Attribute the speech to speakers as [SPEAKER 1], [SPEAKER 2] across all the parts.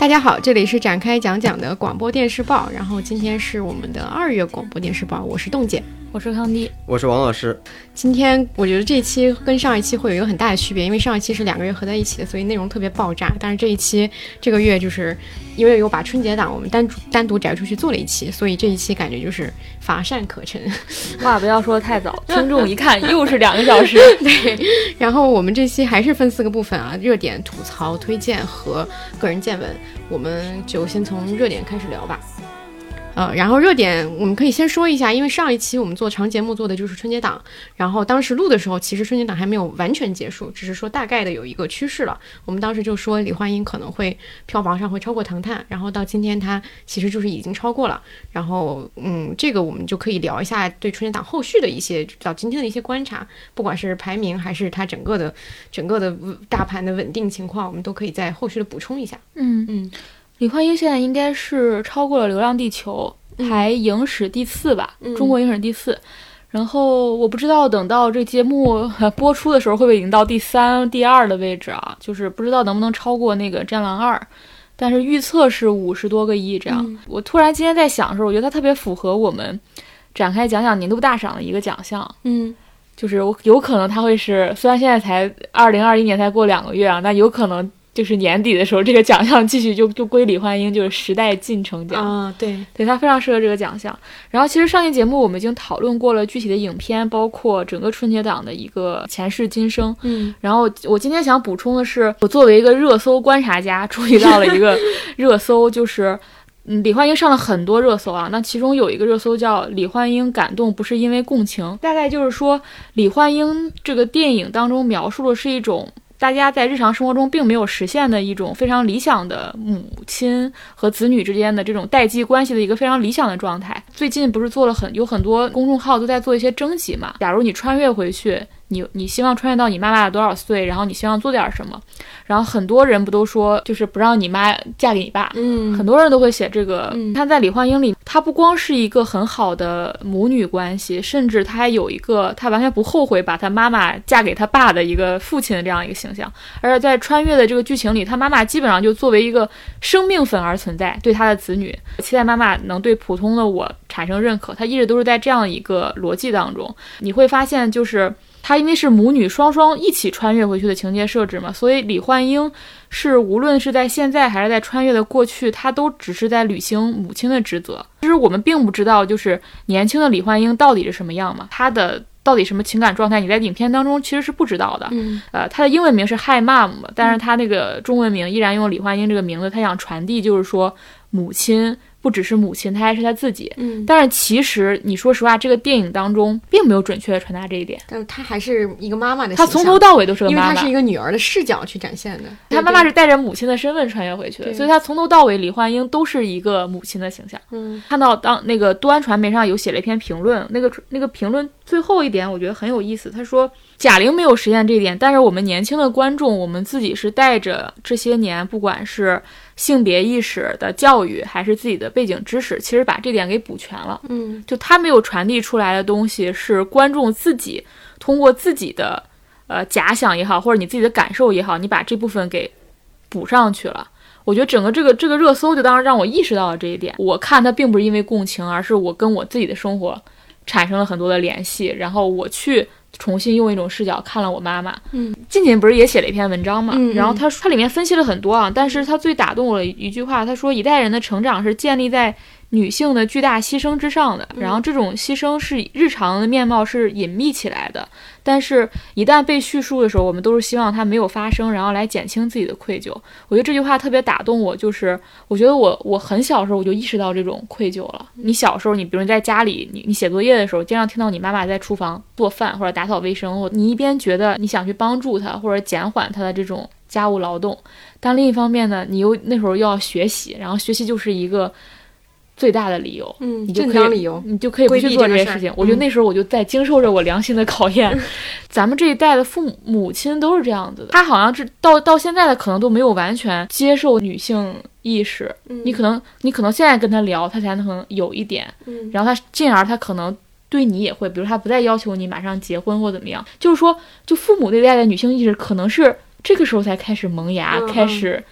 [SPEAKER 1] 大家好，这里是展开讲讲的广播电视报，然后今天是我们的2月广播电视报，我是冻姐，
[SPEAKER 2] 我是康迪，
[SPEAKER 3] 我是王老师。
[SPEAKER 1] 今天我觉得这一期跟上一期会有一个很大的区别，因为上一期是2个月合在一起的，所以内容特别爆炸，但是这一期这个月就是因为有把春节档我们单独摘出去做了一期，所以这一期感觉就是乏善可陈。
[SPEAKER 2] 话不要说太早，听众一看又是2个小时。
[SPEAKER 1] 对，然后我们这期还是分4个部分啊，热点、吐槽、推荐和个人见闻，我们就先从热点开始聊吧。然后热点我们可以先说一下，因为上一期我们做长节目做的就是春节档，然后当时录的时候其实春节档还没有完全结束，只是说大概的有一个趋势了。我们当时就说李焕英可能会票房上会超过唐探，然后到今天它其实就是已经超过了。然后这个我们就可以聊一下对春节档后续的一些到今天的一些观察，不管是排名还是它整个的大盘的稳定情况，我们都可以在后续的补充一下。
[SPEAKER 2] 李焕英现在应该是超过了《流浪地球》，排影史第4吧，中国影史第4。然后我不知道等到这节目播出的时候会不会已经到第3、第2的位置啊？就是不知道能不能超过那个《战狼2》，但是预测是50多个亿这样。我突然今天在想的时候，我觉得它特别符合我们展开讲讲年度大赏的一个奖项。就是有可能它会是，虽然现在才2021年才过2个月啊，那有可能就是年底的时候，这个奖项继续就归李焕英，就是时代进程奖
[SPEAKER 1] 啊，对，
[SPEAKER 2] 它非常适合这个奖项。然后其实上期节目我们已经讨论过了具体的影片，包括整个春节档的一个前世今生。然后我今天想补充的是，我作为一个热搜观察家，注意到了一个热搜，就是李焕英上了很多热搜啊，那其中有一个热搜叫李焕英感动不是因为共情，大概就是说李焕英这个电影当中描述的是一种大家在日常生活中并没有实现的一种非常理想的母亲和子女之间的这种代际关系的一个非常理想的状态。最近不是有很多公众号都在做一些征集嘛，假如你穿越回去，你希望穿越到你妈妈的多少岁，然后你希望做点什么，然后很多人不都说就是不让你妈嫁给你爸，很多人都会写这个。他在李焕英里，他不光是一个很好的母女关系，甚至他还有一个他完全不后悔把他妈妈嫁给他爸的一个父亲的这样一个形象。而且在穿越的这个剧情里，他妈妈基本上就作为一个生命粉而存在，对他的子女期待妈妈能对普通的我产生认可，他一直都是在这样一个逻辑当中。你会发现就是他因为是母女双双一起穿越回去的情节设置嘛，所以李焕英是无论是在现在还是在穿越的过去，他都只是在履行母亲的职责。其实我们并不知道就是年轻的李焕英到底是什么样嘛，他的到底什么情感状态，你在影片当中其实是不知道的。他的英文名是 Hi Mom， 但是他那个中文名依然用李焕英这个名字，他想传递就是说母亲不只是母亲，她还是她自己。但是其实你说实话，这个电影当中并没有准确的传达这一点。
[SPEAKER 1] 但是她还是一个妈妈的形象，
[SPEAKER 2] 她从头到尾都是个妈妈，
[SPEAKER 1] 因为她是一个女儿的视角去展现的。
[SPEAKER 2] 她妈妈是带着母亲的身份穿越回去的，所以她从头到尾李焕英都是一个母亲的形象。看到当那个端传媒上有写了一篇评论，那个评论最后一点我觉得很有意思，他说贾玲没有实现这一点，但是我们年轻的观众，我们自己是带着这些年不管是性别意识的教育还是自己的背景知识，其实把这点给补全了。就他没有传递出来的东西是观众自己通过自己的假想也好，或者你自己的感受也好，你把这部分给补上去了。我觉得整个这个热搜就当时让我意识到了这一点。我看它并不是因为共情，而是我跟我自己的生活产生了很多的联系，然后我去重新用一种视角看了我妈妈。近近不是也写了一篇文章嘛，然后他里面分析了很多啊，但是他最打动我的一句话，他说一代人的成长是建立在女性的巨大牺牲之上的，然后这种牺牲是日常的面貌是隐秘起来的，但是一旦被叙述的时候，我们都是希望它没有发生，然后来减轻自己的愧疚。我觉得这句话特别打动我，就是我觉得我很小时候我就意识到这种愧疚了。你小时候，你比如你在家里你写作业的时候，经常听到你妈妈在厨房做饭或者打扫卫生，你一边觉得你想去帮助她或者减缓她的这种家务劳动，但另一方面呢，你又那时候又要学习，然后学习就是一个最大的理由，你就可以不去做这些事情。我觉得那时候我就在经受着我良心的考验。咱们这一代的母亲都是这样子的，她好像是到现在的可能都没有完全接受女性意识。你可能现在跟她聊，她才能有一点，然后进而她可能对你也会，比如她不再要求你马上结婚或怎么样，就是说，就父母那代的女性意识可能是这个时候才开始萌芽，开始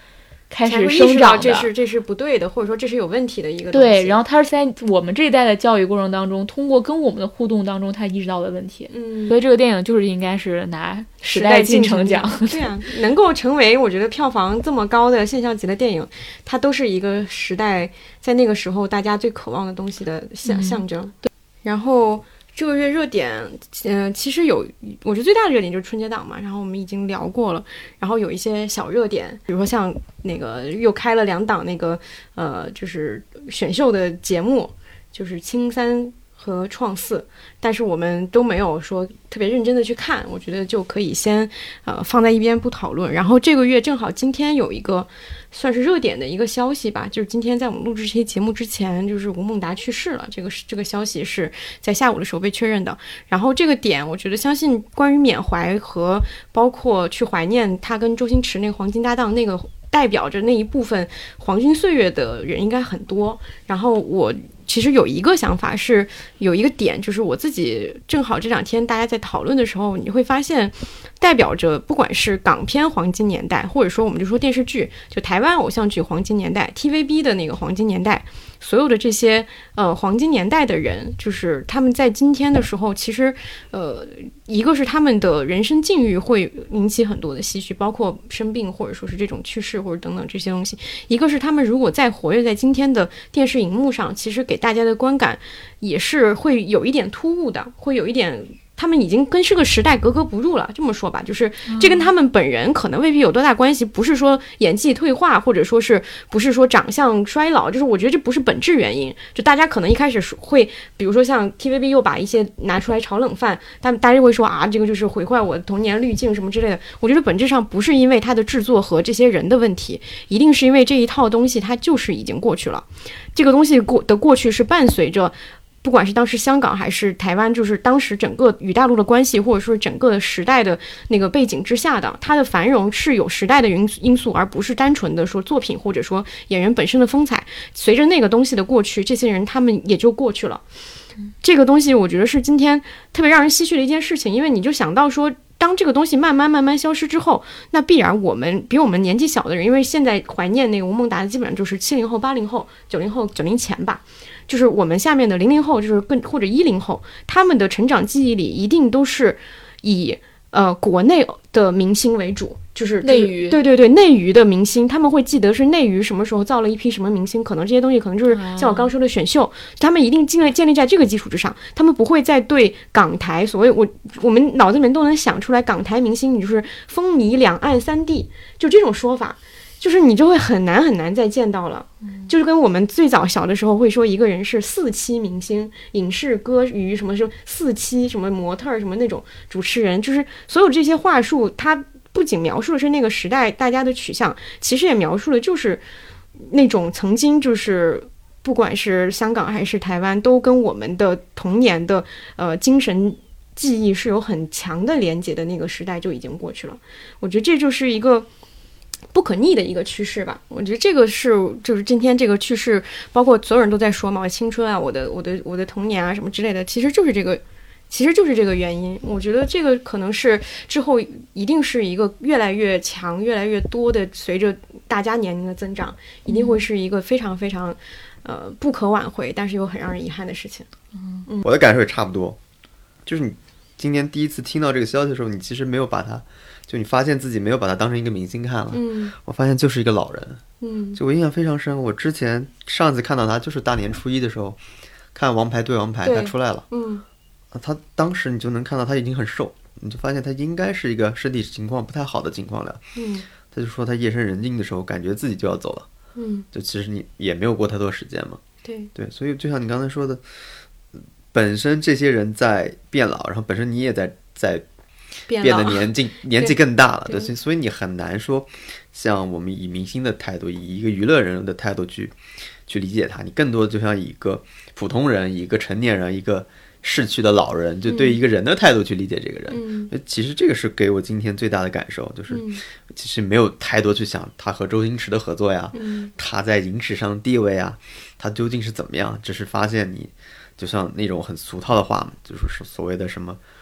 [SPEAKER 2] 开始生长的，
[SPEAKER 1] 这是不对的，或者说这是有问题的一个
[SPEAKER 2] 东西。对，然后他是在我们这一代的教育过程当中，通过跟我们的互动当中，他意识到的问题。所以这个电影就是应该是拿时代进程奖。
[SPEAKER 1] 对啊，能够成为我觉得票房这么高的现象级的电影，它都是一个时代在那个时候大家最渴望的东西的象征。对，然后。这个月热点，其实我觉得最大的热点就是春节档嘛，然后我们已经聊过了，然后有一些小热点，比如说像那个又开了2档那个就是选秀的节目，就是青3和创4，但是我们都没有说特别认真的去看，我觉得就可以先放在一边不讨论。然后这个月正好今天有一个算是热点的一个消息吧，就是今天在我们录制这些节目之前，就是吴孟达去世了，这个消息是在下午的时候被确认的。然后这个点，我觉得相信关于缅怀和包括去怀念他跟周星驰那个黄金搭档那个代表着那一部分黄金岁月的人应该很多。然后我其实有一个想法，是有一个点，就是我自己正好这2天大家在讨论的时候，你会发现代表着不管是港片黄金年代，或者说我们就说电视剧，就台湾偶像剧黄金年代， TVB 的那个黄金年代，所有的这些黄金年代的人，就是他们在今天的时候，其实一个是他们的人生境遇会引起很多的唏嘘，包括生病或者说是这种去世或者等等这些东西，一个是他们如果再活跃在今天的电视荧幕上，其实给大家的观感也是会有一点突兀的，会有一点他们已经跟这个时代格格不入了，这么说吧，就是这跟他们本人可能未必有多大关系，不是说演技退化，或者说是不是说长相衰老，就是我觉得这不是本质原因。就大家可能一开始会，比如说像 TVB 又把一些拿出来炒冷饭，但大家会说啊，这个就是毁坏我的童年滤镜什么之类的。我觉得本质上不是因为它的制作和这些人的问题，一定是因为这一套东西它就是已经过去了。这个东西过去是伴随着不管是当时香港还是台湾，就是当时整个与大陆的关系，或者说整个的时代的那个背景之下的，它的繁荣是有时代的因素，而不是单纯的说作品或者说演员本身的风采。随着那个东西的过去，这些人他们也就过去了。这个东西我觉得是今天特别让人唏嘘的一件事情，因为你就想到说，当这个东西慢慢消失之后，那必然我们比我们年纪小的人，因为现在怀念那个吴孟达的基本上就是70后、80后、90后、90前吧，就是我们下面的00后，就是或者10后，他们的成长记忆里一定都是以国内的明星为主，就是
[SPEAKER 2] 内娱，
[SPEAKER 1] 对内娱的明星，他们会记得是内娱什么时候造了一批什么明星，可能这些东西可能就是像我刚说的选秀，他们一定建立在这个基础之上，他们不会再对港台所谓我们脑子里面都能想出来港台明星，你就是风靡两岸3地，就这种说法。就是你就会很难再见到了，就是跟我们最早小的时候会说一个人是4期明星，影视歌娱什么4期什么模特什么那种主持人，就是所有这些话术，它不仅描述的是那个时代大家的取向，其实也描述的就是那种曾经就是不管是香港还是台湾，都跟我们的童年的精神记忆是有很强的连结的那个时代就已经过去了。我觉得这就是一个不可逆的一个趋势吧。我觉得这个是就是今天这个趋势，包括所有人都在说嘛，我青春啊，我的童年啊什么之类的，其实就是这个原因。我觉得这个可能是之后一定是一个越来越强、越来越多的，随着大家年龄的增长，一定会是一个非常非常不可挽回，但是又很让人遗憾的事情。
[SPEAKER 3] 我的感受也差不多，就是你今天第一次听到这个消息的时候，你其实没有把它，就你发现自己没有把它当成一个明星看了。我发现就是一个老人。就我印象非常深，我之前上次看到他就是大年初一的时候看《王牌对王牌》，他出来了。他当时你就能看到他已经很瘦，你就发现他应该是一个身体情况不太好的情况了。他就说他夜深人静的时候感觉自己就要走了。就其实你也没有过太多时间嘛。对，所以就像你刚才说的，本身这些人在变老，然后本身你也在变得年纪更大了。对，所以你很难说像我们以明星的态度，以一个娱乐人的态度去理解他，你更多的就像以一个普通人，以一个成年人，一个逝去的老人，就对一个人的态度去理解这个人。其实这个是给我今天最大的感受，就是其实没有太多去想他和周星驰的合作呀，他在影史上的地位啊，他究竟是怎么样，只是发现你就像那种很俗套的话，就是所谓的什么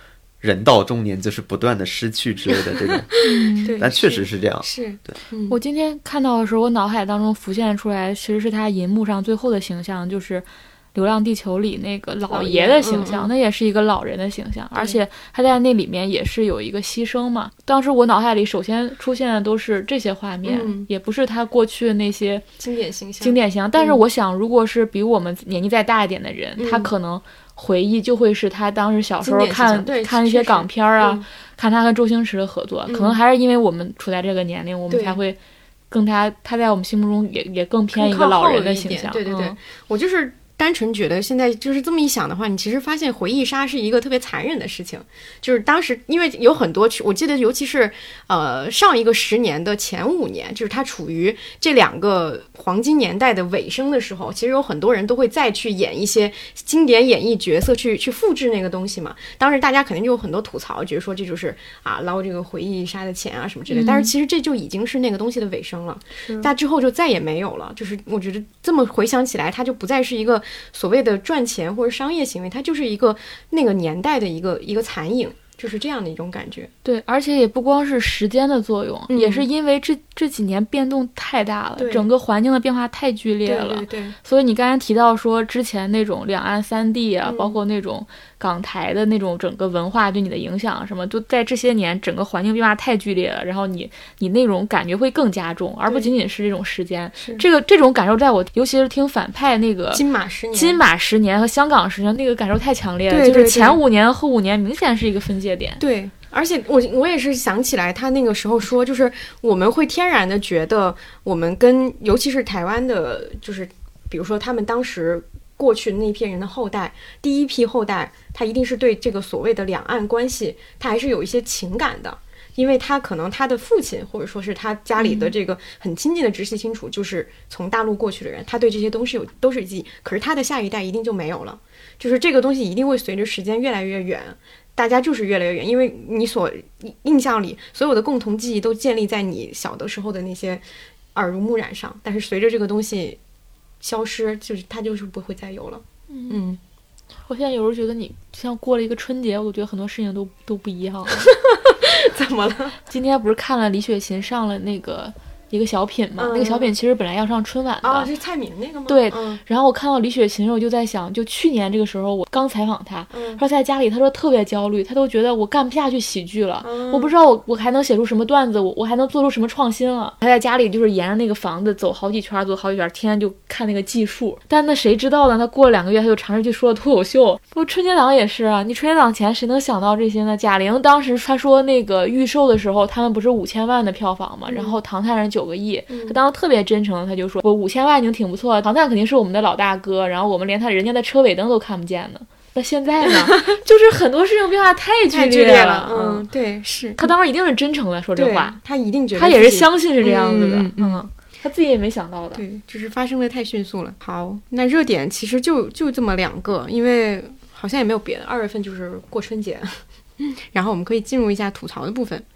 [SPEAKER 3] 人到中年就是不断的失去之类的这种但确实是这样。
[SPEAKER 1] 是
[SPEAKER 3] 对、
[SPEAKER 2] 我今天看到的时候，我脑海当中浮现出来其实是他银幕上最后的形象，就是流浪地球里那个老爷的形象，那也是一个老人的形象，而且他在那里面也是有一个牺牲嘛。当时我脑海里首先出现的都是这些画面，也不是他过去的那些
[SPEAKER 1] 经典形象。
[SPEAKER 2] 但是我想，如果是比我们年纪再大一点的人，他可能回忆就会是他当时小时候看一些港片啊，看他和周星驰的合作，可能还是因为我们处在这个年龄，我们才会更他在我们心目中也更偏一个老人的形象。
[SPEAKER 1] 对，我就是单纯觉得现在就是这么一想的话，你其实发现回忆杀是一个特别残忍的事情。就是当时因为有很多，我记得尤其是上一个10年的前5年，就是它处于这2个黄金年代的尾声的时候，其实有很多人都会再去演一些经典演绎角色，去复制那个东西嘛。当时大家肯定就有很多吐槽，觉得说这就是捞这个回忆杀的钱啊什么之类的。但是其实这就已经是那个东西的尾声了，但之后就再也没有了。就是我觉得这么回想起来，它就不再是一个所谓的赚钱或者商业行为，它就是一个那个年代的一个残影，就是这样的一种感觉。
[SPEAKER 2] 对，而且也不光是时间的作用，也是因为这几年变动太大了，整个环境的变化太剧烈了。
[SPEAKER 1] 对，
[SPEAKER 2] 所以你刚才提到说之前那种两岸3地啊，包括那种港台的那种整个文化对你的影响什么，就在这些年整个环境变化太剧烈了，然后你那种感觉会更加重，而不仅仅是这种时间。这种感受在我尤其是听反派那个
[SPEAKER 1] 金马
[SPEAKER 2] 10年和香港10年那个感受太强烈了，就是前5年后5年明显是一个分界点。
[SPEAKER 1] 对，而且我也是想起来他那个时候说，就是我们会天然的觉得我们跟尤其是台湾的，就是比如说他们当时过去的那一批人的后代，第一批后代，他一定是对这个所谓的两岸关系他还是有一些情感的，因为他可能他的父亲或者说是他家里的这个很亲近的直系亲属就是从大陆过去的人，他对这些东西都是记忆，可是他的下一代一定就没有了，就是这个东西一定会随着时间越来越远，大家就是越来越远，因为你所印象里所有的共同记忆都建立在你小的时候的那些耳濡目染上，但是随着这个东西消失，就是它就是不会再有了。
[SPEAKER 2] 我现在有时候觉得你像过了一个春节，我觉得很多事情都不一样了。
[SPEAKER 1] 怎么了？
[SPEAKER 2] 今天不是看了李雪琴上了那个一个小品嘛，那个小品其实本来要上春晚的
[SPEAKER 1] 是蔡敏那个吗？
[SPEAKER 2] 对，然后我看到李雪琴，我就在想，就去年这个时候我刚采访她，说在家里她说特别焦虑，她都觉得我干不下去喜剧了，我不知道我还能写出什么段子，我还能做出什么创新了。她在家里就是沿着那个房子走好几圈，天天就看那个计数。但那谁知道呢，她过了2个月她就尝试去说了脱口秀。不，春节档也是啊，你春节档前谁能想到这些呢？贾玲当时她说那个预售的时候他们不是5000万的票房嘛，然后唐探人9个亿，他当时特别真诚，他就说我5000万已经挺不错了，唐探肯定是我们的老大哥，然后我们连人家的车尾灯都看不见呢。那现在呢就是很多事情变化太剧烈了。
[SPEAKER 1] 对，是
[SPEAKER 2] 他当时一定是真诚的说这话，
[SPEAKER 1] 他一定觉得
[SPEAKER 2] 他也是相信是这样子的。他自己也没想到的。
[SPEAKER 1] 对，就是发生的太迅速了。好，那热点其实就这么2个，因为好像也没有别的，2月份就是过春节然后我们可以进入一下吐槽的部分。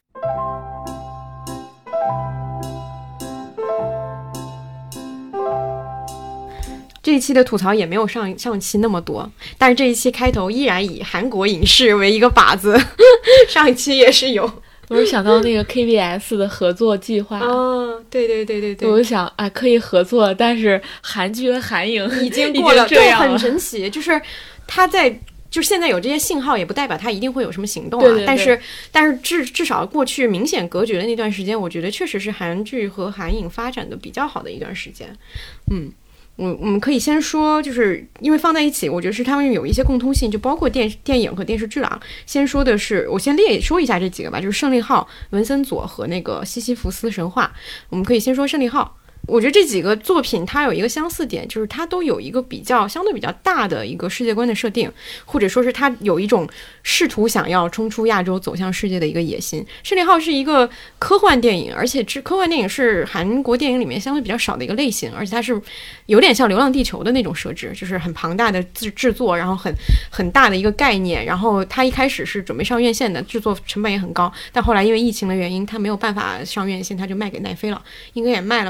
[SPEAKER 1] 这一期的吐槽也没有上期那么多，但是这一期开头依然以韩国影视为一个靶子上一期也是有。
[SPEAKER 2] 我是想到那个 KBS 的合作计划。
[SPEAKER 1] 对，
[SPEAKER 2] 我就想可以合作，但是韩剧和韩影
[SPEAKER 1] 已经过了，
[SPEAKER 2] 这样了，
[SPEAKER 1] 很神奇。就是他就现在有这些信号，也不代表他一定会有什么行动啊。
[SPEAKER 2] 对，
[SPEAKER 1] 但是至少过去明显隔绝的那段时间，我觉得确实是韩剧和韩影发展的比较好的一段时间。我们可以先说，就是因为放在一起，我觉得是他们有一些共通性，就包括电影和电视剧了。先说的是，我先说一下这几个吧，就是胜利号、文森佐和那个西西弗斯神话。我们可以先说胜利号。我觉得这几个作品它有一个相似点，就是它都有一个相对比较大的一个世界观的设定，或者说是它有一种试图想要冲出亚洲走向世界的一个野心。胜利号是一个科幻电影，而且科幻电影是韩国电影里面相对比较少的一个类型，而且它是有点像流浪地球的那种设置，就是很庞大的制作，然后很大的一个概念，然后它一开始是准备上院线的，制作成本也很高，但后来因为疫情的原因它没有办法上院线，它就卖给奈飞了，应该也卖了蛮多钱，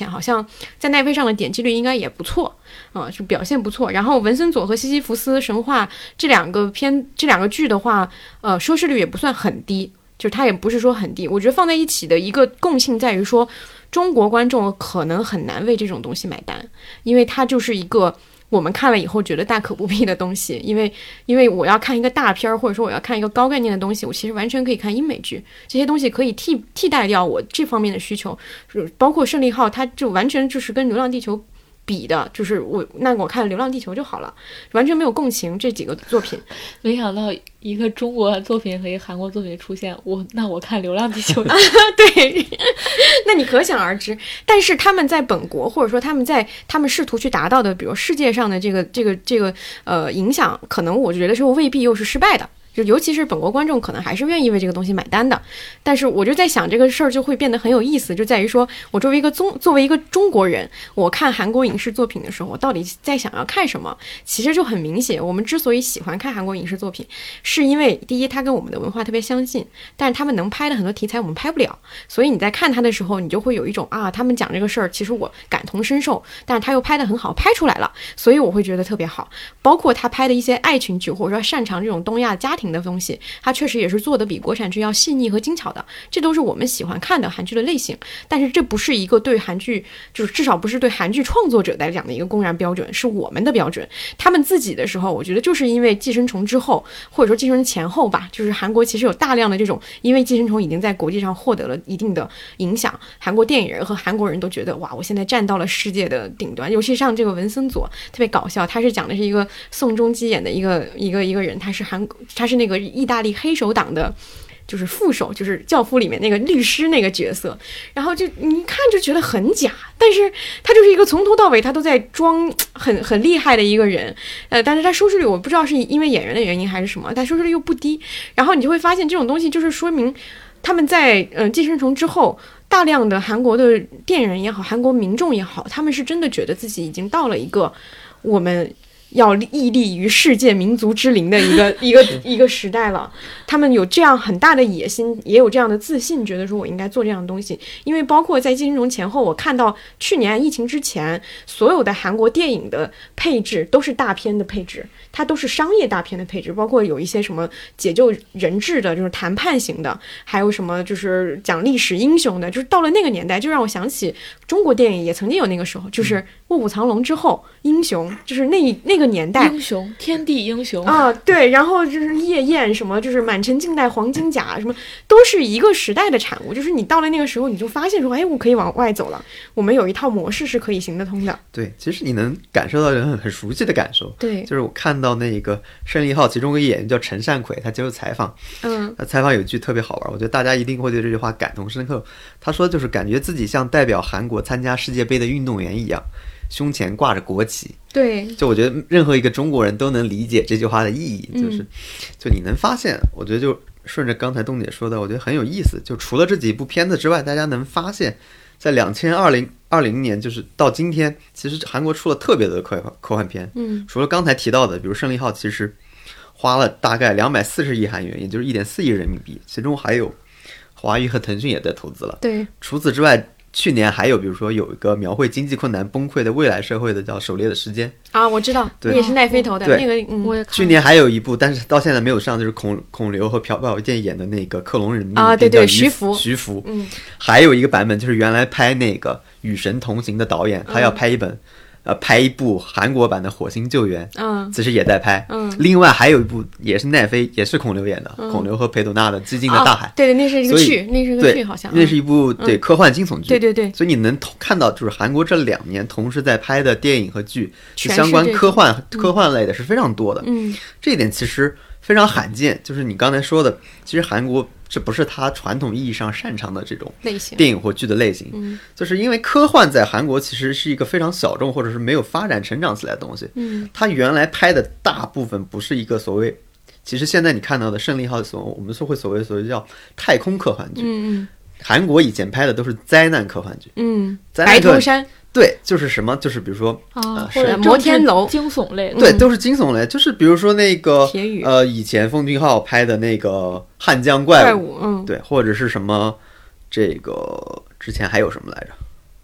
[SPEAKER 1] 前好像在奈飞上的点击率应该也不错就表现不错。然后文森佐和西西弗斯神话这两个剧的话收视率也不算很低，就是它也不是说很低。我觉得放在一起的一个共性在于说，中国观众可能很难为这种东西买单，因为它就是一个我们看了以后觉得大可不必的东西。因为我要看一个大片，或者说我要看一个高概念的东西，我其实完全可以看英美剧，这些东西可以替代掉我这方面的需求。包括胜利号，它就完全就是跟流浪地球比的，就是我看流浪地球就好了，完全没有共情这几个作品。
[SPEAKER 2] 没想到一个中国作品和一个韩国作品出现，那我看流浪地球
[SPEAKER 1] 对，那你可想而知。但是他们在本国，或者说他们试图去达到的，比如世界上的这个影响，可能我觉得说未必又是失败的，就尤其是本国观众可能还是愿意为这个东西买单的。但是我就在想，这个事儿就会变得很有意思，就在于说我作为一个中国人，我看韩国影视作品的时候，我到底在想要看什么？其实就很明显，我们之所以喜欢看韩国影视作品，是因为第一，它跟我们的文化特别相近，但是他们能拍的很多题材我们拍不了，所以你在看它的时候，你就会有一种他们讲这个事儿，其实我感同身受，但是他又拍得很好，拍出来了，所以我会觉得特别好。包括他拍的一些爱情剧，或者说擅长这种东亚家庭的东西，它确实也是做的比国产剧要细腻和精巧的，这都是我们喜欢看的韩剧的类型。但是这不是一个对韩剧，就是至少不是对韩剧创作者来讲的一个公然标准，是我们的标准。他们自己的时候，我觉得就是因为寄生虫之后，或者说寄生虫前后吧，就是韩国其实有大量的这种，因为寄生虫已经在国际上获得了一定的影响，韩国电影人和韩国人都觉得哇，我现在站到了世界的顶端。尤其像这个文森佐特别搞笑，他是讲的是一个宋仲基演的一个人，他是那个意大利黑手党的就是副手，就是教父里面那个律师那个角色，然后就你看就觉得很假，但是他就是一个从头到尾他都在装很厉害的一个人，但是他收视率我不知道是因为演员的原因还是什么，但收视率又不低。然后你就会发现这种东西就是说明他们在寄生虫之后，大量的韩国的电影人也好，韩国民众也好，他们是真的觉得自己已经到了一个我们要屹立于世界民族之林的一个时代了。他们有这样很大的野心，也有这样的自信，觉得说我应该做这样的东西。因为包括在寄生虫前后，我看到去年疫情之前，所有的韩国电影的配置都是大片的配置，它都是商业大片的配置，包括有一些什么解救人质的，就是谈判型的，还有什么就是讲历史英雄的，就是到了那个年代，就让我想起中国电影也曾经有那个时候，就是《卧虎藏龙》之后，英雄就是那个年代，
[SPEAKER 2] 英雄天地英雄
[SPEAKER 1] 对，然后就是夜宴什么，就是满城尽带黄金甲什么，都是一个时代的产物。就是你到了那个时候，你就发现说，哎，我可以往外走了，我们有一套模式是可以行得通的。
[SPEAKER 3] 对，其实你能感受到人很熟悉的感受。
[SPEAKER 1] 对，
[SPEAKER 3] 就是我看到那个胜利号其中一个演员叫陈善奎，他接受采访，采访有一句特别好玩，我觉得大家一定会对这句话感同身受。他说就是感觉自己像代表韩国参加世界杯的运动员一样，胸前挂着国旗。
[SPEAKER 1] 对，
[SPEAKER 3] 就我觉得任何一个中国人都能理解这句话的意义，就你能发现，我觉得就顺着刚才冬姐说的，我觉得很有意思。就除了这几部片子之外，大家能发现，在2020年，就是到今天，其实韩国出了特别多的科幻片。除了刚才提到的，比如胜利号，其实花了大概240亿韩元，也就是1.4亿人民币，其中还有华谊和腾讯也在投资了。
[SPEAKER 1] 对，
[SPEAKER 3] 除此之外，去年还有比如说有一个描绘经济困难崩溃的未来社会的叫《狩猎的时间》
[SPEAKER 1] 啊，我知道，也是奈飞投的那个，我也看。
[SPEAKER 3] 去年还有一部，但是到现在没有上，就是孔刘和朴宝剑演的那个克隆人
[SPEAKER 1] 对，徐福，
[SPEAKER 3] 还有一个版本就是原来拍那个《与神同行》的导演，他要拍拍一部韩国版的《火星救援》，其实也在拍。另外还有一部也是奈飞，也是孔刘演的，孔刘和裴斗娜的《寂静的大海》。
[SPEAKER 1] 对，那是一个剧，那是一个剧，好像
[SPEAKER 3] 那是一部科幻惊悚剧。
[SPEAKER 1] 对，
[SPEAKER 3] 所以你能看到，就是韩国这2年同时在拍的电影和剧，相关科幻类的是非常多的。这一点其实非常罕见，就是你刚才说的，其实韩国这不是他传统意义上擅长的这种电影或剧的类型，就是因为科幻在韩国其实是一个非常小众或者是没有发展成长起来的东西。他原来拍的大部分不是一个所谓，其实现在你看到的胜利号我们说会所谓叫太空科幻剧。韩国以前拍的都是灾难科幻剧。
[SPEAKER 1] 白头山。
[SPEAKER 3] 对，就是什么，就是比如说
[SPEAKER 2] 或者
[SPEAKER 1] 摩天楼，
[SPEAKER 2] 惊悚类，
[SPEAKER 3] 对，都是惊悚类。就是比如说那个
[SPEAKER 1] 铁雨，
[SPEAKER 3] 以前奉俊昊拍的那个汉江怪物，对，或者是什么这个之前还有什么来着？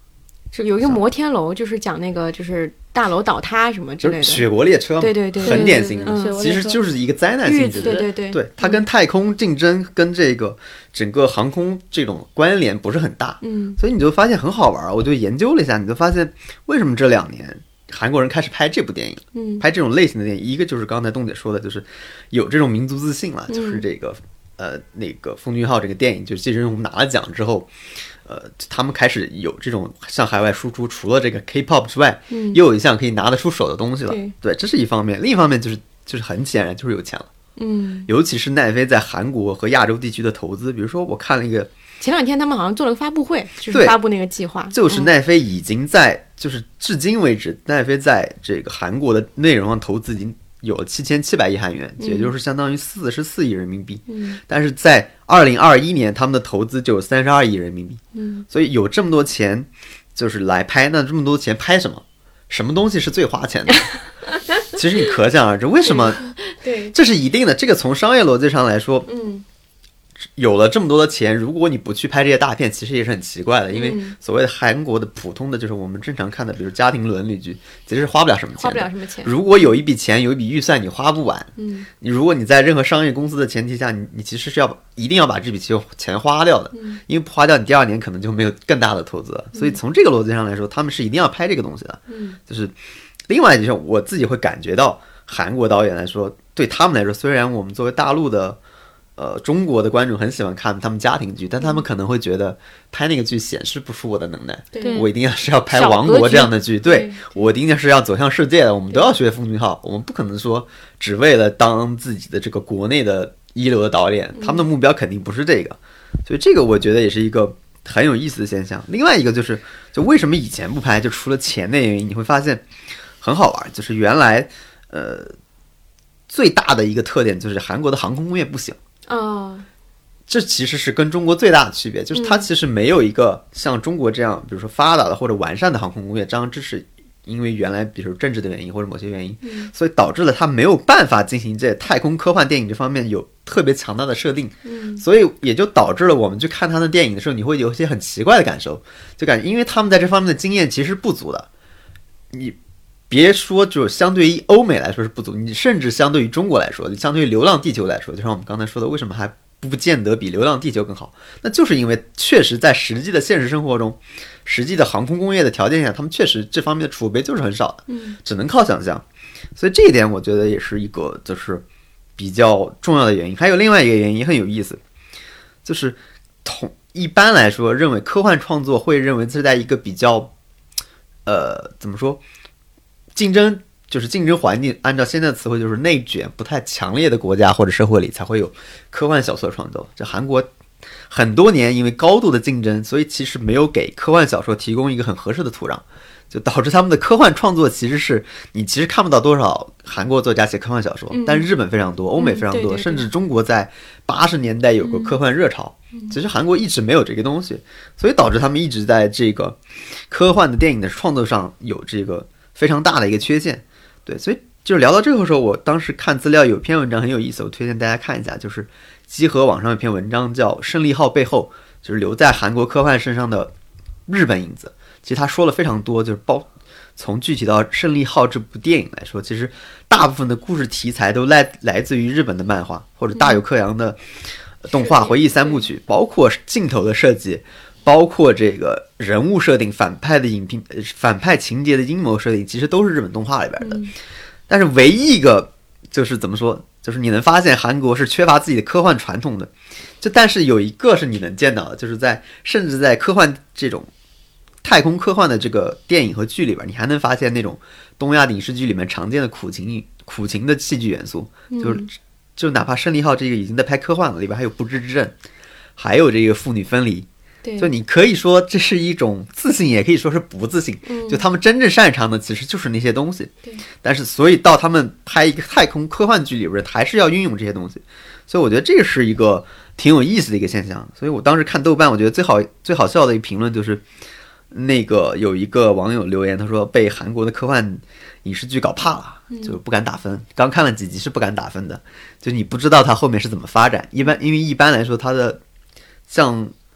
[SPEAKER 1] 就有一个摩天楼，就是讲那个就是大楼倒塌什么之类的，
[SPEAKER 3] 雪国列车嘛，
[SPEAKER 1] 对对对，
[SPEAKER 3] 很典型的，其实就是一个灾难性质的，
[SPEAKER 1] 对对对，
[SPEAKER 3] 对，它跟太空竞争跟这个整个航空这种关联不是很大，所以你就发现很好玩。我就研究了一下，你就发现为什么这2年韩国人开始拍这部电影，拍这种类型的电影，一个就是刚才东姐说的，就是有这种民族自信了，就是这个那个奉俊昊这个电影，就是《寄生虫》拿了奖之后。他们开始有这种向海外输出，除了这个 K-pop 之外，又有一项可以拿得出手的东西了。对，这是一方面。另一方面就是很显然就是有钱了。尤其是奈飞在韩国和亚洲地区的投资，比如说我看了一个，
[SPEAKER 1] 前2天他们好像做了个发布会，就是发布那个计划。
[SPEAKER 3] 就是奈飞已经在，就是至今为止，奈飞在这个韩国的内容上投资已经有了7700亿韩元，也就是相当于44亿人民币。但是在2021年，他们的投资就有32亿人民币。所以有这么多钱，就是来拍，那这么多钱拍什么？什么东西是最花钱的？其实你可想而知，为什么？
[SPEAKER 1] 对，
[SPEAKER 3] 这是一定的。这个从商业逻辑上来说，有了这么多的钱，如果你不去拍这些大片，其实也是很奇怪的。因为所谓的韩国的普通的，就是我们正常看的，比如家庭伦理剧，其实是花不了什么钱的。
[SPEAKER 1] 花不了什么钱。
[SPEAKER 3] 如果有一笔钱，有一笔预算，你花不完。如果你在任何商业公司的前提下，你其实是一定要把这笔钱花掉的。因为不花掉，你第2年可能就没有更大的投资了。所以从这个逻辑上来说，他们是一定要拍这个东西的。就是另外就是我自己会感觉到，韩国导演来说，对他们来说，虽然我们作为大陆的。中国的观众很喜欢看他们家庭剧，但他们可能会觉得拍那个剧显示不出我的能耐，我一定要拍王国这样的剧，对，我一定是要走向世界的，我们都要学奉俊昊，我们不可能说只为了当自己的这个国内的一流的导演，他们的目标肯定不是这个，所以这个我觉得也是一个很有意思的现象。另外一个就是就为什么以前不拍，就除了钱的原因，你会发现很好玩，就是原来最大的一个特点就是韩国的航空工业不行。这其实是跟中国最大的区别，就是它其实没有一个像中国这样，比如说发达的或者完善的航空工业。这是因为原来比如政治的原因或者某些原因，所以导致了它没有办法进行这太空科幻电影这方面有特别强大的设定，所以也就导致了我们去看他的电影的时候，你会有一些很奇怪的感受，就感觉因为他们在这方面的经验其实不足的。你别说就相对于欧美来说是不足，你甚至相对于中国来说，相对于流浪地球来说，就像我们刚才说的，为什么还不见得比流浪地球更好，那就是因为确实在实际的现实生活中，实际的航空工业的条件下，他们确实这方面的储备就是很少的，只能靠想象。所以这一点我觉得也是一个就是比较重要的原因。还有另外一个原因也很有意思，就是一般来说认为科幻创作会认为是在一个比较怎么说竞争环境，按照现在的词汇就是内卷不太强烈的国家或者社会里才会有科幻小说创作。这韩国很多年因为高度的竞争，所以其实没有给科幻小说提供一个很合适的土壤，就导致他们的科幻创作其实看不到多少韩国作家写科幻小说，但日本非常多，欧美非常多，甚至中国在80年代有过科幻热潮，其实韩国一直没有这个东西，所以导致他们一直在这个科幻的电影的创作上有这个非常大的一个缺陷。对，所以就是聊到这个时候，我当时看资料有篇文章很有意思，我推荐大家看一下，就是集合网上有篇文章叫《胜利号背后》，就是留在韩国科幻身上的日本影子。其实他说了非常多，就是从具体到《胜利号》这部电影来说，其实大部分的故事题材都来自于日本的漫画或者大有克洋的动画回忆3部曲，包括镜头的设计，包括这个人物设定、反派情节的阴谋设定，其实都是日本动画里边的。但是唯一一个就是怎么说，就是你能发现韩国是缺乏自己的科幻传统的。但是有一个是你能见到的，就是甚至在科幻这种太空科幻的这个电影和剧里边，你还能发现那种东亚影视剧里面常见的苦情的戏剧元素，就哪怕胜利号这个已经在拍科幻了，里边还有不治之症，还有这个父女分离。就你可以说这是一种自信，也可以说是不自信，就他们真正擅长的其实就是那些东西，但是所以到他们拍一个太空科幻剧里边还是要运用这些东西，所以我觉得这是一个挺有意思的一个现象。所以我当时看豆瓣，我觉得最好笑的一个评论就是那个有一个网友留言，他说被韩国的科幻影视剧搞怕了，就不敢打分，刚看了几集是不敢打分的，就你不知道它后面是怎么发展。因为一般来说它的像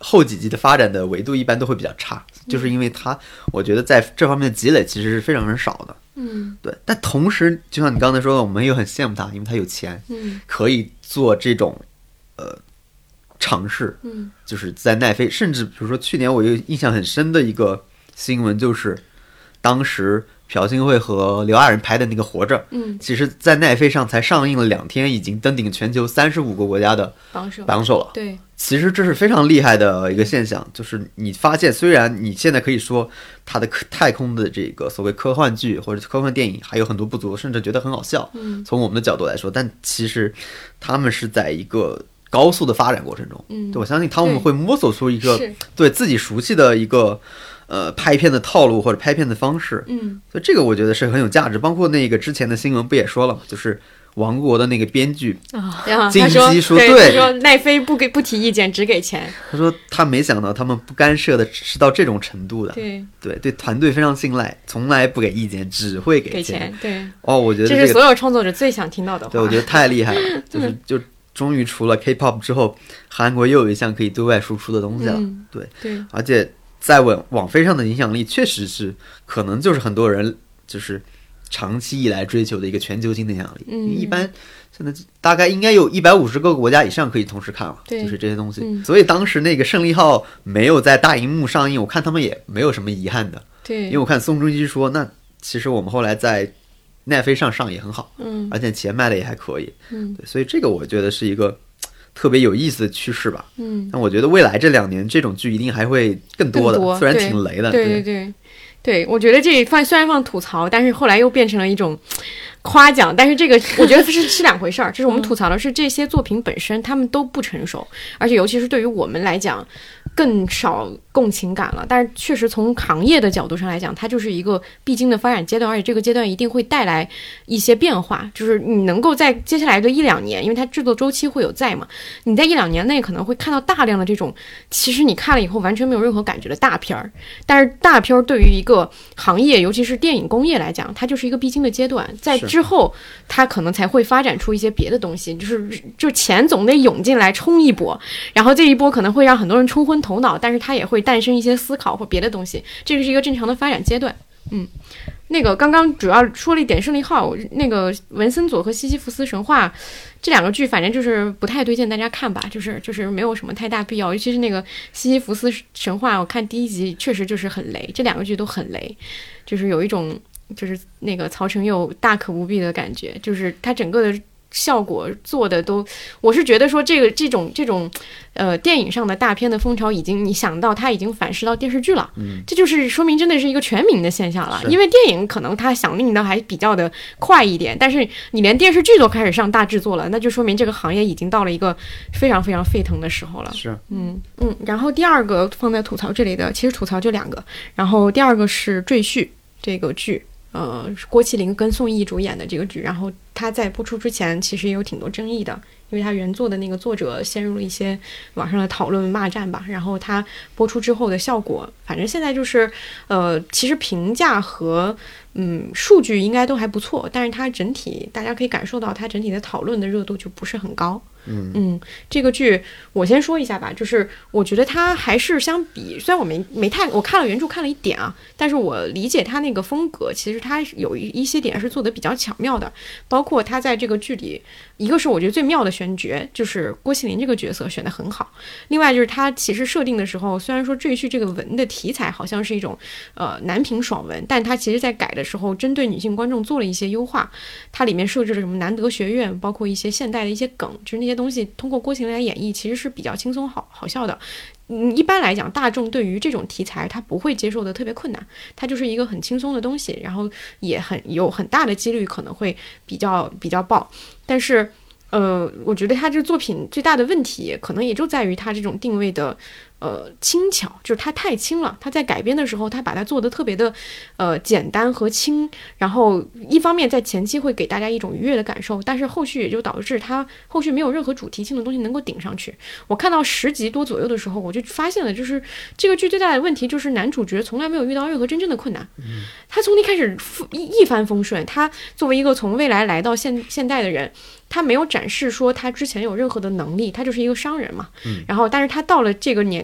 [SPEAKER 3] 后几集的发展的维度一般都会比较差，就是因为他我觉得在这方面的积累其实是非常非常少的。对。但同时就像你刚才说的，我们又很羡慕他，因为他有钱，可以做这种尝试。就是在奈飞，甚至比如说去年我有印象很深的一个新闻，就是当时朴信惠和刘亚仁拍的那个《活着》，其实在奈飞上才上映了2天，已经登顶全球35个国家的榜首了。
[SPEAKER 1] 对，
[SPEAKER 3] 其实这是非常厉害的一个现象，就是你发现虽然你现在可以说它的太空的这个所谓科幻剧或者科幻电影还有很多不足，甚至觉得很好笑，从我们的角度来说，但其实他们是在一个高速的发展过程中，对，我相信他们会摸索出一个对自己熟悉的一个拍片的套路或者拍片的方式，所以这个我觉得是很有价值。包括那个之前的新闻不也说了嘛，就是王国的那个编剧金基说，
[SPEAKER 1] 对，他说奈飞不提意见，只给钱。
[SPEAKER 3] 他说他没想到他们不干涉的是到这种程度的，对团队非常信赖，从来不给意见，只会给钱。对，我觉得
[SPEAKER 1] 这是所有创作者最想听到的话。
[SPEAKER 3] 对，我觉得太厉害了，就终于除了 K-pop 之后，韩国又有一项可以对外输出的东西了。对，而且在网飞上的影响力确实是可能就是很多人就是长期以来追求的一个全球性的影响力。一般现在大概应该有150个国家以上可以同时看了，就是这些东西。所以当时那个胜利号没有在大荧幕上映，我看他们也没有什么遗憾的。
[SPEAKER 1] 对，
[SPEAKER 3] 因为我看宋仲基说，那其实我们后来在奈飞上也很好，而且钱卖的也还可以，对，所以这个我觉得是一个特别有意思的趋势吧。但我觉得未来这2年这种剧一定还会更多的，虽然挺雷的。
[SPEAKER 1] 对，我觉得这虽然放吐槽，但是后来又变成了一种夸奖，但是这个我觉得是两回事儿。就是我们吐槽的是这些作品本身他们都不成熟，而且尤其是对于我们来讲更少共情感了。但是确实从行业的角度上来讲，它就是一个必经的发展阶段，而且这个阶段一定会带来一些变化。就是你能够在接下来的1-2年，因为它制作周期会有在嘛，你在1-2年内可能会看到大量的这种其实你看了以后完全没有任何感觉的大片儿。但是大片儿对于一个行业尤其是电影工业来讲，它就是一个必经的阶段，在之后它可能才会发展出一些别的东西，就钱总得涌进来冲一波，然后这一波可能会让很多人冲昏头脑，但是它也会诞生一些思考或别的东西，这是一个正常的发展阶段。那个刚刚主要说了一点胜利号，那个文森佐和西西弗斯神话这2个剧反正就是不太推荐大家看吧，就是没有什么太大必要，尤其是那个西西弗斯神话，我看第1集确实就是很雷，这2个剧都很雷，就是有一种就是那个曹承佑大可不必的感觉，就是他整个的效果做的都，我是觉得说这种电影上的大片的风潮已经，你想到它已经反噬到电视剧了，这就是说明真的是一个全民的现象了。因为电影可能它响应的还比较的快一点，但是你连电视剧都开始上大制作了，那就说明这个行业已经到了一个非常非常沸腾的时候了。
[SPEAKER 3] 是，
[SPEAKER 1] 然后第2个放在吐槽这里的，其实吐槽就2个，然后第2个是《赘婿》这个剧。郭麒麟跟宋轶主演的这个剧，然后他在播出之前其实也有挺多争议的，因为他原作的那个作者陷入了一些网上的讨论骂战吧，然后他播出之后的效果，反正现在就是其实评价和数据应该都还不错，但是它整体大家可以感受到它整体的讨论的热度就不是很高。这个剧我先说一下吧，就是我觉得它还是相比，虽然我没太，我看了原著看了一点啊，但是我理解它那个风格，其实它有一些点是做得比较巧妙的，包括它在这个剧里，一个是我觉得最妙的选角，就是郭麒麟这个角色选得很好，另外就是它其实设定的时候，虽然说赘婿这个文的题材好像是一种男频爽文，但它其实在改的时候针对女性观众做了一些优化，它里面设置了什么南德学院，包括一些现代的一些梗，就是那些东西通过郭麒麟来演绎，其实是比较轻松好笑的。一般来讲，大众对于这种题材他不会接受的特别困难，它就是一个很轻松的东西，然后也有很大的几率可能会比较爆。但是我觉得他这作品最大的问题可能也就在于他这种定位的轻巧，就是它太轻了，它在改编的时候它把它做得特别的简单和轻，然后一方面在前期会给大家一种愉悦的感受，但是后续也就导致它后续没有任何主题性的东西能够顶上去。我看到10集多左右的时候，我就发现了，就是这个剧最大的问题就是男主角从来没有遇到任何真正的困难，他从一开始一帆风顺，他作为一个从未来来到现代的人，他没有展示说他之前有任何的能力，他就是一个商人嘛，然后但是他到了这个年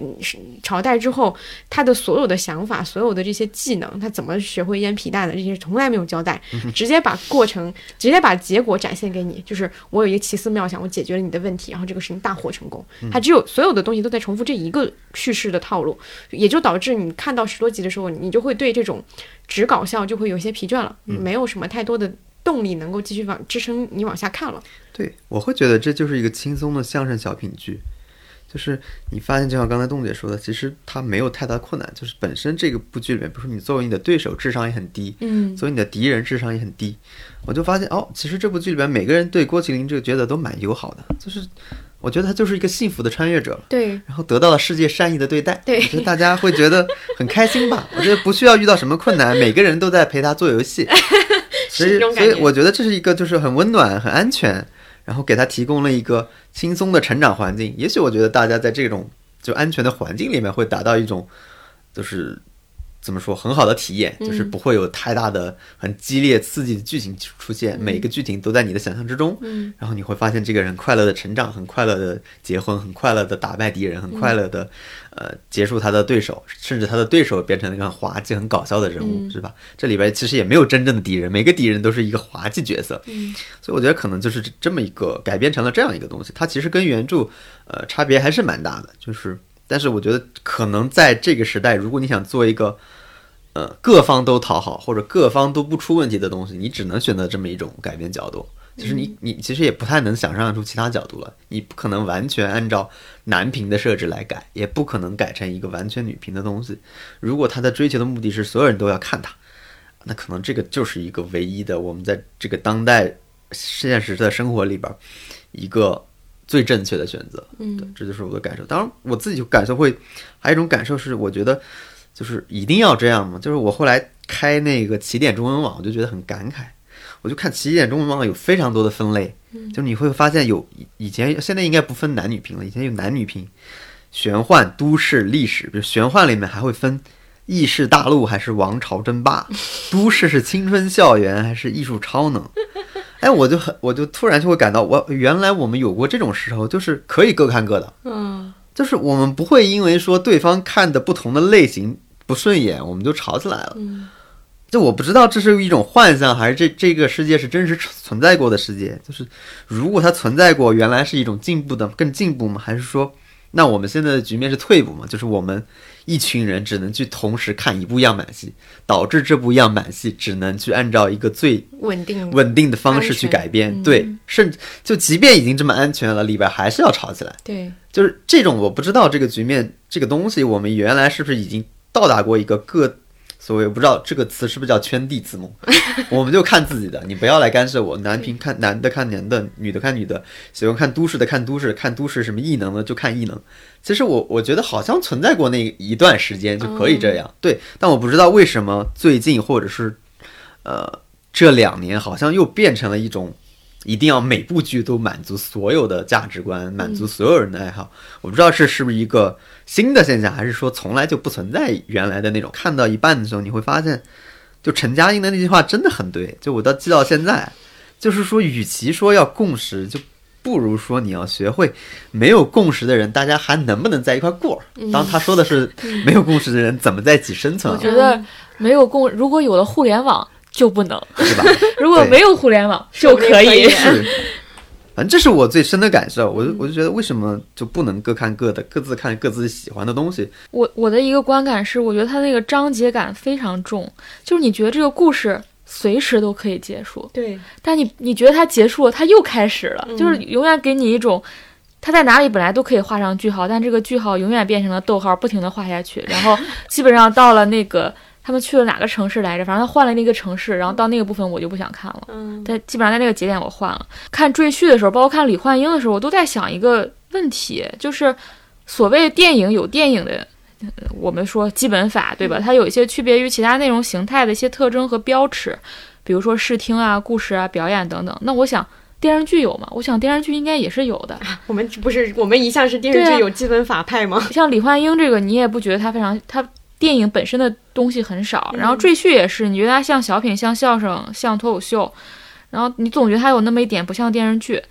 [SPEAKER 1] 朝代之后，他的所有的想法，所有的这些技能，他怎么学会腌皮带的，这些从来没有交代，直接把结果展现给你，就是我有一个奇思妙想，我解决了你的问题，然后这个事情大获成功。他只有所有的东西都在重复这一个叙事的套路，也就导致你看到10多集的时候，你就会对这种只搞笑就会有些疲倦了，没有什么太多的动力能够继续支撑你往下看了。
[SPEAKER 3] 对，我会觉得这就是一个轻松的相声小品剧，就是你发现就像刚才栋姐说的，其实它没有太大困难，就是本身这个部剧里面，比如说你作为你的对手智商也很低，作为你的敌人智商也很低，我就发现其实这部剧里面每个人对郭麒麟这个角色都蛮友好的，就是我觉得他就是一个幸福的穿越者了，
[SPEAKER 1] 对，
[SPEAKER 3] 然后得到了世界善意的对待，
[SPEAKER 1] 对，
[SPEAKER 3] 我觉得大家会觉得很开心吧，我觉得不需要遇到什么困难，每个人都在陪他做游戏，所以我觉得这是一个就是很温暖很安全，然后给他提供了一个轻松的成长环境。也许我觉得大家在这种就安全的环境里面会达到一种就是怎么说很好的体验，就是不会有太大的很激烈刺激的剧情出现，每个剧情都在你的想象之中，然后你会发现这个人很快乐的成长，很快乐的结婚，很快乐的打败敌人，很快乐的结束他的对手，甚至他的对手变成了一个很滑稽很搞笑的人物，是吧？这里边其实也没有真正的敌人，每个敌人都是一个滑稽角色，所以我觉得可能就是这么一个改编成了这样一个东西，它其实跟原著差别还是蛮大的，就是但是我觉得可能在这个时代，如果你想做一个各方都讨好或者各方都不出问题的东西，你只能选择这么一种改编角度。就是你其实也不太能想象出其他角度了，你不可能完全按照男频的设置来改，也不可能改成一个完全女频的东西。如果他的追求的目的是所有人都要看他，那可能这个就是一个唯一的我们在这个当代现实的生活里边一个最正确的选择。对，这就是我的感受。当然我自己感受会还有一种感受是，我觉得就是一定要这样吗？就是我后来开那个起点中文网，我就觉得很感慨。我就看起点中文网有非常多的分类，就你会发现有以前现在应该不分男女频了，以前有男女频、玄幻、都市、历史，比如玄幻里面还会分异世大陆还是王朝争霸，都市是青春校园还是艺术超能。哎，我就突然就会感到，原来我们有过这种时候，就是可以各看各的，就是我们不会因为说对方看的不同的类型不顺眼，我们就吵起来了。就我不知道这是一种幻象，还是这个世界是真实存在过的世界。就是如果它存在过，原来是一种进步的更进步吗？还是说，那我们现在的局面是退步吗？就是我们一群人只能去同时看一部样板戏，导致这部样板戏只能去按照一个最稳定的方式去改编。对，甚至就即便已经这么安全了，里边还是要吵起来。
[SPEAKER 1] 对，
[SPEAKER 3] 就是这种我不知道这个局面这个东西，我们原来是不是已经到达过一个所谓我不知道这个词是不是叫圈地自萌，我们就看自己的，你不要来干涉我。男频看男的，看男的，女的看女的，喜欢看都市的看都市，看都市什么异能的就看异能。其实我觉得好像存在过那一段时间就可以这样，对。但我不知道为什么最近或者是这2年好像又变成了一种一定要每部剧都满足所有的价值观，满足所有人的爱好。我不知道是不是一个新的现象，还是说从来就不存在原来的那种。看到一半的时候，你会发现，就陈嘉映的那句话真的很对，就我记到现在，就是说，与其说要共识，就不如说你要学会没有共识的人，大家还能不能在一块过？当他说的是没有共识的人怎么在一起生存？
[SPEAKER 2] 我觉得没有如果有了互联网就不能，
[SPEAKER 3] 是吧？
[SPEAKER 2] 如果没有互联网就可以。
[SPEAKER 3] 是。反正这是我最深的感受，我就觉得为什么就不能各看各的，各自看各自喜欢的东西。
[SPEAKER 2] 我的一个观感是，我觉得它那个章节感非常重，就是你觉得这个故事随时都可以结束，
[SPEAKER 1] 对，
[SPEAKER 2] 但你觉得它结束了，它又开始了，就是永远给你一种，它在哪里本来都可以画上句号，但这个句号永远变成了逗号，不停的画下去，然后基本上到了那个。他们去了哪个城市来着？反正他换了那个城市，然后到那个部分我就不想看了。但基本上在那个节点我换了。看赘婿的时候，包括看李焕英的时候，我都在想一个问题，就是所谓电影有电影的，我们说基本法，对吧？它有一些区别于其他内容形态的一些特征和标尺，比如说视听啊、故事啊、表演等等。那我想电视剧有吗？我想电视剧应该也是有的。
[SPEAKER 1] 我们一向是电视剧有基本法派吗？
[SPEAKER 2] 像李焕英这个，你也不觉得他电影本身的东西很少，然后赘婿也是，你觉得它像小品、像相声、像脱口秀，然后你总觉得它有那么一点不像电视剧，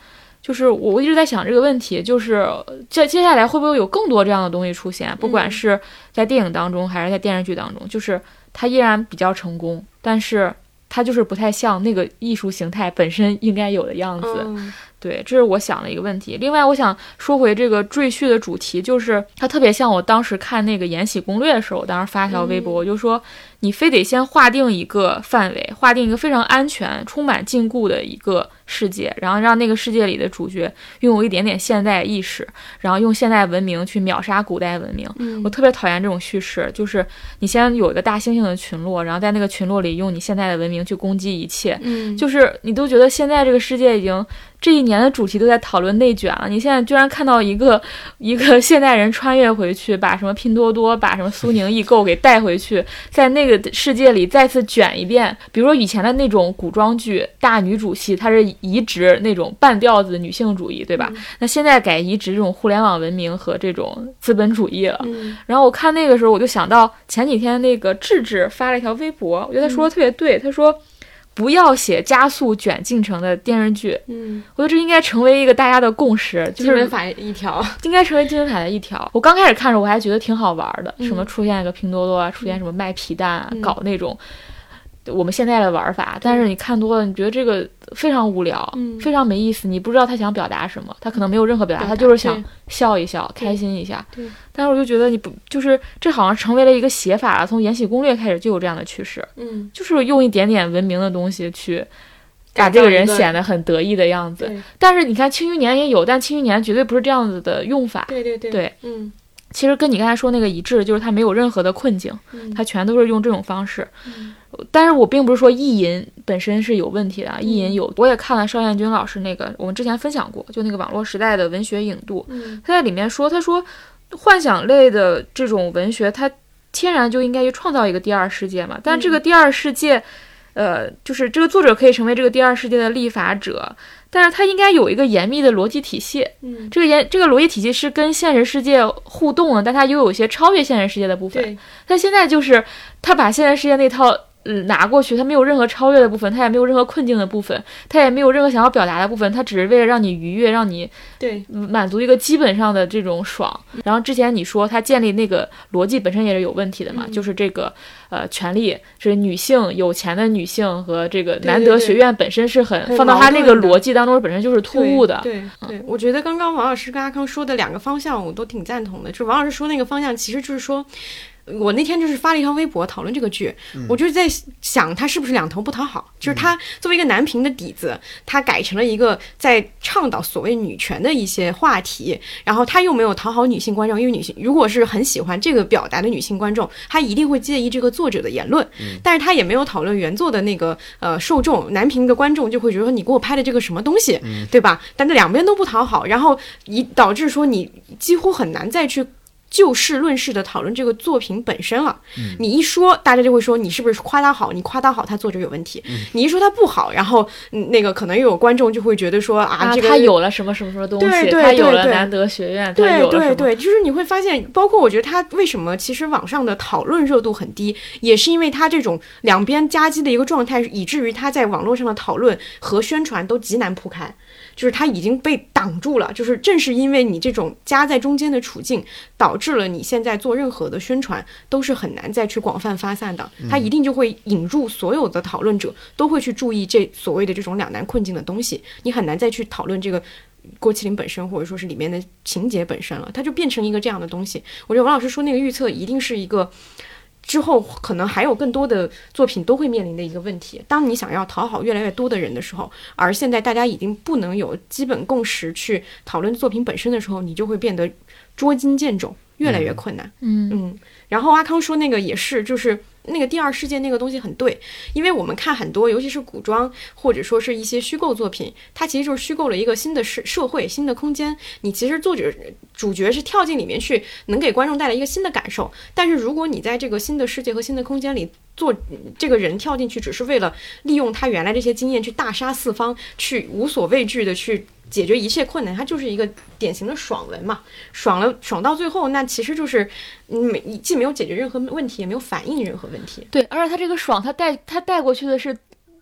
[SPEAKER 2] 就是我一直在想这个问题，就是接下来会不会有更多这样的东西出现，不管是在电影当中还是在电视剧当中，就是它依然比较成功，但是它就是不太像那个艺术形态本身应该有的样子。对，这是我想的一个问题。另外我想说回这个赘婿的主题，就是它特别像我当时看那个延禧攻略的时候，我当时发一条微博，我就说你非得先划定一个范围，划定一个非常安全充满禁锢的一个世界，然后让那个世界里的主角拥有一点点现代意识，然后用现代文明去秒杀古代文明。我特别讨厌这种叙事，就是你先有一个大猩猩的群落，然后在那个群落里用你现代的文明去攻击一切。就是你都觉得现在这个世界已经这一年的主题都在讨论内卷了，你现在居然看到一个现代人穿越回去，把什么拼多多，把什么苏宁易购给带回去，在那个世界里再次卷一遍。比如说以前的那种古装剧大女主戏，它是移植那种半吊子女性主义，对吧？那现在改移植这种互联网文明和这种资本主义了。然后我看那个时候，我就想到前几天那个智智发了一条微博，我觉得他说的特别对，他说不要写加速卷进程的电视剧。我觉得这应该成为一个大家的共识，就是
[SPEAKER 1] 基本法一条，
[SPEAKER 2] 应该成为基本法的一条。我刚开始看的时候我还觉得挺好玩的，什么出现一个拼多多啊，出现什么卖皮蛋啊，搞那种我们现在的玩法，但是你看多了，你觉得这个非常无聊，非常没意思，你不知道他想表达什么，他可能没有任何表达，他就是想笑一笑，开心一下。但是我就觉得你不，就是这好像成为了一个写法了，从延禧攻略开始就有这样的趋势，就是用一点点文明的东西去把这个人显得很得意的样子。但是你看庆余年也有，但庆余年绝对不是这样子的用法。对，其实跟你刚才说那个一致，就是他没有任何的困境，他全都是用这种方式。但是我并不是说意淫本身是有问题的，意淫有，我也看了邵彦君老师那个，我们之前分享过，就那个网络时代的文学引渡，他在里面说，他说幻想类的这种文学，它天然就应该去创造一个第二世界嘛，但这个第二世界就是这个作者可以成为这个第二世界的立法者，但是他应该有一个严密的逻辑体系。这个逻辑体系是跟现实世界互动的，但他又有一些超越现实世界的部分。他现在就是他把现实世界那套拿过去，他没有任何超越的部分，他也没有任何困境的部分，他也没有任何想要表达的部分，他只是为了让你愉悦，让你满足一个基本上的这种爽。然后之前你说他建立那个逻辑本身也是有问题的嘛，就是这个权利是女性有钱的女性和这个南德学院本身是很放到他那个逻辑当中本身就是突兀的。
[SPEAKER 1] 对，我觉得刚刚王老师跟阿康说的两个方向我都挺赞同的，就是王老师说那个方向其实就是说，我那天就是发了一条微博讨论这个剧，我就是在想他是不是两头不讨好，就是他作为一个男频的底子，他改成了一个在倡导所谓女权的一些话题，然后他又没有讨好女性观众，因为女性如果是很喜欢这个表达的女性观众，他一定会介意这个作者的言论，但是他也没有讨论原作的那个受众，男频的观众就会觉得说你给我拍的这个什么东西，对吧？但这两边都不讨好，然后导致说你几乎很难再去就事论事的讨论这个作品本身了。你一说大家就会说你是不是夸他好，你夸他好他作者有问题，你一说他不好，然后那个可能又有观众就会觉得说这个
[SPEAKER 2] 他有了什么什么什么东西，他有了南德学院，他有了什么，
[SPEAKER 1] 对，就是你会发现，包括我觉得他为什么其实网上的讨论热度很低，也是因为他这种两边夹击的一个状态，以至于他在网络上的讨论和宣传都极难铺开，就是他已经被挡住了，就是正是因为你这种夹在中间的处境，导致了你现在做任何的宣传都是很难再去广泛发散的，它一定就会引入所有的讨论者都会去注意这所谓的这种两难困境的东西，你很难再去讨论这个郭麒麟本身或者说是里面的情节本身了，它就变成一个这样的东西。我觉得王老师说那个预测一定是一个之后可能还有更多的作品都会面临的一个问题，当你想要讨好越来越多的人的时候，而现在大家已经不能有基本共识去讨论作品本身的时候，你就会变得捉襟见肘，越来越困难。然后阿康说那个也是，就是那个第二世界那个东西很对，因为我们看很多尤其是古装或者说是一些虚构作品，它其实就是虚构了一个新的社会新的空间，你其实作者主角是跳进里面去能给观众带来一个新的感受，但是如果你在这个新的世界和新的空间里做这个人跳进去只是为了利用他原来这些经验去大杀四方，去无所畏惧的去解决一切困难，它就是一个典型的爽文嘛，爽到最后，那其实就是既没有解决任何问题，也没有反映任何问题。
[SPEAKER 2] 对，而且他这个爽，他带过去的是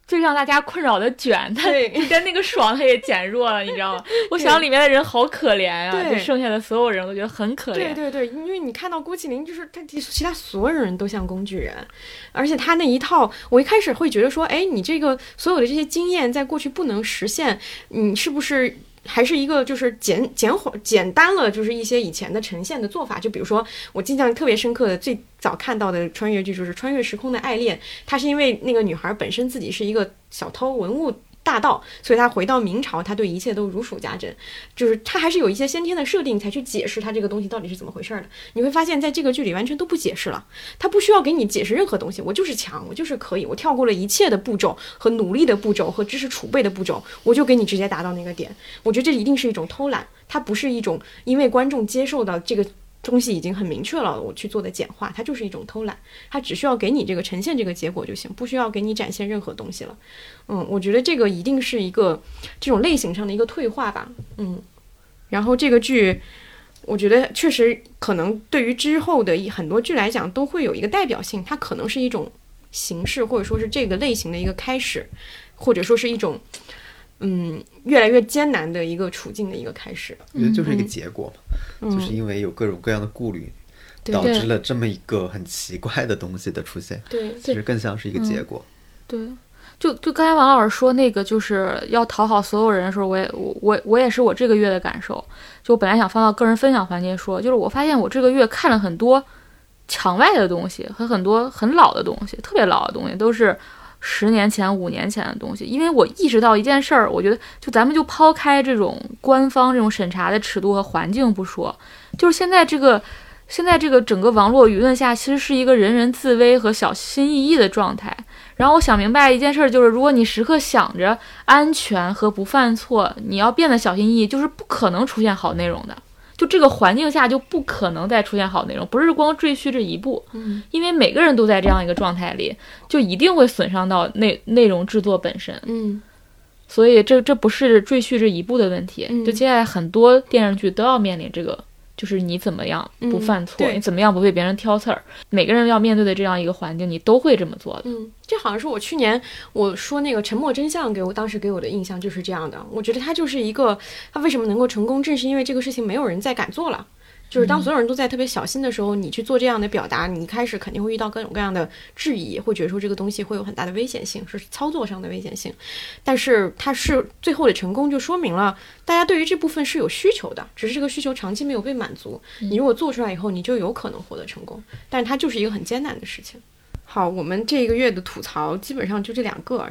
[SPEAKER 2] 最让大家困扰的卷，它跟那个爽它也减弱了，你知道吗？我想里面的人好可怜啊，就剩下的所有人我觉得很可怜。
[SPEAKER 1] 对，因为你看到郭麒麟，就是他其他所有人都像工具人，而且他那一套，我一开始会觉得说，哎，你这个所有的这些经验在过去不能实现，你是不是还是一个就是简单了，就是一些以前的呈现的做法。就比如说我印象特别深刻的最早看到的穿越剧就是《穿越时空的爱恋》，它是因为那个女孩本身自己是一个小偷文物大盗，所以他回到明朝，他对一切都如数家珍，就是他还是有一些先天的设定才去解释他这个东西到底是怎么回事的。你会发现在这个剧里完全都不解释了，他不需要给你解释任何东西，我就是强，我就是可以，我跳过了一切的步骤和努力的步骤和知识储备的步骤，我就给你直接达到那个点。我觉得这一定是一种偷懒，它不是一种因为观众接受到这个东西已经很明确了我去做的简化，它就是一种偷懒，它只需要给你这个呈现这个结果就行，不需要给你展现任何东西了。我觉得这个一定是一个这种类型上的一个退化吧。然后这个剧我觉得确实可能对于之后的很多剧来讲都会有一个代表性，它可能是一种形式，或者说是这个类型的一个开始，或者说是一种越来越艰难的一个处境的一个开始。
[SPEAKER 3] 我觉得就是一个结果嘛，就是因为有各种各样的顾虑，导致了这么一个很奇怪的东西的出现。
[SPEAKER 1] 对，
[SPEAKER 3] 其实更像是一个结果。
[SPEAKER 2] 对，就刚才王老师说那个就是要讨好所有人的时候，我也是我这个月的感受。就我本来想放到个人分享环节说，就是我发现我这个月看了很多墙外的东西和很多很老的东西，特别老的东西，都是10年前、5年前的东西。因为我意识到一件事儿，我觉得就咱们就抛开这种官方这种审查的尺度和环境不说，就是现在这个整个网络舆论下，其实是一个人人自危和小心翼翼的状态。然后我想明白一件事，就是如果你时刻想着安全和不犯错，你要变得小心翼翼，就是不可能出现好内容的。就这个环境下就不可能再出现好内容，不是光赘婿这一步，因为每个人都在这样一个状态里，就一定会损伤到内容制作本身。所以这不是赘婿这一步的问题，就接下来很多电视剧都要面临这个，就是你怎么样不犯错，你怎么样不被别人挑刺儿，每个人要面对的这样一个环境，你都会这么做的。
[SPEAKER 1] 这好像是我去年我说那个沉默真相当时给我的印象就是这样的。我觉得它就是一个，它为什么能够成功，正是因为这个事情没有人再敢做了。就是当所有人都在特别小心的时候，你去做这样的表达，你一开始肯定会遇到各种各样的质疑，会觉得说这个东西会有很大的危险性，是操作上的危险性。但是它是最后的成功，就说明了大家对于这部分是有需求的，只是这个需求长期没有被满足。你如果做出来以后，你就有可能获得成功，但是它就是一个很艰难的事情。好，我们这个月的吐槽基本上就这2个。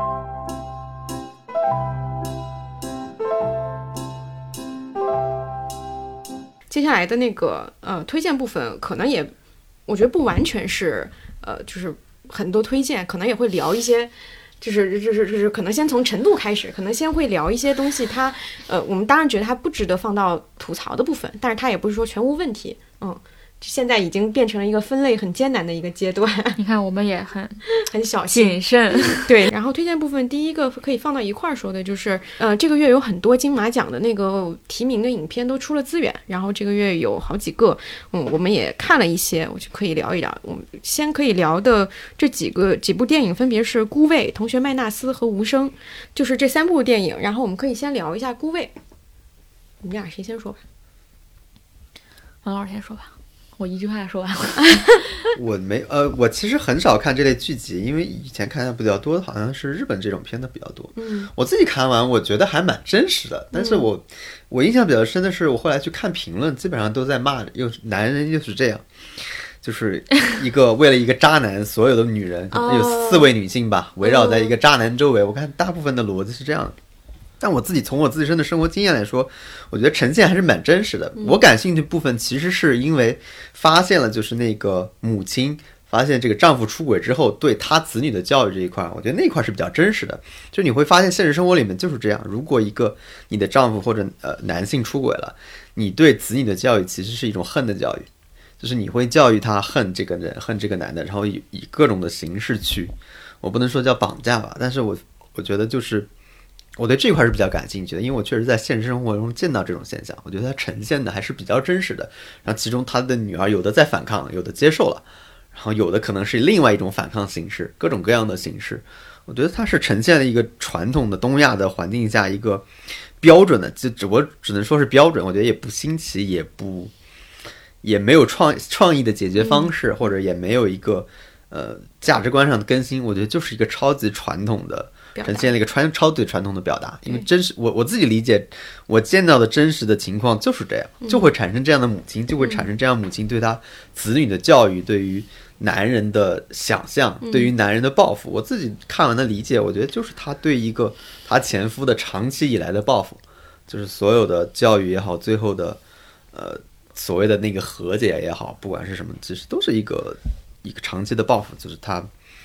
[SPEAKER 1] 接下来的那个推荐部分，可能也我觉得不完全是就是很多推荐，可能也会聊一些，就是可能先从程度开始，可能先会聊一些东西，它我们当然觉得它不值得放到吐槽的部分，但是它也不是说全无问题。现在已经变成了一个分类很艰难的一个阶段。
[SPEAKER 2] 你看我们也很
[SPEAKER 1] 小心
[SPEAKER 2] 谨慎。
[SPEAKER 1] 对，然后推荐部分第一个可以放到一块儿说的就是这个月有很多金马奖的那个提名的影片都出了资源，然后这个月有好几个我们也看了一些，我就可以聊一聊。我们先可以聊的这几部电影分别是《孤味》、《同学麦纳斯》和《无声》，就是这3部电影。然后我们可以先聊一下《孤味》，你们俩谁先说吧？
[SPEAKER 2] 王老师先说吧，我一句话说完了。
[SPEAKER 3] 我其实很少看这类剧集，因为以前看的比较多的好像是日本这种片的比较多。我自己看完我觉得还蛮真实的，但是我印象比较深的是我后来去看评论，基本上都在骂男人就是这样，就是为了一个渣男，所有的女人可能有4位女性吧，围绕在一个渣男周围。我看大部分的逻辑是这样的。但从我自身的生活经验来说，我觉得呈现还是蛮真实的。我感兴趣的部分其实是因为发现了，就是那个母亲发现这个丈夫出轨之后对她子女的教育这一块，我觉得那块是比较真实的。就你会发现现实生活里面就是这样，如果你的丈夫或者男性出轨了，你对子女的教育其实是一种恨的教育，就是你会教育他恨这个人，恨这个男的，然后以各种的形式去，我不能说叫绑架吧，但是我觉得就是我对这块是比较感兴趣的，因为我确实在现实生活中见到这种现象，我觉得它呈现的还是比较真实的。然后其中他的女儿有的在反抗，有的接受了， 然后有的可能是另外一种反抗形式，各种各样的形式。我觉得它是呈现了一个传统的东亚的环境下一个标准的，我只能说是标准，我觉得也不新奇，也没有创意的解决方式，或者也没有一个价值观上的更新，我觉得就是一个超级传统的呈现了一个超级传统的表达。因为真实我自己理解，我见到的真实的情况就是这样，就会产生这样的母亲，就会产生这样母亲对她子女的教育，对于男人的想象，对于男人的报复。我自己看完的理解，我觉得就是她对一个她前夫的长期以来的报复，就是所有的教育也好，最后的所谓的那个和解也好，不管是什么，其实都是一个长期的报复。就是他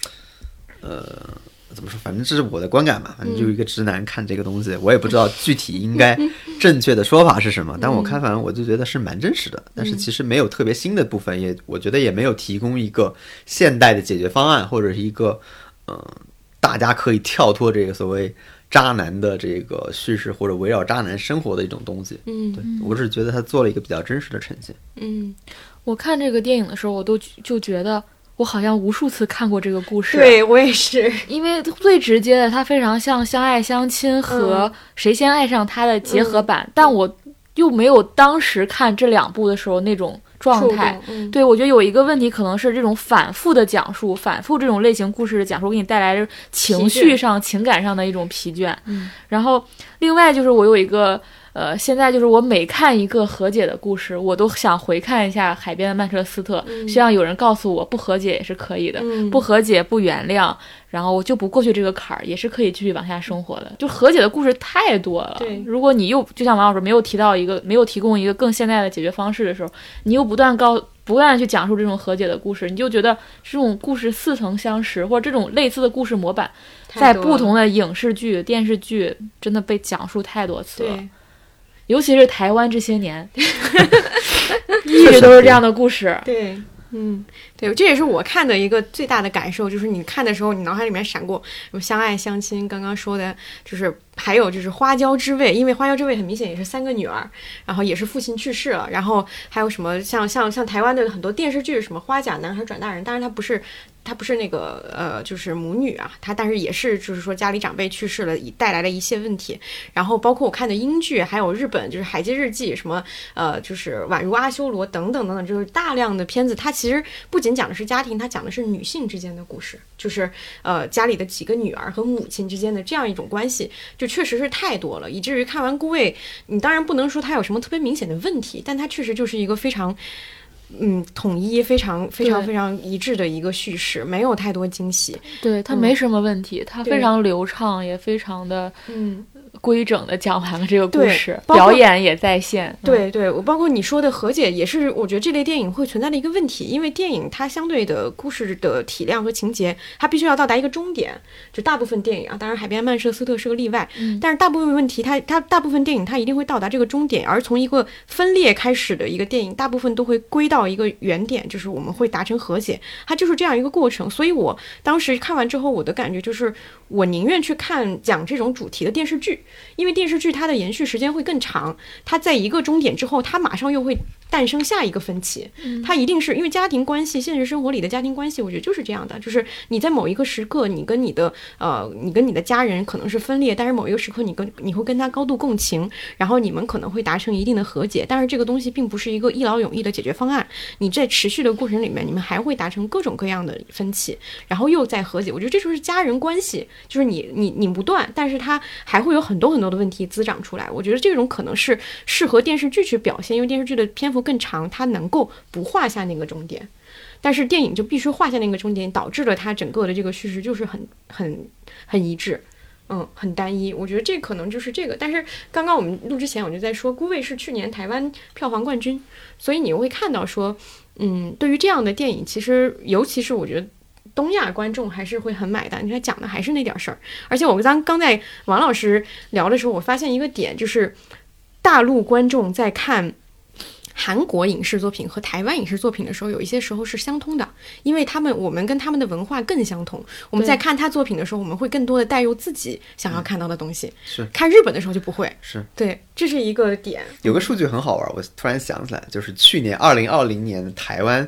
[SPEAKER 3] 怎么说，反正这是我的观感嘛，反正就一个直男看这个东西，我也不知道具体应该正确的说法是什么，但我看反正我就觉得是蛮真实的。但是其实没有特别新的部分，我觉得也没有提供一个现代的解决方案，或者是一个大家可以跳脱这个所谓渣男的这个叙事，或者围绕渣男生活的一种东西。对，我只是觉得他做了一个比较真实的呈现。
[SPEAKER 2] 我看这个电影的时候，我就觉得我好像无数次看过这个故事。
[SPEAKER 1] 对，我也是。
[SPEAKER 2] 因为最直接的，它非常像《相爱相亲》和《谁先爱上他》的结合版，但我又没有当时看这两部的时候那种状态。对，我觉得有一个问题可能是这种反复的讲述，反复这种类型故事的讲述给你带来情绪上情感上的一种疲倦。然后另外就是我有一个现在就是我每看一个和解的故事，我都想回看一下《海边的曼彻斯特》，希望有人告诉我不和解也是可以的，不和解不原谅，然后我就不过去这个坎儿，也是可以继续往下生活的。就和解的故事太多了，
[SPEAKER 1] 对，
[SPEAKER 2] 如果你又就像王老师没有提供一个更现代的解决方式的时候，你又不断去讲述这种和解的故事，你就觉得这种故事似曾相识，或者这种类似的故事模板在不同的影视剧、电视剧真的被讲述太多次了。尤其是台湾这些年一直都是这样的故事。
[SPEAKER 1] 对，对，这也是我看的一个最大的感受，就是你看的时候，你脑海里面闪过什么相爱相亲，刚刚说的就是还有就是花椒之味，因为花椒之味很明显也是3个女儿，然后也是父亲去世了，然后还有什么像台湾的很多电视剧，什么花甲男孩转大人，当然他不是那个就是母女啊，她但是也是就是说家里长辈去世了，带来了一些问题。然后包括我看的英剧，还有日本就是《海街日记》什么就是宛如阿修罗等等等等，就是大量的片子，它其实不仅讲的是家庭，它讲的是女性之间的故事，就是家里的几个女儿和母亲之间的这样一种关系，就确实是太多了，以至于看完《孤味》，你当然不能说它有什么特别明显的问题，但它确实就是一个非常统一非常一致的一个叙事，没有太多惊喜。
[SPEAKER 2] 对，它没什么问题，它非常流畅，也非常的规整的讲完了这个故事，表演也在线。
[SPEAKER 1] 对对，包括你说的和解，也是我觉得这类电影会存在的一个问题，因为电影它相对的故事的体量和情节，它必须要到达一个终点。就大部分电影啊，当然《海边曼彻斯特》是个例外，但是大部分问题它大部分电影它一定会到达这个终点，而从一个分裂开始的一个电影，大部分都会归到一个原点，就是我们会达成和解，它就是这样一个过程。所以我当时看完之后，我的感觉就是我宁愿去看讲这种主题的电视剧，因为电视剧它的延续时间会更长，它在一个终点之后，它马上又会诞生下一个分歧。它一定是因为家庭关系，现实生活里的家庭关系，我觉得就是这样的，就是你在某一个时刻，你跟你的家人可能是分裂，但是某一个时刻你会跟他高度共情，然后你们可能会达成一定的和解，但是这个东西并不是一个一劳永逸的解决方案，你在持续的过程里面，你们还会达成各种各样的分歧，然后又在和解。我觉得这就是家人关系，就是你不断，但是它还会有很多的问题滋长出来。我觉得这种可能是适合电视剧去表现，因为电视剧的篇幅更长，它能够不画下那个终点，但是电影就必须画下那个终点，导致了它整个的这个叙事就是很一致，很单一。我觉得这可能就是这个。但是刚刚我们录之前我就在说，《孤味》是去年台湾票房冠军，所以你会看到说对于这样的电影，其实尤其是我觉得东亚观众还是会很买单，他讲的还是那点事儿。而且我刚在王老师聊的时候，我发现一个点，就是大陆观众在看韩国影视作品和台湾影视作品的时候，有一些时候是相通的，因为我们跟他们的文化更相同。我们在看他作品的时候，我们会更多的带入自己想要看到的东西。
[SPEAKER 3] 是
[SPEAKER 1] 看日本的时候就不会。
[SPEAKER 3] 是
[SPEAKER 1] 对，这是一个点。
[SPEAKER 3] 有个数据很好玩，我突然想起来，就是去年2020年台湾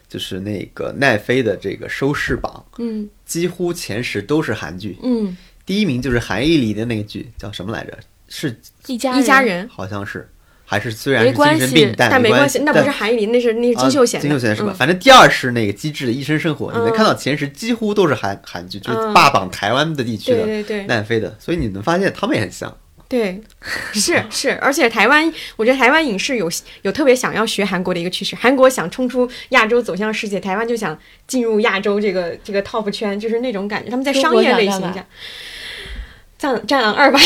[SPEAKER 3] 就是那个奈飞的这个收视榜，几乎前10都是韩剧，第1名就是韩艺里的那个剧叫什么来着？是
[SPEAKER 1] 一家人，
[SPEAKER 3] 好像是。还是虽然是精神病，但
[SPEAKER 1] 没关系，那不是韩艺林，那是金秀贤的。
[SPEAKER 3] 金秀贤是吧？反正第2是那个《机智的医生生活》，你能看到前10几乎都是韩剧，就是霸榜台湾的地区的奈飞的，所以你能发现他们也很像。
[SPEAKER 1] 对，是，而且我觉得台湾影视有特别想要学韩国的一个趋势，韩国想冲出亚洲走向世界，台湾就想进入亚洲这个 top 圈，就是那种感觉。他们在商业类型下，战狼2吧，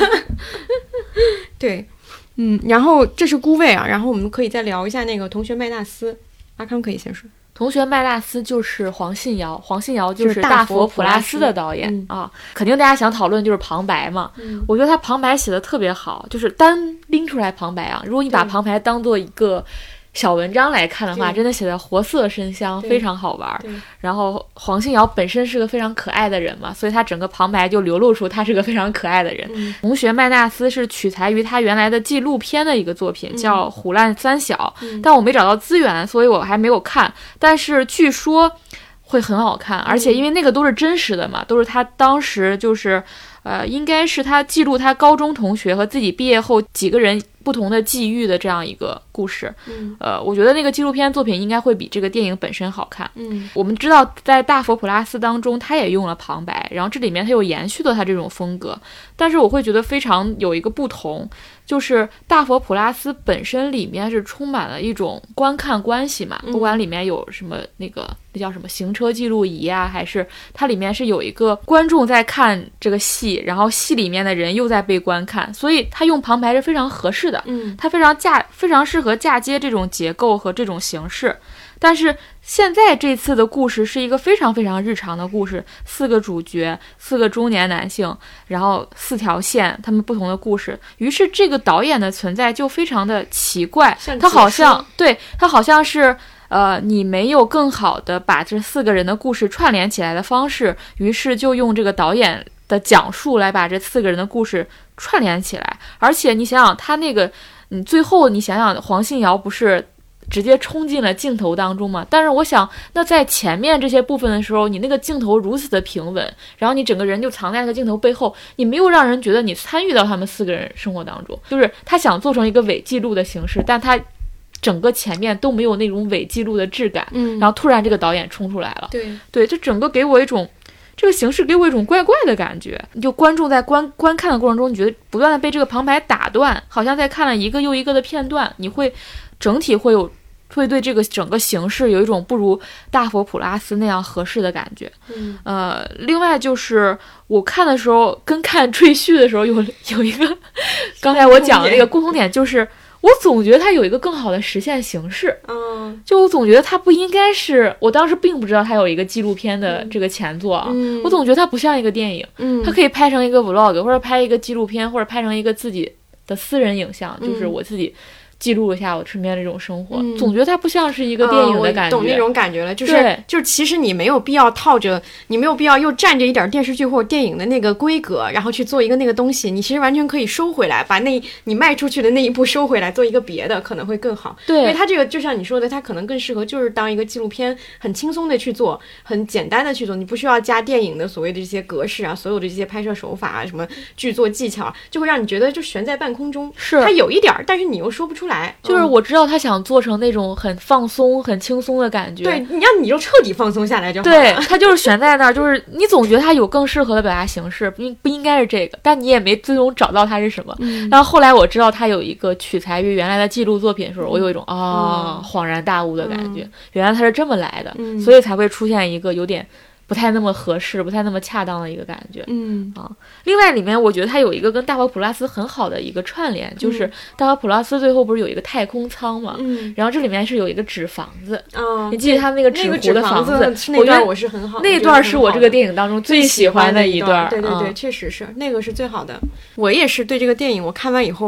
[SPEAKER 1] 对。然后这是孤味啊，然后我们可以再聊一下那个同学麦纳斯，阿康可以先说。
[SPEAKER 2] 同学麦纳斯就是黄信尧就是大佛普拉斯的导演啊，肯定大家想讨论就是旁白嘛，我觉得他旁白写的特别好，就是单拎出来旁白啊，如果你把旁白当做一个小文章来看的话，真的写的活色生香，非常好玩。然后黄信尧本身是个非常可爱的人嘛，所以他整个旁白就流露出他是个非常可爱的人。同学麦纳斯是取材于他原来的纪录片的一个作品，叫《虎烂三小》，但我没找到资源，所以我还没有看。但是据说会很好看，而且因为那个都是真实的嘛，都是他当时就是应该是他记录他高中同学和自己毕业后几个人不同的际遇的这样一个故事。我觉得那个纪录片作品应该会比这个电影本身好看。我们知道在大佛普拉斯当中他也用了旁白，然后这里面他又延续了他这种风格，但是我会觉得非常有一个不同，就是大佛普拉斯本身里面是充满了一种观看关系嘛，不管里面有什么那叫什么行车记录仪啊，还是它里面是有一个观众在看这个戏，然后戏里面的人又在被观看，所以他用旁白是非常合适的。它非常适合嫁接这种结构和这种形式。但是现在这次的故事是一个非常非常日常的故事，4个主角，4个中年男性，然后4条线，他们不同的故事，于是这个导演的存在就非常的奇怪，他好像是你没有更好的把这4个人的故事串联起来的方式，于是就用这个导演的讲述来把这4个人的故事串联起来。而且你想想他那个最后你想想黄信尧不是直接冲进了镜头当中嘛，但是我想那在前面这些部分的时候，你那个镜头如此的平稳，然后你整个人就藏在那个镜头背后，你没有让人觉得你参与到他们4个人生活当中，就是他想做成一个伪记录的形式，但他整个前面都没有那种伪记录的质感，然后突然这个导演冲出来了，对，这整个给我一种这个形式给我一种怪怪的感觉，就观众在观看的过程中，你觉得不断的被这个旁白打断，好像在看了一个又一个的片段，你会整体会对这个整个形式有一种不如大佛普拉斯那样合适的感觉。另外就是我看的时候跟看赘婿的时候有一个刚才我讲的那个共同点，就是我总觉得它有一个更好的实现形式。就我总觉得它不应该是，我当时并不知道它有一个纪录片的这个前作啊，我总觉得它不像一个电影，它可以拍成一个 vlog， 或者拍一个纪录片，或者拍成一个自己的私人影像，就是我自己记录一下我身边的这种生活，总觉得它不像是一个电影的感觉。
[SPEAKER 1] 我懂那种感觉了，就是其实你没有必要你没有必要又占着一点电视剧或者电影的那个规格，然后去做一个那个东西，你其实完全可以收回来，把你迈出去的那一步收回来，做一个别的可能会更好。对，因为它这个就像你说的，它可能更适合就是当一个纪录片，很轻松的去做，很简单的去做，你不需要加电影的所谓的这些格式啊，所有的这些拍摄手法啊，什么剧作技巧，就会让你觉得就悬在半空中。是它有一点，但是你又说不出来。
[SPEAKER 2] 就是我知道他想做成那种很放松很轻松的感觉，
[SPEAKER 1] 对，你就彻底放松下来就好了。
[SPEAKER 2] 对，他就是悬在那儿，就是你总觉得他有更适合的表达形式，不应该是这个，但你也没最终找到它是什么。然后后来我知道他有一个取材于原来的纪录作品的时候，我有一种恍然大悟的感觉，原来他是这么来的，所以才会出现一个有点不太那么合适，不太那么恰当的一个感觉。另外里面我觉得它有一个跟大佛普拉斯很好的一个串联，就是大佛普拉斯最后不是有一个太空舱嘛，然后这里面是有一个纸房子，你记得他那个纸糊的房子，
[SPEAKER 1] 那段我是很好，
[SPEAKER 2] 那段是我这个电影当中最喜欢的一段。
[SPEAKER 1] 对，确实是那个是最好的。我也是对这个电影我看完以后，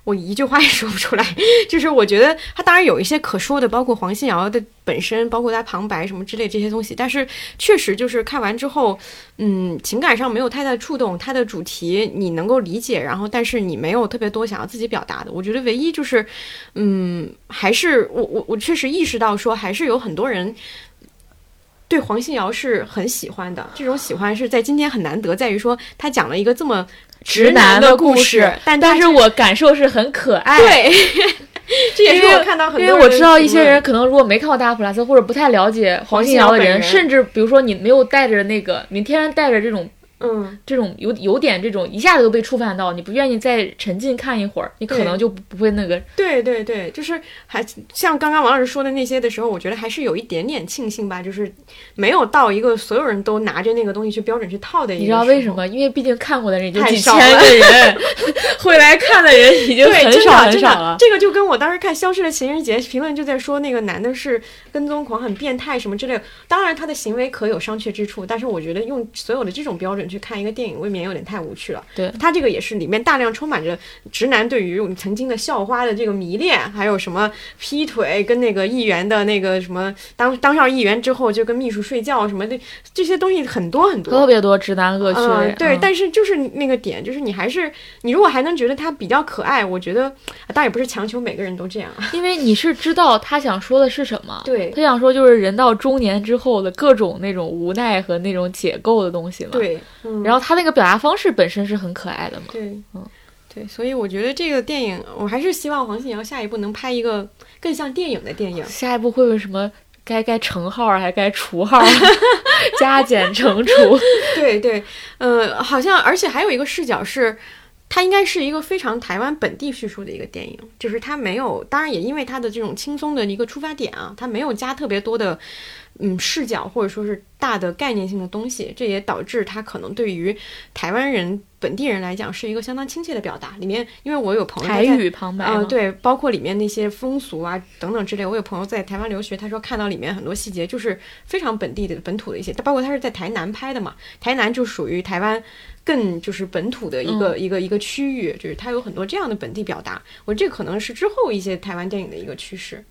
[SPEAKER 1] 我一句话也说不出来。就是我觉得他当然有一些可说的，包括黄信尧的本身，包括他旁白什么之类这些东西，但是确实就是看完之后，情感上没有太大的触动，他的主题你能够理解，然后但是你没有特别多想要自己表达的。我觉得唯一就是，还是我确实意识到说，还是有很多人对黄信尧是很喜欢的，这种喜欢是在今天很难得，在于说他讲了一个这么直男的故事，但
[SPEAKER 2] 是我感受是很可爱。
[SPEAKER 1] 对。这也是我看到很多人，
[SPEAKER 2] 因为我知道一些人可能如果没看过《大家普拉斯》或者不太了解黄信尧的人，甚至比如说你没有带着那个，你天然带着这种这种有点这种一下子都被触犯到，你不愿意再沉浸看一会儿，你可能就不会那个。
[SPEAKER 1] 对对对，就是还像刚刚王老师说的那些的时候，我觉得还是有一点点庆幸吧，就是没有到一个所有人都拿着那个东西去标准去套的一个。
[SPEAKER 2] 你知道为什么？因为毕竟看过的人已经几千个人，会来看的人已经很少很少了。
[SPEAKER 1] 这个就跟我当时看《消失的情人节》评论就在说那个男的是跟踪狂、很变态什么之类的。当然他的行为可有商榷之处，但是我觉得用所有的这种标准去看一个电影未免有点太无趣了。
[SPEAKER 2] 对，
[SPEAKER 1] 他这个也是里面大量充满着直男对于曾经的校花的这个迷恋，还有什么劈腿，跟那个议员的那个什么当上议员之后就跟秘书睡觉什么的，这些东西很多很多，
[SPEAKER 2] 特别多直男恶趣。
[SPEAKER 1] 对，但是就是那个点，就是你如果还能觉得他比较可爱，我觉得当然也不是强求每个人都这样，
[SPEAKER 2] 因为你是知道他想说的是什么。
[SPEAKER 1] 对，
[SPEAKER 2] 他想说就是人到中年之后的各种那种无奈和那种解构的东西嘛。
[SPEAKER 1] 对，
[SPEAKER 2] 然后他那个表达方式本身是很可爱的嘛。
[SPEAKER 1] 对，对，所以我觉得这个电影，我还是希望黄信尧下一部能拍一个更像电影的电影。
[SPEAKER 2] 下一部会不会什么该乘号还该除号，加减乘除？
[SPEAKER 1] 对对，好像而且还有一个视角是，它应该是一个非常台湾本地叙述的一个电影，就是它没有，当然也因为它的这种轻松的一个出发点啊，它没有加特别多的视角或者说是大的概念性的东西，这也导致它可能对于台湾人本地人来讲是一个相当亲切的表达。里面因为我有朋友
[SPEAKER 2] 台语旁白
[SPEAKER 1] 对，包括里面那些风俗啊等等之类，我有朋友在台湾留学，他说看到里面很多细节就是非常本地的本土的一些，包括他是在台南拍的嘛，台南就属于台湾更就是本土的一个区域，就是它有很多这样的本地表达。我这可能是之后一些台湾电影的一个趋势。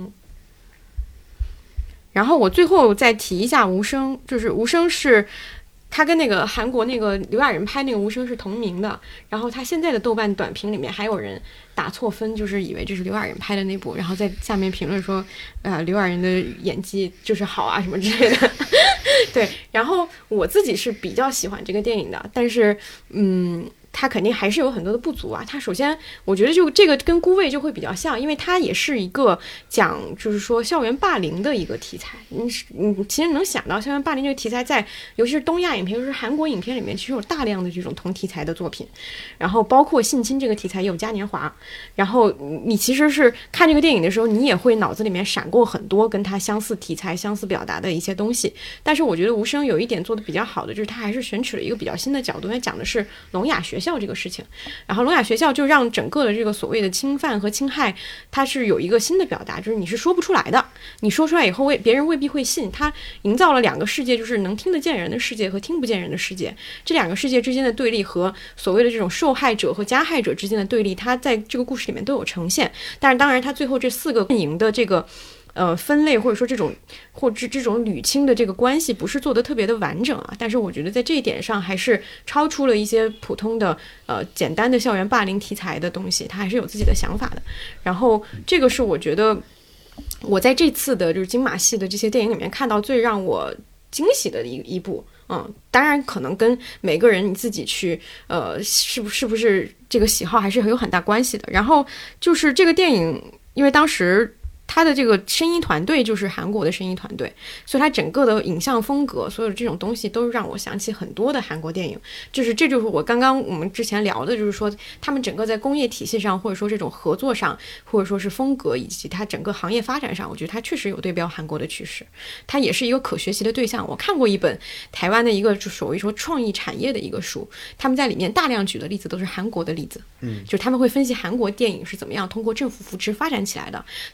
[SPEAKER 1] 然后我最后再提一下无声，就是无声是他跟那个韩国那个刘亚仁拍那个无声是同名的，然后他现在的豆瓣短评里面还有人打错分，就是以为这是刘亚仁拍的那部，然后在下面评论说刘亚仁的演技就是好啊什么之类的。对，然后我自己是比较喜欢这个电影的，但是它肯定还是有很多的不足啊。它首先我觉得就这个跟孤味就会比较像，因为它也是一个讲就是说校园霸凌的一个题材。你其实能想到校园霸凌这个题材在尤其是东亚影片，尤其是韩国影片里面其实有大量的这种同题材的作品，然后包括性侵这个题材也有嘉年华，然后你其实是看这个电影的时候你也会脑子里面闪过很多跟它相似题材相似表达的一些东西。但是我觉得无声有一点做的比较好的，就是它还是选取了一个比较新的角度，它讲的是聋哑学校这个事情，然后聋哑学校就让整个的这个所谓的侵犯和侵害它是有一个新的表达，就是你是说不出来的，你说出来以后别人未必会信。它营造了两个世界，就是能听得见人的世界和听不见人的世界，这两个世界之间的对立和所谓的这种受害者和加害者之间的对立，它在这个故事里面都有呈现。但是当然它最后这4个阵营的这个分类或者说这种捋清的这个关系不是做得特别的完整啊，但是我觉得在这一点上还是超出了一些普通的简单的校园霸凌题材的东西，他还是有自己的想法的。然后这个是我觉得我在这次的就是金马系的这些电影里面看到最让我惊喜的一部。当然可能跟每个人你自己去是不是这个喜好还是有很大关系的。然后就是这个电影因为当时他的这个声音团队就是韩国的声音团队，所以他整个的影像风格所有这种东西都让我想起很多的韩国电影。这就是我刚刚我们之前聊的，就是说他们整个在工业体系上或者说这种合作上或者说是风格以及它整个行业发展上，我觉得它确实有对标韩国的趋势，它也是一个可学习的对象。我看过一本台湾的一个就所谓说创意产业的一个书，他们在里面大量举的例子都是韩国的例子，就是他们会分析韩国电影是怎么样通过政府扶持发展起来的，所以他们在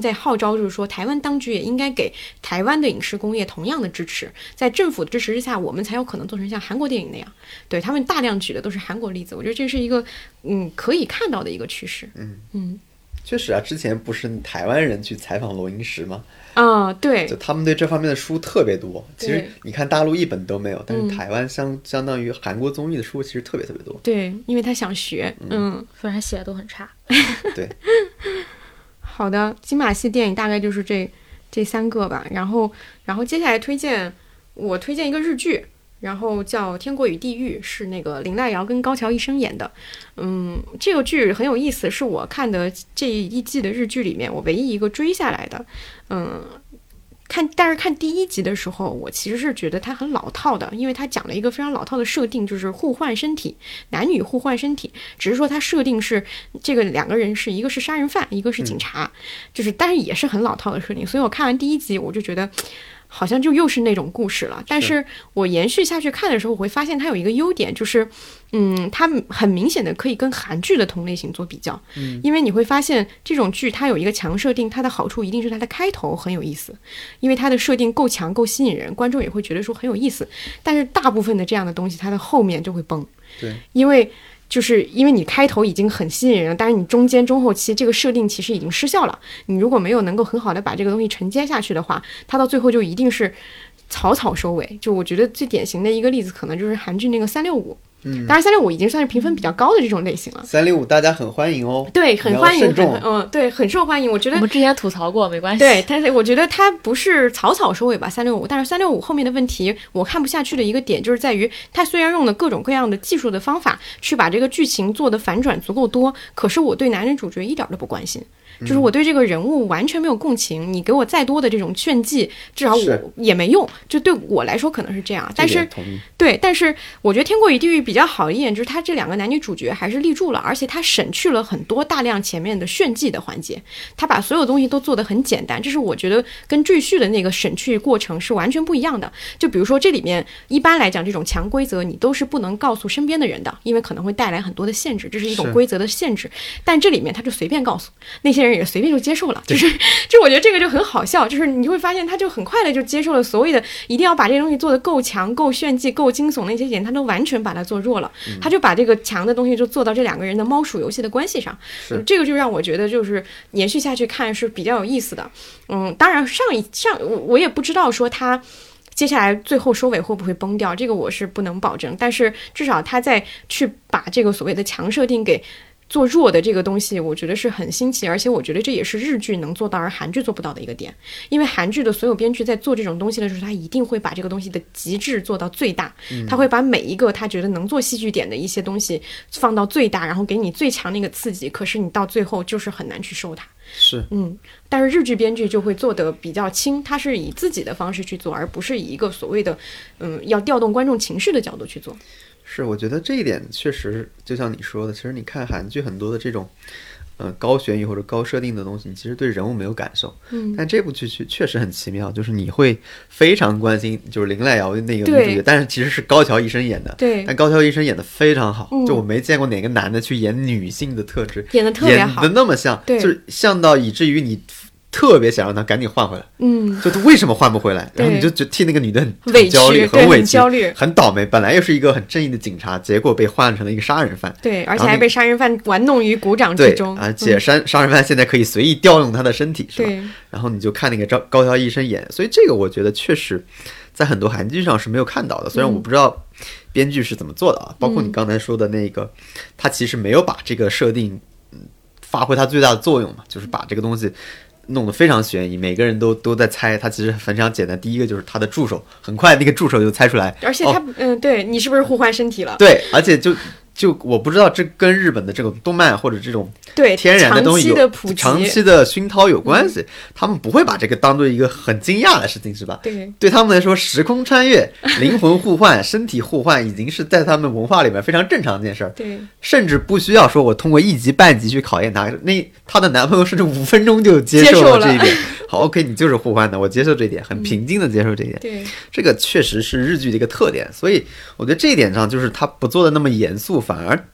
[SPEAKER 1] 在号召，就是说台湾当局也应该给台湾的影视工业同样的支持，在政府的支持之下，我们才有可能做成像韩国电影那样。对，他们大量举的都是韩国例子，我觉得这是一个可以看到的一个趋势。
[SPEAKER 3] 确实啊，之前不是台湾人去采访罗英石吗？
[SPEAKER 1] 对，
[SPEAKER 3] 就他们对这方面的书特别多。其实你看大陆一本都没有，但是台湾相当于韩国综艺的书其实特别特别多。
[SPEAKER 1] 对，因为他想学。
[SPEAKER 2] 虽然写的都很差。
[SPEAKER 3] 对。
[SPEAKER 1] 好的，金马系电影大概就是这3个吧。然后接下来我推荐一个日剧。然后叫《天国与地狱》，是那个林濑遥跟高桥一生演的。这个剧很有意思，是我看的这一季的日剧里面我唯一一个追下来的。但是看第1集的时候，我其实是觉得它很老套的，因为它讲了一个非常老套的设定，就是互换身体，男女互换身体。只是说它设定是这个2个人是一个是杀人犯，一个是警察，但是也是很老套的设定。所以我看完第1集，我就觉得好像就又是那种故事了。但是我延续下去看的时候，我会发现它有一个优点，就是它很明显的可以跟韩剧的同类型做比较。因为你会发现这种剧它有一个强设定，它的好处一定是它的开头很有意思，因为它的设定够强够吸引人，观众也会觉得说很有意思。但是大部分的这样的东西，它的后面就会崩。
[SPEAKER 3] 对，
[SPEAKER 1] 因为你开头已经很吸引人了，但是你中间中后期这个设定其实已经失效了。你如果没有能够很好的把这个东西承接下去的话，它到最后就一定是草草收尾。就我觉得最典型的一个例子可能就是韩剧那个365。当然365已经算是评分比较高的这种类型了。
[SPEAKER 3] 365大家很欢迎哦。
[SPEAKER 1] 对，很欢迎，对，很受欢迎。我觉得
[SPEAKER 2] 我们之前吐槽过，没关系。
[SPEAKER 1] 对，但是我觉得它不是草草收尾吧365，但是365后面的问题我看不下去的一个点就是在于，它虽然用了各种各样的技术的方法去把这个剧情做的反转足够多，可是我对男女主角一点都不关心。就是我对这个人物完全没有共情，你给我再多的这种炫技，至少我也没用。就对我来说可能是这样，但是我觉得《天国与地狱》比较好一点，就是他这2个男女主角还是立住了，而且他省去了很多大量前面的炫技的环节，他把所有东西都做得很简单，这是我觉得跟赘婿的那个省去过程是完全不一样的。就比如说这里面一般来讲这种强规则你都是不能告诉身边的人的，因为可能会带来很多的限制，这是一种规则的限制。但这里面他就随便告诉那些人，也随便就接受了，就我觉得这个就很好笑，就是你会发现他就很快的就接受了所谓的一定要把这些东西做得够强够炫技够惊悚那些点，他都完全把它做弱了。他就把这个强的东西就做到这2个人的猫鼠游戏的关系上。这个就让我觉得就是延续下去看是比较有意思的。当然我也不知道说他接下来最后收尾会不会崩掉，这个我是不能保证，但是至少他在去把这个所谓的强设定给做弱的这个东西，我觉得是很新奇，而且我觉得这也是日剧能做到而韩剧做不到的一个点。因为韩剧的所有编剧在做这种东西的时候，他一定会把这个东西的极致做到最大，他会把每一个他觉得能做戏剧点的一些东西放到最大，然后给你最强的一个刺激，可是你到最后就是很难去收它。但是日剧编剧就会做得比较轻，他是以自己的方式去做，而不是以一个所谓的要调动观众情绪的角度去做。
[SPEAKER 3] 是，我觉得这一点确实就像你说的，其实你看韩剧很多的这种高悬疑或者高设定的东西，你其实对人物没有感受。但这部剧确实很奇妙，就是你会非常关心就是林濑遥的那个女主角，但是其实是高桥医生演的。
[SPEAKER 1] 对，
[SPEAKER 3] 但高桥医生演的非常好，就我没见过哪个男的去演女性的特质
[SPEAKER 1] 演的特别好，
[SPEAKER 3] 演的那么像，就是像到以至于你特别想让他赶紧换回来。就他为什么换不回来，然后你就替那个女的很焦虑，很委屈，很倒霉，本来又是一个很正义的警察，结果被换成了一个杀人犯。
[SPEAKER 1] 对，而且还被杀人犯玩弄于股掌之中。
[SPEAKER 3] 而且杀人犯现在可以随意调用他的身体，是吧？然后你就看那个高桥医生演，所以这个我觉得确实在很多韩剧上是没有看到的。虽然我不知道编剧是怎么做的啊，包括你刚才说的那个，他其实没有把这个设定发挥它最大的作用嘛，就是把这个东西弄得非常悬疑，每个人都在猜，他其实非常简单。第一个就是他的助手，很快那个助手就猜出来，
[SPEAKER 1] 而且他对你是不是互换身体了？
[SPEAKER 3] 对，而且就我不知道这跟日本的这种动漫或者这种天然的东西长期的熏陶有关系，他们不会把这个当做一个很惊讶的事情，是吧？对他们来说，时空穿越、灵魂互换、身体互换已经是在他们文化里面非常正常的一件事儿。
[SPEAKER 1] 对，
[SPEAKER 3] 甚至不需要说我通过1集半集去考验她，她的男朋友甚至5分钟就接受了这一点。好 ，OK， 你就是互换的，我接受这一点，很平静的接受这一点。
[SPEAKER 1] 对，
[SPEAKER 3] 这个确实是日剧的一个特点，所以我觉得这一点上就是他不做的那么严肃，反而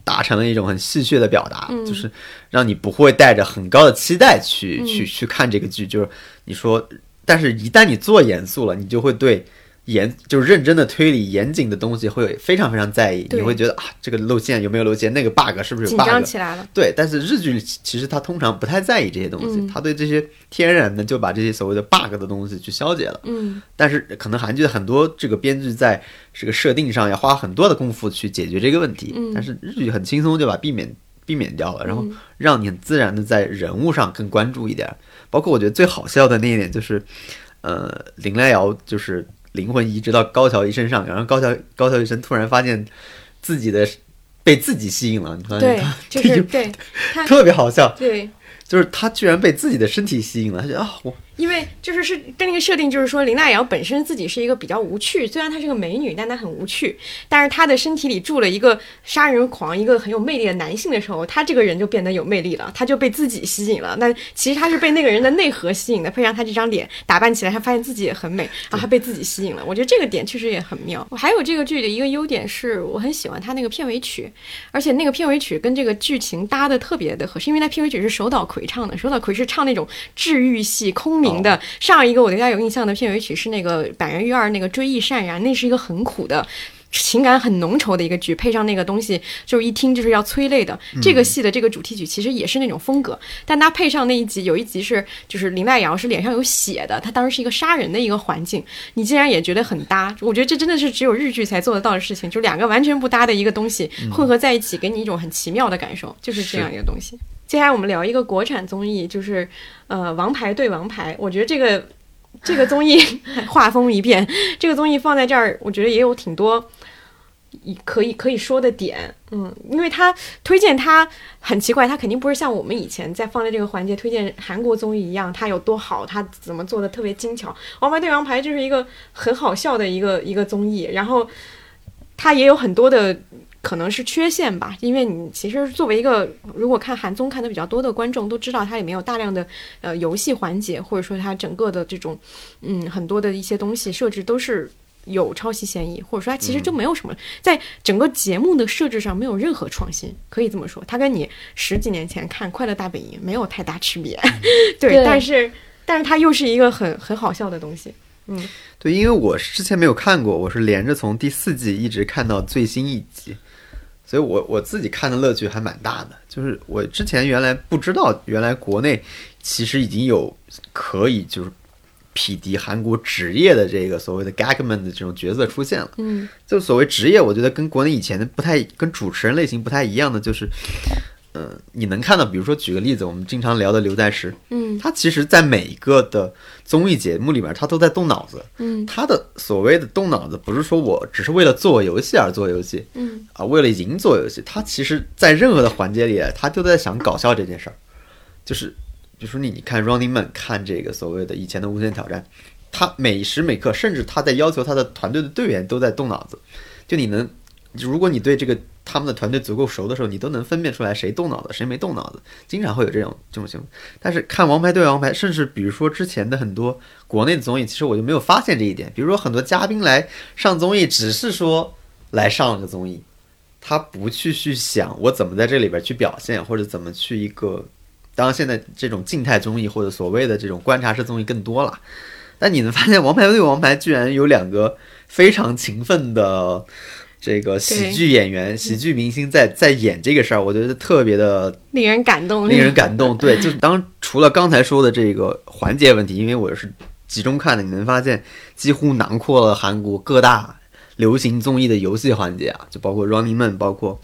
[SPEAKER 3] 达成了一种很戏谑的表达，就是让你不会带着很高的期待去看这个剧，就是你说，但是一旦你做严肃了，你就会对就是认真的推理严谨的东西会非常非常在意，你会觉得啊，这个露馅有没有露馅，那个 bug 是不是有 bug，
[SPEAKER 1] 紧张起来了。
[SPEAKER 3] 对，但是日剧其实他通常不太在意这些东西，他对这些天然的就把这些所谓的 bug 的东西去消解了。但是可能韩剧的很多这个编剧在这个设定上要花很多的功夫去解决这个问题，但是日剧很轻松就把避免掉了，然后让你很自然的在人物上更关注一点。包括我觉得最好笑的那一点就是林濑遥就是灵魂移植到高桥医生上，然后高桥医生突然发现自己的被自己吸引了，你发现
[SPEAKER 1] 对，就是对，
[SPEAKER 3] 特别好笑，
[SPEAKER 1] 对，
[SPEAKER 3] 就是他居然被自己的身体吸引了，他觉得
[SPEAKER 1] 因为是跟那个设定就是说林濑遥本身自己是一个比较无趣，虽然她是个美女，但她很无趣，但是她的身体里住了一个杀人狂，一个很有魅力的男性的时候，她这个人就变得有魅力了，她就被自己吸引了。那其实她是被那个人的内核吸引的，配上她这张脸打扮起来，她发现自己也很美，然后她被自己吸引了。我觉得这个点确实也很妙。还有这个剧的一个优点是我很喜欢她那个片尾曲，而且那个片尾曲跟这个剧情搭的特别的合适，因为那片尾曲是手岛葵唱的，手岛葵是唱那种治愈系空灵的。上一个我对他有印象的片尾曲是那个板垣瑞二那个追忆潸然，那是一个很苦的情感很浓稠的一个剧，配上那个东西就是一听就是要催泪的。这个戏的这个主题曲其实也是那种风格，但它配上那一集，有一集是就是林濑遥是脸上有血的，他当时是一个杀人的一个环境，你竟然也觉得很搭。我觉得这真的是只有日剧才做得到的事情，就两个完全不搭的一个东西混合在一起，给你一种很奇妙的感受，就是这样一个东西。接下来我们聊一个国产综艺，就是王牌对王牌。我觉得这个综艺画风一变，这个综艺放在这儿，我觉得也有挺多可以说的点。因为他推荐他很奇怪，他肯定不是像我们以前在放在这个环节推荐韩国综艺一样，他有多好，他怎么做的特别精巧。王牌对王牌就是一个很好笑的一个综艺，然后他也有很多的可能是缺陷吧，因为你其实作为一个如果看韩综看的比较多的观众都知道，它里面有大量的游戏环节，或者说它整个的这种很多的一些东西设置都是有抄袭嫌疑，或者说它其实就没有什么，在整个节目的设置上没有任何创新，可以这么说，它跟你10几年前看《快乐大本营》没有太大区别。对，但是它又是一个很好笑的东西。
[SPEAKER 3] 对，因为我之前没有看过，我是连着从第4季一直看到最新一集，所以我自己看的乐趣还蛮大的。就是我之前原来不知道，原来国内其实已经有可以就是匹敌韩国职业的这个所谓的 Gagman 的这种角色出现了。就所谓职业，我觉得跟国内以前的跟主持人类型不太一样的就是。你能看到，比如说举个例子，我们经常聊的刘在石，他其实在每一个的综艺节目里面，他都在动脑子。他的所谓的动脑子，不是说我只是为了做游戏而做游戏，为了赢做游戏，他其实在任何的环节里，他就在想搞笑这件事儿。就是比如说你看 Running Man， 看这个所谓的以前的无限挑战，他每时每刻，甚至他在要求他的团队的队员都在动脑子。就如果你对这个他们的团队足够熟的时候，你都能分辨出来谁动脑子谁没动脑子，经常会有这种情况。但是看王牌对王牌，甚至比如说之前的很多国内的综艺，其实我就没有发现这一点。比如说很多嘉宾来上综艺，只是说来上了个综艺，他不去想我怎么在这里边去表现，或者怎么去一个，当然现在这种静态综艺或者所谓的这种观察式综艺更多了，但你能发现王牌对王牌居然有2个非常勤奋的这个喜剧演员、喜剧明星在演这个事儿，我觉得特别的
[SPEAKER 1] 令人感动。
[SPEAKER 3] 对，就是除了刚才说的这个环节问题，因为我是集中看的，你能发现几乎囊括了韩国各大流行综艺的游戏环节啊，就包括 Running Man， 包括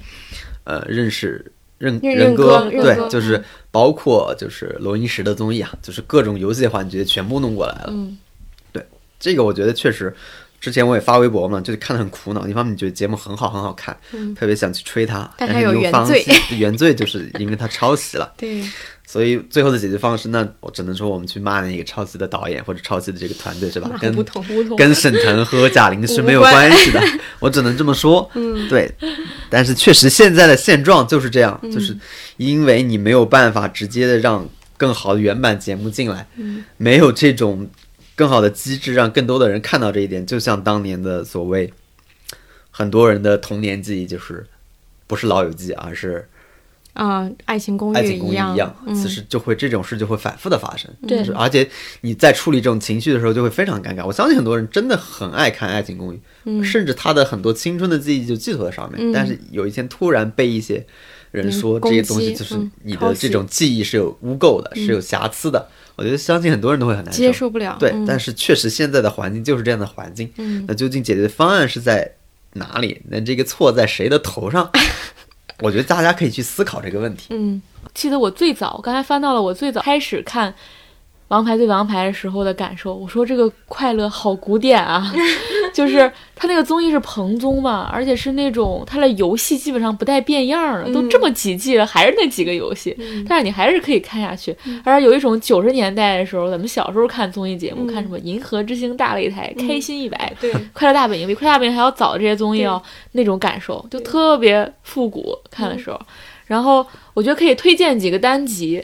[SPEAKER 3] 人歌，对，就是包括就是罗英石的综艺啊，就是各种游戏环节全部弄过来了。对，这个我觉得确实。之前我也发微博嘛，就是看得很苦恼。一方面你觉得节目很好看，特别想去吹它，
[SPEAKER 1] 但它有原
[SPEAKER 3] 罪，原罪就是因为它抄袭了。
[SPEAKER 1] 对，
[SPEAKER 3] 所以最后的解决方式，那我只能说我们去骂那个抄袭的导演或者抄袭的这个团队，是吧？跟沈腾和贾玲是没有关系的，我只能这么说。对。但是确实现在的现状就是这样，就是因为你没有办法直接的让更好的原版节目进来，没有这种。更好的机制让更多的人看到这一点，就像当年的所谓很多人的童年记忆，就是不是老友记，而是
[SPEAKER 1] 爱情公寓
[SPEAKER 3] 一样，其实就会这种事就会反复的发生。
[SPEAKER 2] 对，
[SPEAKER 3] 而且你在处理这种情绪的时候就会非常尴尬。我相信很多人真的很爱看爱情公寓，甚至他的很多青春的记忆就寄托在上面，但是有一天突然被一些人说这些东西就是你的这种记忆是有污垢的，是有瑕疵的，我觉得相信很多人都会很难受，
[SPEAKER 1] 接受不了。
[SPEAKER 3] 对，但是确实现在的环境就是这样的环境，那究竟解决方案是在哪里？那这个错在谁的头上？我觉得大家可以去思考这个问题。
[SPEAKER 2] 记得我刚才翻到了我最早开始看《王牌对王牌》的时候的感受，我说这个快乐好古典啊，就是他那个综艺是彭综嘛，而且是那种他的游戏基本上不带变样的，都这么几季了，还是那几个游戏，但是你还是可以看下去。而有一种90年代的时候，咱们小时候看综艺节目，看什么《银河之星大擂台》、开心100、快乐大本营，比快乐大本营还要早这些综艺那种感受就特别复古，看的时候。然后我觉得可以推荐几个单集，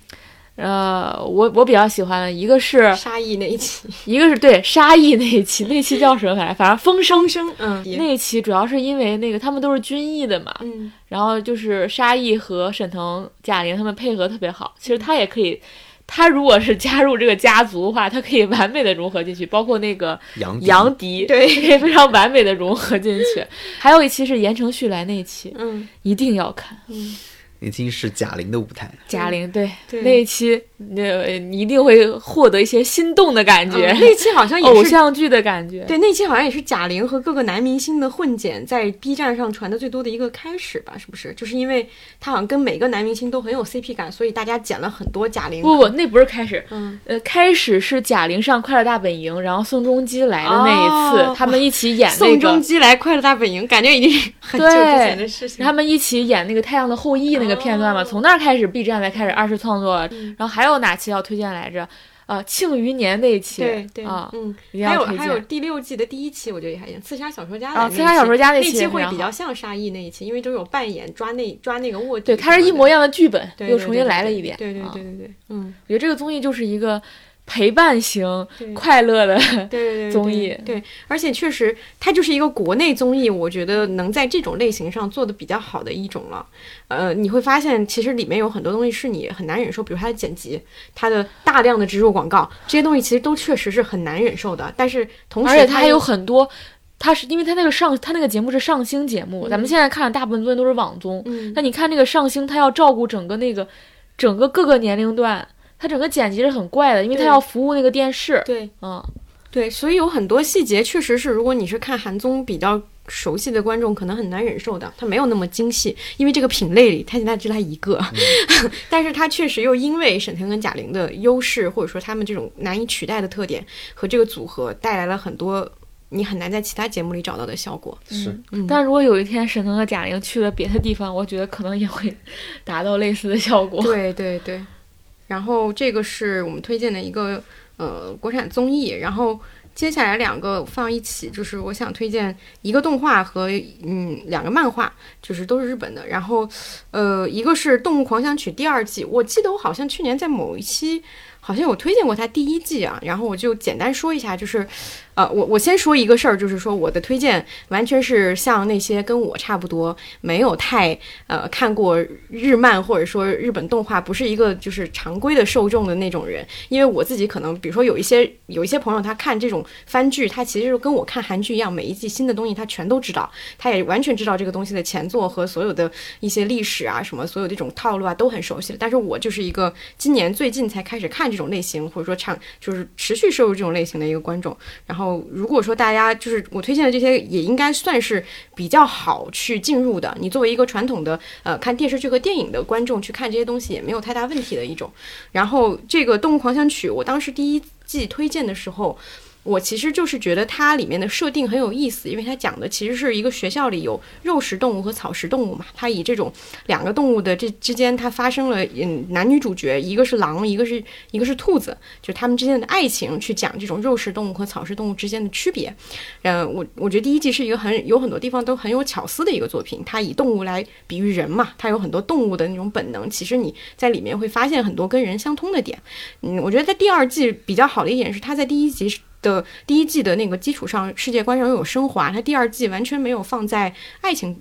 [SPEAKER 2] 我比较喜欢的一个是
[SPEAKER 1] 沙溢那一期，
[SPEAKER 2] 一个是对沙溢那一期，那期叫什么？反正风声，那一期主要是因为那个他们都是军艺的嘛，然后就是沙溢和沈腾、贾玲他们配合特别好。其实他也可以，他如果是加入这个家族的话，他可以完美的融合进去，包括那个杨迪，对，可以非常完美的融合进去。还有一期是言承旭来那一期，一定要看。
[SPEAKER 3] 已经是贾玲的舞台，
[SPEAKER 2] 贾玲对那一期，你一定会获得一些心动的感觉。
[SPEAKER 1] 那一期好像也是
[SPEAKER 2] 偶像剧的感觉，
[SPEAKER 1] 对，那期好像也是贾玲和各个男明星的混剪在 B 站上传的最多的一个开始吧？是不是？就是因为他好像跟每个男明星都很有 CP 感，所以大家剪了很多贾玲。
[SPEAKER 2] 不，那不是开始，开始是贾玲上《快乐大本营》，然后宋仲基来的那一次，他们一起演那个。
[SPEAKER 1] 宋仲基来《快乐大本营》，感觉已经是很久之前的事情。
[SPEAKER 2] 他们一起演那个《太阳的后裔》那个片段嘛，从那儿开始 B 站才开始二次创作。然后还有哪期要推荐来着？庆余年那一期，
[SPEAKER 1] 对
[SPEAKER 2] 还
[SPEAKER 1] 有第6季的第1期，我觉得也还行。刺杀小说家
[SPEAKER 2] 刺杀小说家
[SPEAKER 1] 那期会比较像沙溢那一期，因为都有扮演抓那个卧底。
[SPEAKER 2] 对，它是一模一样的剧本，又重新来了一遍。
[SPEAKER 1] 对，
[SPEAKER 2] 我觉得这个综艺就是一个陪伴型快乐的综艺，
[SPEAKER 1] 对，而且确实它就是一个国内综艺，我觉得能在这种类型上做的比较好的一种了。你会发现其实里面有很多东西是你很难忍受，比如它的剪辑，它的大量的植入广告，这些东西其实都确实是很难忍受的。但是同时
[SPEAKER 2] 而且它还有很多，它是因为它那个节目是上星节目，咱们现在看的大部分综艺都是网综，那你看那个上星，它要照顾整个各个年龄段。它整个剪辑是很怪的，因为它要服务那个电视。
[SPEAKER 1] 对，所以有很多细节确实是，如果你是看韩综比较熟悉的观众，可能很难忍受的。它没有那么精细，因为这个品类里，它现在只它一个，但是它确实又因为沈腾跟贾玲的优势，或者说他们这种难以取代的特点和这个组合，带来了很多你很难在其他节目里找到的效果。
[SPEAKER 3] 是，
[SPEAKER 2] 但如果有一天沈腾和贾玲去了别的地方，我觉得可能也会达到类似的效果。
[SPEAKER 1] 对。然后这个是我们推荐的一个国产综艺，然后接下来2个放一起，就是我想推荐一个动画和2个漫画，就是都是日本的。然后一个是《动物狂想曲》第2季，我记得我好像去年在某一期好像有推荐过它第1季啊，然后我就简单说一下，就是我先说一个事儿，就是说我的推荐完全是像那些跟我差不多没有太看过日漫或者说日本动画，不是一个就是常规的受众的那种人。因为我自己可能比如说有一些朋友他看这种番剧，他其实跟我看韩剧一样，每一季新的东西他全都知道，他也完全知道这个东西的前作和所有的一些历史啊什么所有的这种套路啊都很熟悉的。但是我就是一个今年最近才开始看这种类型，或者说就是持续摄入这种类型的一个观众。然后如果说大家就是我推荐的这些也应该算是比较好去进入的，你作为一个传统的看电视剧和电影的观众去看这些东西也没有太大问题的一种。然后这个《动物狂想曲》我当时第1季推荐的时候，我其实就是觉得它里面的设定很有意思，因为它讲的其实是一个学校里有肉食动物和草食动物嘛，它以这种2个动物的这之间它发生了男女主角，一个是狼，一个是兔子，就是他们之间的爱情，去讲这种肉食动物和草食动物之间的区别。我觉得第1季是一个有很多地方都很有巧思的一个作品，它以动物来比喻人嘛，它有很多动物的那种本能，其实你在里面会发现很多跟人相通的点。我觉得在第2季比较好的一点是它在第1季的那个基础上世界观上又有升华，它第2季完全没有放在爱情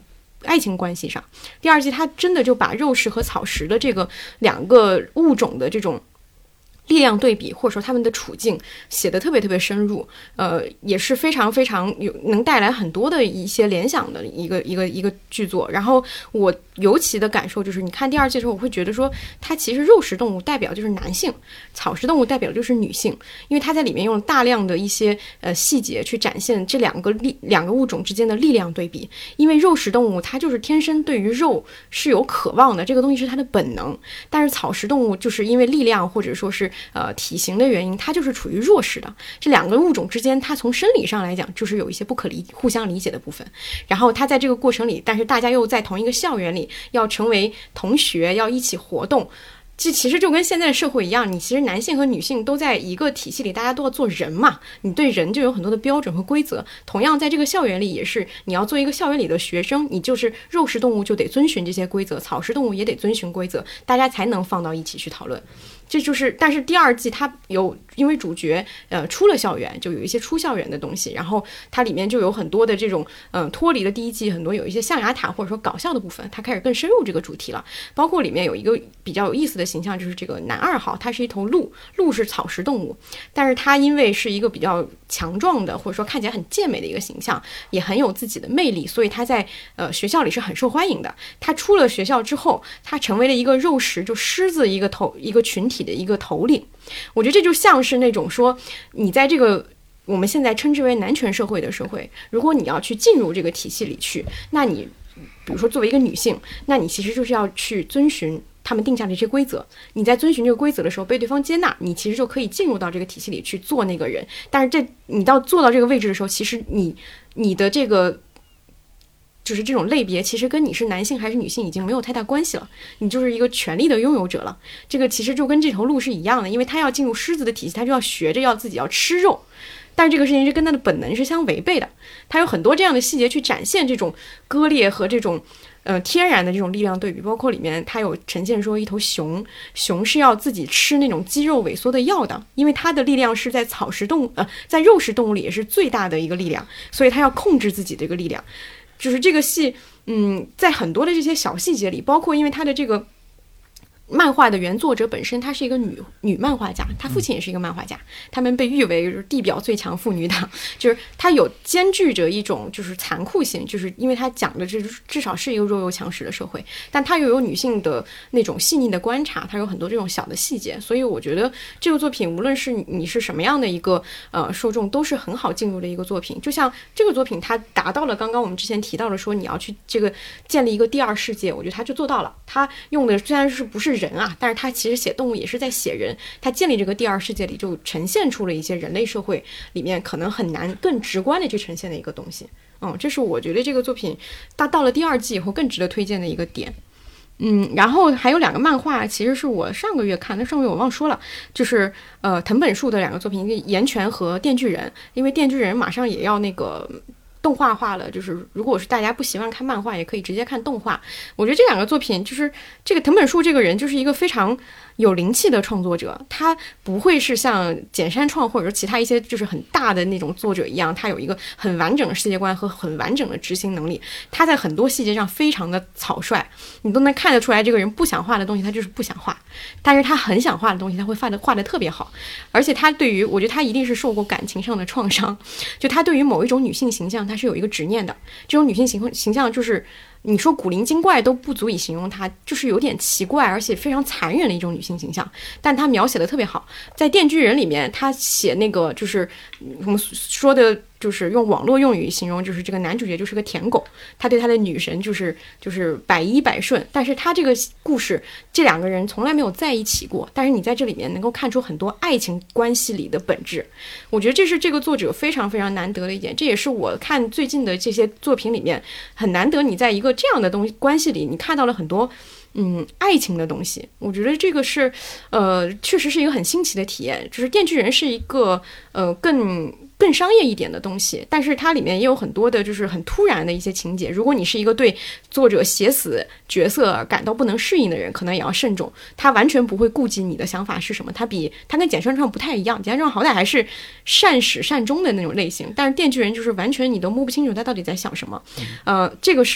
[SPEAKER 1] 爱情关系上。第二季它真的就把肉食和草食的这个两个物种的这种力量对比，或者说他们的处境写得特别特别深入，也是非常非常能带来很多的一些联想的一个剧作。然后我尤其的感受就是，你看第二季的时候，我会觉得说，它其实肉食动物代表就是男性，草食动物代表就是女性，因为它在里面用大量的一些细节去展现这两个物种之间的力量对比。因为肉食动物它就是天生对于肉是有渴望的，这个东西是它的本能，但是草食动物就是因为力量或者说是体型的原因，它就是处于弱势的。这两个物种之间，它从生理上来讲，就是有一些互相理解的部分。然后它在这个过程里，但是大家又在同一个校园里，要成为同学，要一起活动。这其实就跟现在的社会一样，你其实男性和女性都在一个体系里，大家都要做人嘛，你对人就有很多的标准和规则。同样在这个校园里也是，你要做一个校园里的学生，你就是肉食动物就得遵循这些规则，草食动物也得遵循规则，大家才能放到一起去讨论。这就是，但是第二季它有，因为主角出了校园，就有一些出校园的东西，然后它里面就有很多的这种脱离了第一季很多有一些象牙塔或者说搞笑的部分，它开始更深入这个主题了。包括里面有一个比较有意思的形象，就是这个男二号，他是一头鹿，鹿是草食动物，但是他因为是一个比较强壮的或者说看起来很健美的一个形象，也很有自己的魅力，所以他在学校里是很受欢迎的。他出了学校之后，他成为了一个肉食就狮子一个群体的一个头领。我觉得这就像是那种说，你在这个我们现在称之为男权社会的社会，如果你要去进入这个体系里去，那你比如说作为一个女性，那你其实就是要去遵循他们定下的这些规则。你在遵循这个规则的时候被对方接纳，你其实就可以进入到这个体系里去做那个人。但是你到做到这个位置的时候，其实你的这个就是这种类别其实跟你是男性还是女性已经没有太大关系了，你就是一个权力的拥有者了。这个其实就跟这头鹿是一样的，因为他要进入狮子的体系，他就要学着自己要吃肉，但是这个事情是跟他的本能是相违背的。他有很多这样的细节去展现这种割裂和这种天然的这种力量对比。包括里面他有呈现说，一头熊是要自己吃那种肌肉萎缩的药的，因为它的力量是在草食动物在肉食动物里也是最大的一个力量，所以他要控制自己这个力量。就是这个戏在很多的这些小细节里，包括因为他的这个漫画的原作者本身她是一个女漫画家，她父亲也是一个漫画家，他们被誉为地表最强妇女党。就是她有兼具着一种就是残酷性，就是因为她讲的至少是一个弱肉强食的社会，但她又有女性的那种细腻的观察，她有很多这种小的细节。所以我觉得这个作品无论是你是什么样的一个受众，都是很好进入的一个作品。就像这个作品它达到了刚刚我们之前提到的说你要去这个建立一个第二世界，我觉得它就做到了。它用的虽然是不是人啊，但是他其实写动物也是在写人，他建立这个第二世界里就呈现出了一些人类社会里面可能很难更直观的去呈现的一个东西。这是我觉得这个作品它到了第二季以后更值得推荐的一个点。然后还有两个漫画其实是我上个月看的，上个月我忘说了，就是藤本树的两个作品，一个岩泉和电锯人。因为电锯人马上也要那个动画化了，就是如果是大家不喜欢看漫画，也可以直接看动画。我觉得这两个作品，就是这个藤本树这个人就是一个非常有灵气的创作者，他不会是像简山创或者是其他一些就是很大的那种作者一样，他有一个很完整的世界观和很完整的执行能力。他在很多细节上非常的草率，你都能看得出来这个人不想画的东西他就是不想画，但是他很想画的东西他会画得特别好。而且他对于，我觉得他一定是受过感情上的创伤，就他对于某一种女性形象他是有一个执念的。这种女性形象就是你说古灵精怪都不足以形容她，就是有点奇怪而且非常残忍的一种女性形象，但她描写的特别好。在电锯人里面她写那个就是我们说的就是用网络用语形容，就是这个男主角就是个舔狗，他对他的女神就是百依百顺。但是他这个故事这两个人从来没有在一起过，但是你在这里面能够看出很多爱情关系里的本质。我觉得这是这个作者非常非常难得的一点，这也是我看最近的这些作品里面很难得，你在一个这样的东西关系里你看到了很多爱情的东西。我觉得这个是确实是一个很新奇的体验。就是电锯人是一个更商业一点的东西，但是它里面也有很多的就是很突然的一些情节，如果你是一个对作者写死角色感到不能适应的人，可能也要慎重。他完全不会顾及你的想法是什么，他跟简山创不太一样，简山创好歹还是善始善终的那种类型，但是电锯人就是完全你都摸不清楚他到底在想什么。这个是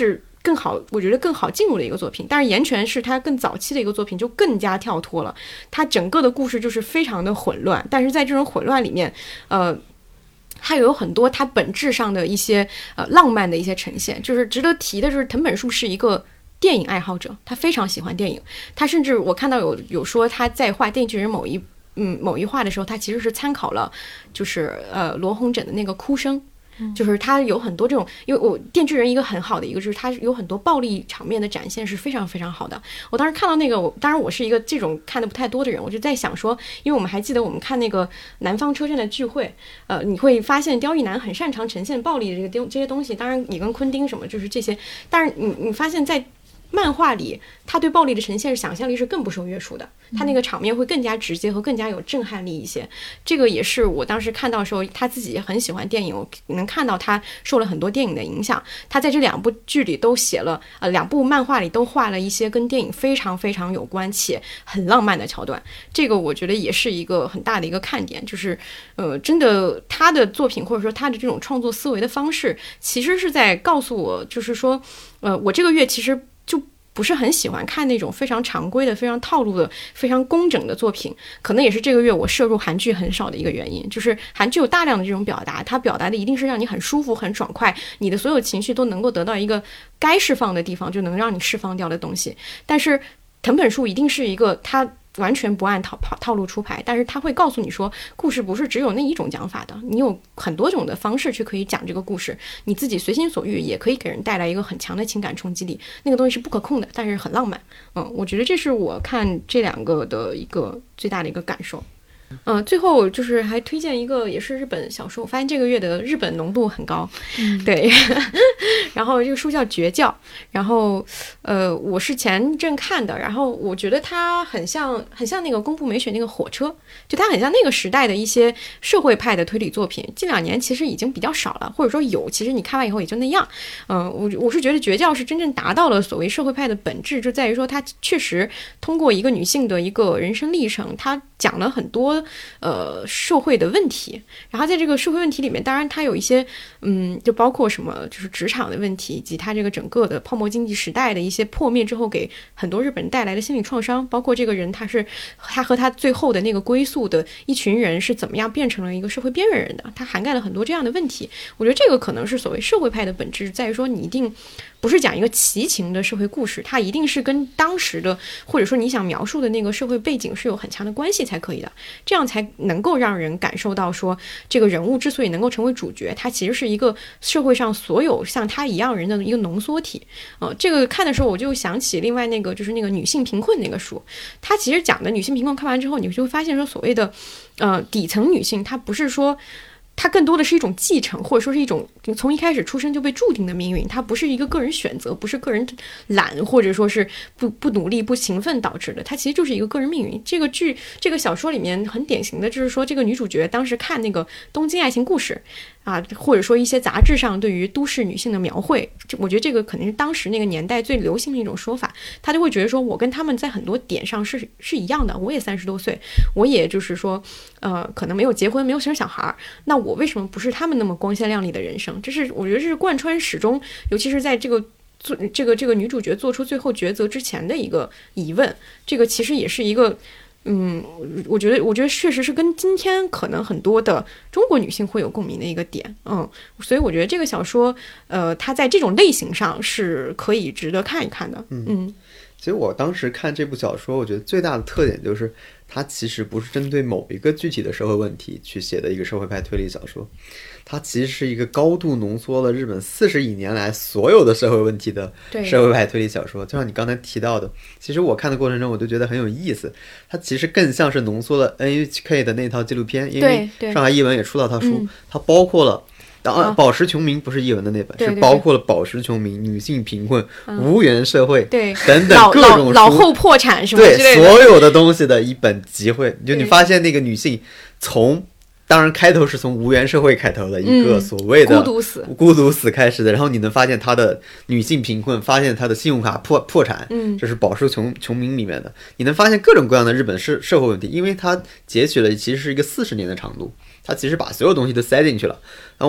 [SPEAKER 1] 我觉得更好进入的一个作品。但是岩泉是他更早期的一个作品，就更加跳脱了，他整个的故事就是非常的混乱，但是在这种混乱里面它有很多它本质上的一些浪漫的一些呈现。就是值得提的就是藤本树是一个电影爱好者，他非常喜欢电影，他甚至我看到有说他在画《电锯人》某一画的时候，他其实是参考了就是罗红枕的那个哭声。就是他有很多这种，因为我电锯人一个很好的一个就是他有很多暴力场面的展现是非常非常好的。我当时看到那个，当然我是一个这种看的不太多的人，我就在想说，因为我们还记得我们看那个南方车站的聚会，你会发现刁亦男很擅长呈现暴力的这些东西，当然你跟昆汀什么就是这些，但是你发现在漫画里他对暴力的呈现想象力是更不受约束的，他那个场面会更加直接和更加有震撼力一些。这个也是我当时看到的时候，他自己也很喜欢电影，我能看到他受了很多电影的影响，他在这2部剧里都写了2部漫画里都画了一些跟电影非常非常有关且很浪漫的桥段。这个我觉得也是一个很大的一个看点，就是真的他的作品或者说他的这种创作思维的方式其实是在告诉我，就是说我这个月其实就不是很喜欢看那种非常常规的非常套路的非常工整的作品，可能也是这个月我摄入韩剧很少的一个原因。就是韩剧有大量的这种表达，它表达的一定是让你很舒服很爽快，你的所有情绪都能够得到一个该释放的地方，就能让你释放掉的东西。但是藤本树一定是一个他完全不按套路出牌，但是他会告诉你说故事不是只有那一种讲法的，你有很多种的方式去可以讲这个故事，你自己随心所欲也可以给人带来一个很强的情感冲击力，那个东西是不可控的，但是很浪漫。我觉得这是我看这2个的一个最大的一个感受。最后就是还推荐一个也是日本小说，我发现这个月的日本浓度很高，对然后这个书叫《绝教》，然后我是前阵看的，然后我觉得它很像那个宫部美雪那个火车，就它很像那个时代的一些社会派的推理作品，近2年其实已经比较少了，或者说有，其实你看完以后也就那样。我是觉得《绝教》是真正达到了所谓社会派的本质，就在于说它确实通过一个女性的一个人生历程，它讲了很多社会的问题，然后在这个社会问题里面，当然它有一些就包括什么就是职场的问题，以及它这个整个的泡沫经济时代的一些破灭之后给很多日本人带来的心理创伤，包括这个人他和他最后的那个归宿的一群人是怎么样变成了一个社会边缘人的，它涵盖了很多这样的问题。我觉得这个可能是所谓社会派的本质，在于说你一定不是讲一个奇情的社会故事，它一定是跟当时的或者说你想描述的那个社会背景是有很强的关系才可以的，这样才能够让人感受到说这个人物之所以能够成为主角，他其实是一个社会上所有像他一样人的一个浓缩体。这个看的时候我就想起另外那个就是那个女性贫困那个书，他其实讲的女性贫困，看完之后你就会发现说所谓的底层女性，她不是说它更多的是一种继承，或者说是一种从一开始出生就被注定的命运，它不是一个个人选择，不是个人懒或者说是不努力不勤奋导致的，它其实就是一个个人命运。这个小说里面很典型的就是说，这个女主角当时看那个《东京爱情故事》或者说一些杂志上对于都市女性的描绘，我觉得这个可能是当时那个年代最流行的一种说法，她就会觉得说我跟他们在很多点上是一样的，我也30多岁，我也就是说可能没有结婚，没有生小孩，那我为什么不是他们那么光鲜亮丽的人生？这是我觉得这是贯穿始终，尤其是在这个女主角做出最后抉择之前的一个疑问。这个其实也是一个我觉得确实是跟今天可能很多的中国女性会有共鸣的一个点。所以我觉得这个小说它在这种类型上是可以值得看一看的。
[SPEAKER 3] 其实我当时看这部小说，我觉得最大的特点就是它其实不是针对某一个具体的社会问题去写的一个社会派推理小说，它其实是一个高度浓缩了日本40亿年来所有的社会问题的社会派推理小说。就像你刚才提到的，其实我看的过程中我就觉得很有意思，它其实更像是浓缩了 NHK 的那套纪录片，因为上海译文也出了套书，它包括了宝石穷民不是译文的那本，是包括了宝石穷民、女性贫困、无缘社会等等各种书，
[SPEAKER 1] 老后破产什么之类的，
[SPEAKER 3] 对所有的东西的一本集汇。就你发现那个女性当然开头是从无缘社会开头的一个所谓的孤独死开始的，然后你能发现她的女性贫困，发现她的信用卡破产，这是宝石穷民里面的。你能发现各种各样的日本社会问题，因为它截取了其实是一个40年的长度，它其实把所有东西都塞进去了。然后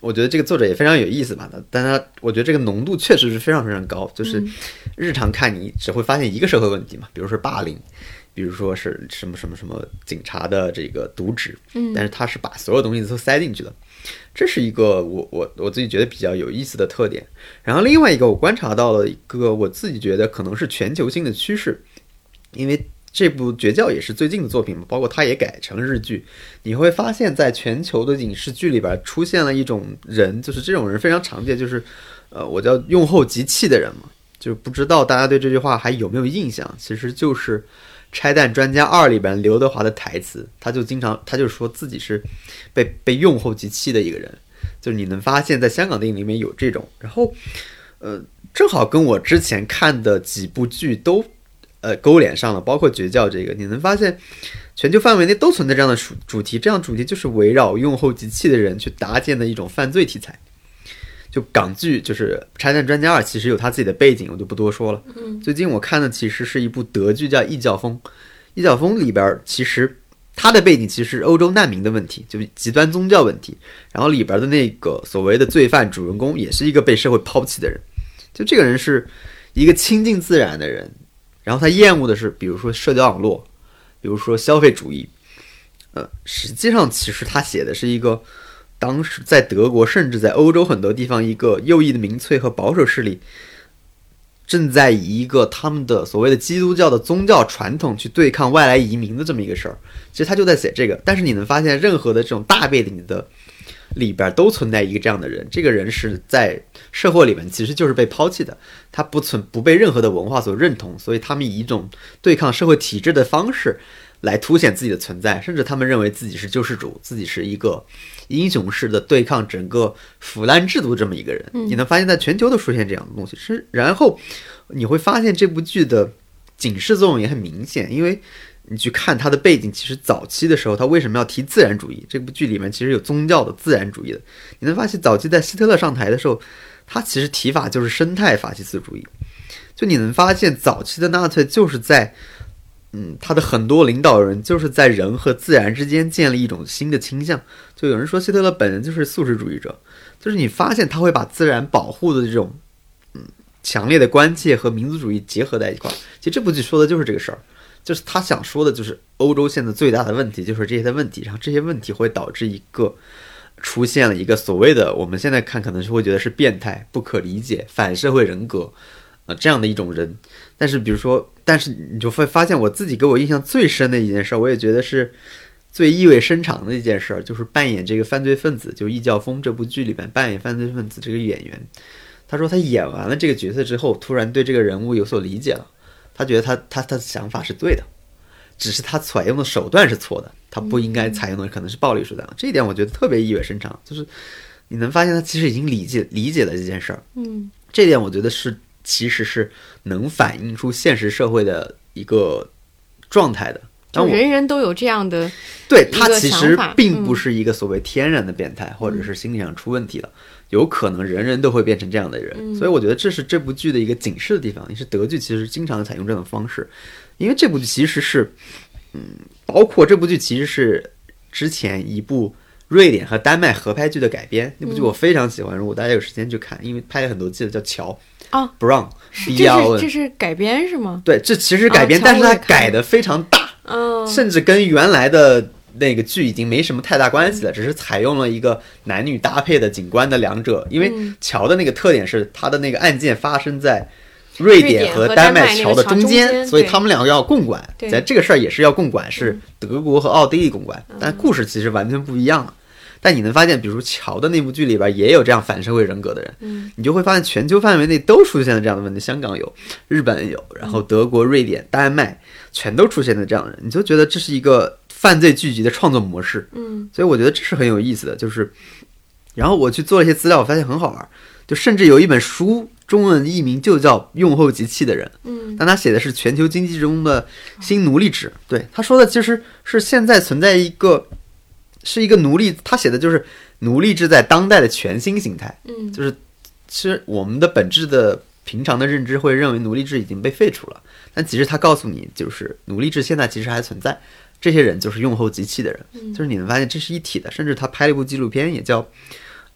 [SPEAKER 3] 我觉得这个作者也非常有意思吧，但我觉得这个浓度确实是非常非常高，就是日常看你只会发现一个社会问题嘛，比如说霸凌，比如说是什么什么什么警察的这个渎职，但是他是把所有东西都塞进去了，这是一个我自己觉得比较有意思的特点。然后另外一个我观察到了一个我自己觉得可能是全球性的趋势，因为这部《绝教》也是最近的作品嘛，包括它也改成日剧，你会发现在全球的影视剧里边出现了一种人，就是这种人非常常见，就是我叫用后即弃的人嘛，就是不知道大家对这句话还有没有印象，其实就是《拆弹专家2》里边刘德华的台词，他就说自己是被用后即弃的一个人，就是你能发现在香港电影里面有这种，然后正好跟我之前看的几部剧都勾连上了，包括《绝教》这个，你能发现全球范围内都存在这样的主题，这样主题就是围绕用后即弃的人去搭建的一种犯罪题材。就港剧就是《拆弹专家2》，其实有他自己的背景，我就不多说了。最近我看的其实是一部德剧叫《异教风》，《异教风》里边其实它的背景其实是欧洲难民的问题，就是极端宗教问题，然后里边的那个所谓的罪犯主人公也是一个被社会抛弃的人，就这个人是一个亲近自然的人，然后他厌恶的是比如说社交网络，比如说消费主义。实际上其实他写的是一个当时在德国甚至在欧洲很多地方一个右翼的民粹和保守势力正在以一个他们的所谓的基督教的宗教传统去对抗外来移民的这么一个事儿。其实他就在写这个，但是你能发现任何的这种大背景的里边都存在一个这样的人，这个人是在社会里面其实就是被抛弃的，他不被任何的文化所认同，所以他们以一种对抗社会体制的方式来凸显自己的存在，甚至他们认为自己是救世主，自己是一个英雄式的对抗整个腐烂制度这么一个人。你能发现在全球都出现这样的东西，然后你会发现这部剧的警示作用也很明显，因为你去看它的背景，其实早期的时候它为什么要提自然主义，这部剧里面其实有宗教的自然主义的。你能发现早期在希特勒上台的时候，他其实提法就是生态法西斯主义，就你能发现早期的纳粹就是在他的很多领导人就是在人和自然之间建立一种新的倾向。就有人说希特勒本人就是素食主义者，就是你发现他会把自然保护的这种强烈的关切和民族主义结合在一块。其实这部剧说的就是这个事儿，就是他想说的就是欧洲现在最大的问题就是这些的问题，然后这些问题会导致出现了一个所谓的我们现在看可能是会觉得是变态、不可理解、反社会人格这样的一种人。但是你就会发现我自己给我印象最深的一件事，我也觉得是最意味深长的一件事，就是扮演这个犯罪分子，就《异教风》这部剧里边扮演犯罪分子这个演员，他说他演完了这个角色之后突然对这个人物有所理解了，他觉得他的想法是对的，只是他采用的手段是错的，他不应该采用的可能是暴力手段。这一点我觉得特别意味深长，就是你能发现他其实已经理解了这件事儿。这点我觉得其实是能反映出现实社会的一个状态的。
[SPEAKER 1] 就人人都有这样的，
[SPEAKER 3] 对，他其实并不是一个所谓天然的变态，或者是心理上出问题了，有可能人人都会变成这样的人。所以我觉得这是这部剧的一个警示的地方，也是德剧其实经常采用这种方式。因为这部剧其实是包括这部剧其实是之前一部瑞典和丹麦合拍剧的改编，那部剧我非常喜欢，如果大家有时间去看，因为拍了很多季的，叫乔Brown，
[SPEAKER 1] 这是改编是吗？
[SPEAKER 3] 对，这其实改编，但是它改的非常大，甚至跟原来的那个剧已经没什么太大关系了，只是采用了一个男女搭配的警官的两者。因为乔的那个特点是他的那个案件发生在瑞典和丹麦桥的中间，所以他们两个要共管，在这个事儿也是要共管，是德国和奥地利共管，但故事其实完全不一样了。但你能发现比如乔的那部剧里边也有这样反社会人格的人，你就会发现全球范围内都出现了这样的问题，香港有，日本有，然后德国、瑞典、丹麦全都出现了这样的人，你就觉得这是一个犯罪剧集的创作模式。所以我觉得这是很有意思的。就是然后我去做了一些资料，我发现很好玩，就甚至有一本书中文译名就叫《用后即弃的人》，但他写的是全球经济中的新奴隶制。对，他说的其实是现在存在一个奴隶，他写的就是奴隶制在当代的全新形态。就是其实我们的本质的平常的认知会认为奴隶制已经被废除了，但其实他告诉你就是奴隶制现在其实还存在，这些人就是用后即弃的人。就是你能发现这是一体的，甚至他拍了一部纪录片也叫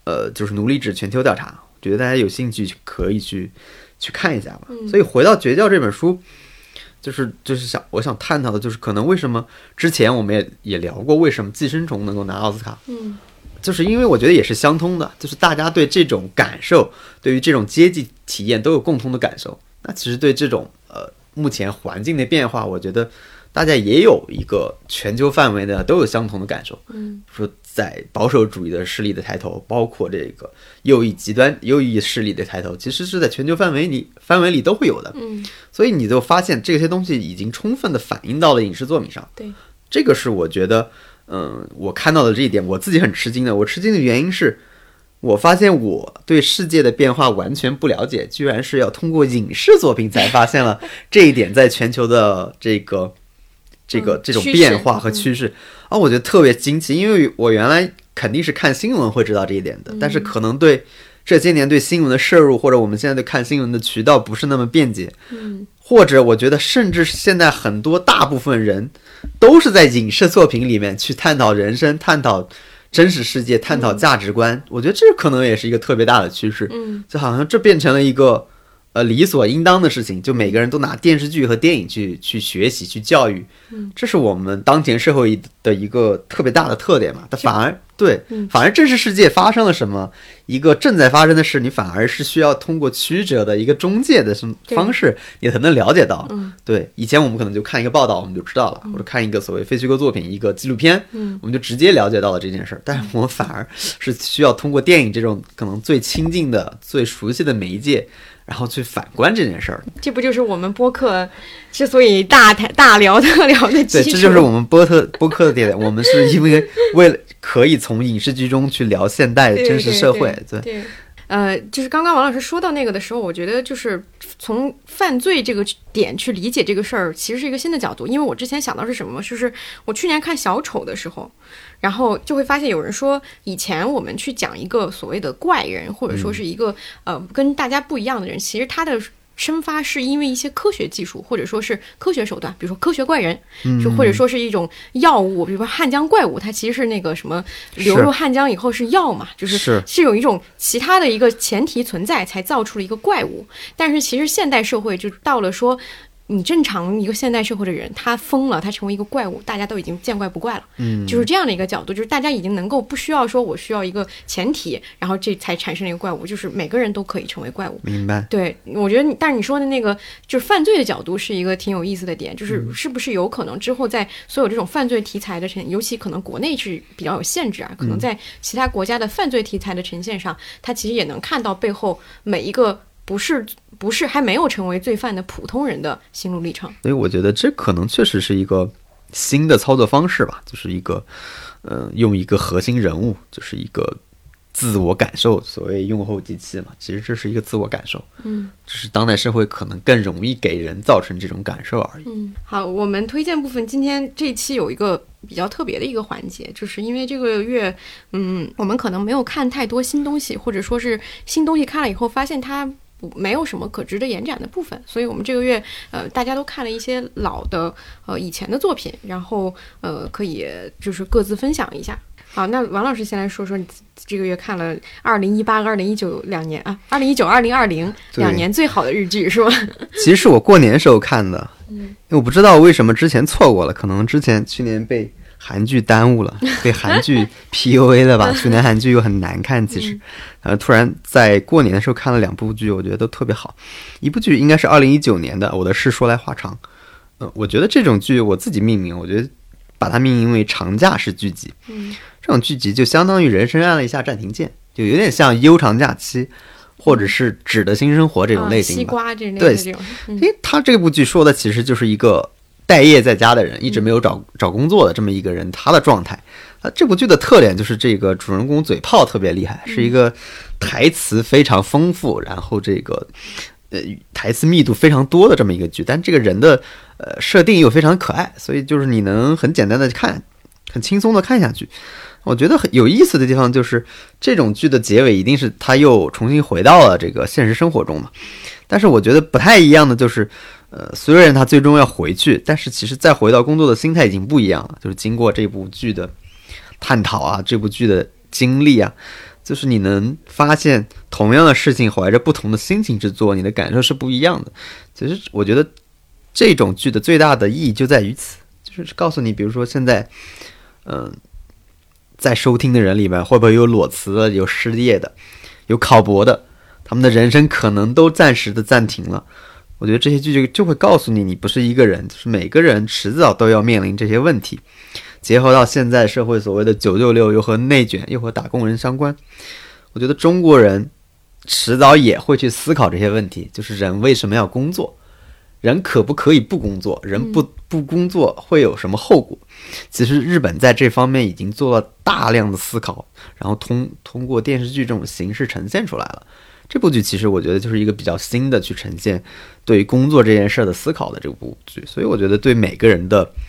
[SPEAKER 3] 就是奴隶制全球调查，觉得大家有兴趣可以去看一下吧。所以回到《绝教》这本书，就是我想探讨的就是可能为什么之前我们也聊过为什么《寄生虫》能够拿奥斯卡，就是因为我觉得也是相通的，就是大家对这种感受，对于这种阶级体验都有共同的感受。那其实对这种目前环境的变化，我觉得大家也有一个全球范围的都有相同的感受。说在保守主义的势力的抬头，包括这个右翼势力的抬头，其实是在全球范围里都会有的。所以你就发现这些东西已经充分的反映到了影视作品上。
[SPEAKER 1] 对，
[SPEAKER 3] 这个是我觉得我看到的这一点，我自己很吃惊的。我吃惊的原因是，我发现我对世界的变化完全不了解，居然是要通过影视作品才发现了这一点在全球的这种变化和趋势啊，我觉得特别惊奇。因为我原来肯定是看新闻会知道这一点的，但是可能对这些年对新闻的摄入，或者我们现在对看新闻的渠道不是那么便捷，或者我觉得甚至现在很多大部分人都是在影视作品里面去探讨人生，探讨真实世界，探讨价值观。我觉得这可能也是一个特别大的趋势。就好像这变成了一个理所应当的事情，就每个人都拿电视剧和电影去学习去教育，这是我们当前社会的一个特别大的特点嘛。但反而真实世界发生了什么，一个正在发生的事，你反而是需要通过曲折的一个中介的方式，你才能了解到。对，以前我们可能就看一个报道我们就知道了，或者看一个所谓非虚构作品，一个纪录片，我们就直接了解到了这件事。但是我们反而是需要通过电影这种可能最亲近的最熟悉的媒介，然后去反观这件事儿。
[SPEAKER 1] 这不就是我们播客之所以大聊特聊的基础？
[SPEAKER 3] 对，这就是我们播客的点。我们是因为为了可以从影视剧中去聊现代真实社会。
[SPEAKER 1] 对，就是刚刚王老师说到那个的时候，我觉得就是从犯罪这个点去理解这个事儿，其实是一个新的角度。因为我之前想到是什么，就是我去年看小丑的时候，然后就会发现有人说，以前我们去讲一个所谓的怪人，或者说是一个跟大家不一样的人，其实他的生发是因为一些科学技术，或者说是科学手段，比如说科学怪人，就或者说是一种药物，比如说汉江怪物，它其实是那个什么流入汉江以后是药嘛，就是有一种其他的一个前提存在，才造出了一个怪物。但是其实现代社会就到了说，你正常一个现代社会的人，他疯了，他成为一个怪物，大家都已经见怪不怪了。就是这样的一个角度，就是大家已经能够不需要说我需要一个前提，然后这才产生了一个怪物，就是每个人都可以成为怪物。
[SPEAKER 3] 明白？
[SPEAKER 1] 对，我觉得但是你说的那个就是犯罪的角度是一个挺有意思的点，就是是不是有可能之后在所有这种犯罪题材的尤其可能国内是比较有限制啊，可能在其他国家的犯罪题材的呈现上，它其实也能看到背后每一个不是还没有成为罪犯的普通人的心路历程。
[SPEAKER 3] 所以我觉得这可能确实是一个新的操作方式吧，就是一个用一个核心人物，就是一个自我感受，所谓用后机器嘛，其实这是一个自我感受。只是当代社会可能更容易给人造成这种感受而已。
[SPEAKER 1] 好，我们推荐部分今天这一期有一个比较特别的一个环节，就是因为这个月我们可能没有看太多新东西，或者说是新东西看了以后发现它没有什么可值得延展的部分，所以我们这个月大家都看了一些老的以前的作品，然后可以就是各自分享一下。好，那王老师先来说说你这个月看了2018、2019两年啊，2019、2020两年最好的日剧是吧？
[SPEAKER 3] 其实是我过年时候看的，因为我不知道为什么之前错过了，可能去年被韩剧耽误了，被韩剧 PUA 了吧？去年韩剧又很难看，其实，突然在过年的时候看了2部剧，我觉得都特别好。一部剧应该是2019年的《我的事说来话长》，我觉得这种剧我自己命名，我觉得把它命名为长假式剧集。这种剧集就相当于人生按了一下暂停键，就有点像悠长假期，或者是纸的新生活这种类型吧。
[SPEAKER 1] 西瓜这类的这种。
[SPEAKER 3] 因为他这部剧说的其实就是一个待业在家的人，一直没有找工作的这么一个人，他的状态。这部剧的特点就是这个主人公嘴炮特别厉害，是一个台词非常丰富，然后这个台词密度非常多的这么一个剧，但这个人的设定又非常可爱，所以就是你能很简单的看，很轻松的看下去。我觉得很有意思的地方就是这种剧的结尾一定是他又重新回到了这个现实生活中嘛，但是我觉得不太一样的就是虽然他最终要回去，但是其实再回到工作的心态已经不一样了，就是经过这部剧的探讨啊，这部剧的经历啊， 就是你能发现同样的事情怀着不同的心情去做，你的感受是不一样的。其实我觉得这种剧的最大的意义就在于此，就是告诉你，比如说现在在收听的人里面会不会有裸辞的，有失业的，有考博的，他们的人生可能都暂时的暂停了。我觉得这些剧就会告诉你，你不是一个人，就是每个人迟早都要面临这些问题。结合到现在社会所谓的996，又和内卷又和打工人相关，我觉得中国人迟早也会去思考这些问题，就是人为什么要工作，人可不可以不工作，人不工作会有什么后果。其实日本在这方面已经做了大量的思考，然后通过电视剧这种形式呈现出来了。这部剧其实我觉得就是一个比较新的去呈现对于工作这件事的思考的这部剧，所以我觉得对每个人的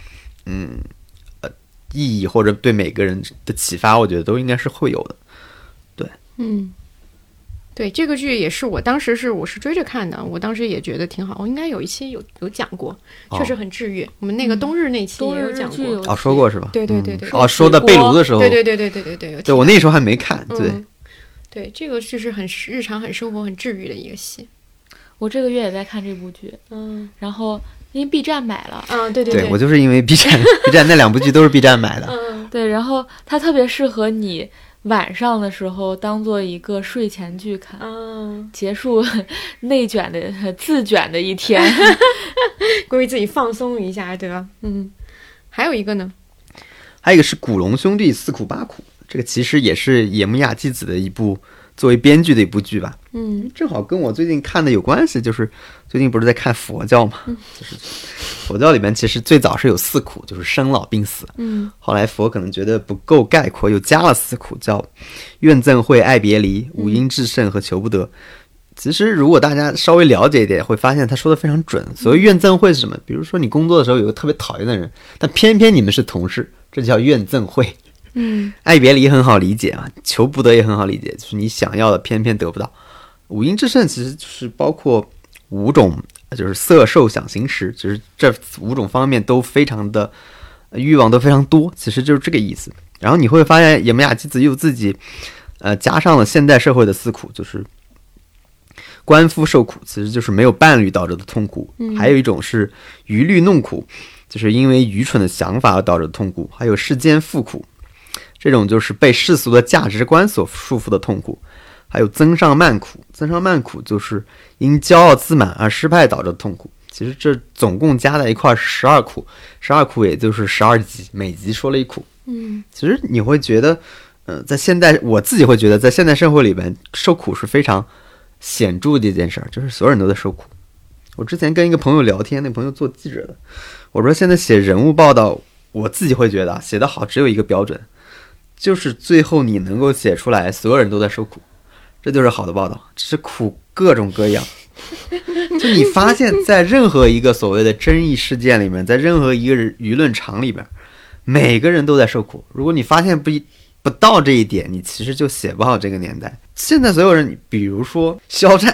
[SPEAKER 3] 意义或者对每个人的启发，我觉得都应该是会有的。对，
[SPEAKER 1] 对，这个剧也是我当时我是追着看的，我当时也觉得挺好。我应该有一期有讲过，确实很治愈。我们那个冬日那期也有讲过，
[SPEAKER 3] 说过是吧？
[SPEAKER 1] 对，
[SPEAKER 3] 说的被炉的时候，
[SPEAKER 1] 对，
[SPEAKER 3] 对我那时候还没看，
[SPEAKER 1] 对，这个就是很日常、很生活、很治愈的一个戏。
[SPEAKER 2] 我这个月也在看这部剧，然后因为 B 站买了，
[SPEAKER 1] 对，
[SPEAKER 3] 我就是因为 B 站那2部剧都是 B 站买的，
[SPEAKER 2] 对，然后它特别适合你晚上的时候当做一个睡前剧看，结束内卷的自卷的一天，
[SPEAKER 1] 归自己放松一下，对吧？还有一个呢？
[SPEAKER 3] 还有一个是古龙兄弟4苦8苦，这个其实也是野木亚纪子的一部作为编剧的一部剧吧。正好跟我最近看的有关系，就是最近不是在看佛教嘛，就是佛教里面其实最早是有4苦，就是生老病死。后来佛可能觉得不够概括，又加了4苦，叫怨憎会、爱别离、五阴炽盛和求不得。其实如果大家稍微了解一点，会发现他说的非常准。所谓怨憎会是什么？比如说你工作的时候有个特别讨厌的人，但偏偏你们是同事，这叫怨憎会。爱别离很好理解啊，求不得也很好理解，就是你想要的偏偏得不到。五阴炽盛其实就是包括5种，就是色受想行识，就是这5种方面都非常的欲望都非常多，其实就是这个意思。然后你会发现野木亚纪子又自己加上了现代社会的4苦，就是官夫受苦，其实就是没有伴侣导致的痛苦。还有一种是愚虑弄苦，就是因为愚蠢的想法而导致的痛苦。还有世间富苦，这种就是被世俗的价值观所束缚的痛苦。还有增上慢苦，增上慢苦就是因骄傲自满而失败导致的痛苦。其实这总共加在一块是12苦，12苦也就是12集，每集说了1苦。其实你会觉得在现代，我自己会觉得在现代社会里边受苦是非常显著的一件事，就是所有人都在受苦。我之前跟一个朋友聊天，那朋友做记者的，我说现在写人物报道，我自己会觉得写得好只有一个标准，就是最后你能够写出来所有人都在受苦，这就是好的报道。只是苦各种各样，就你发现在任何一个所谓的争议事件里面，在任何一个舆论场里边，每个人都在受苦。如果你发现不到这一点，你其实就写不好这个年代。现在所有人，比如说肖战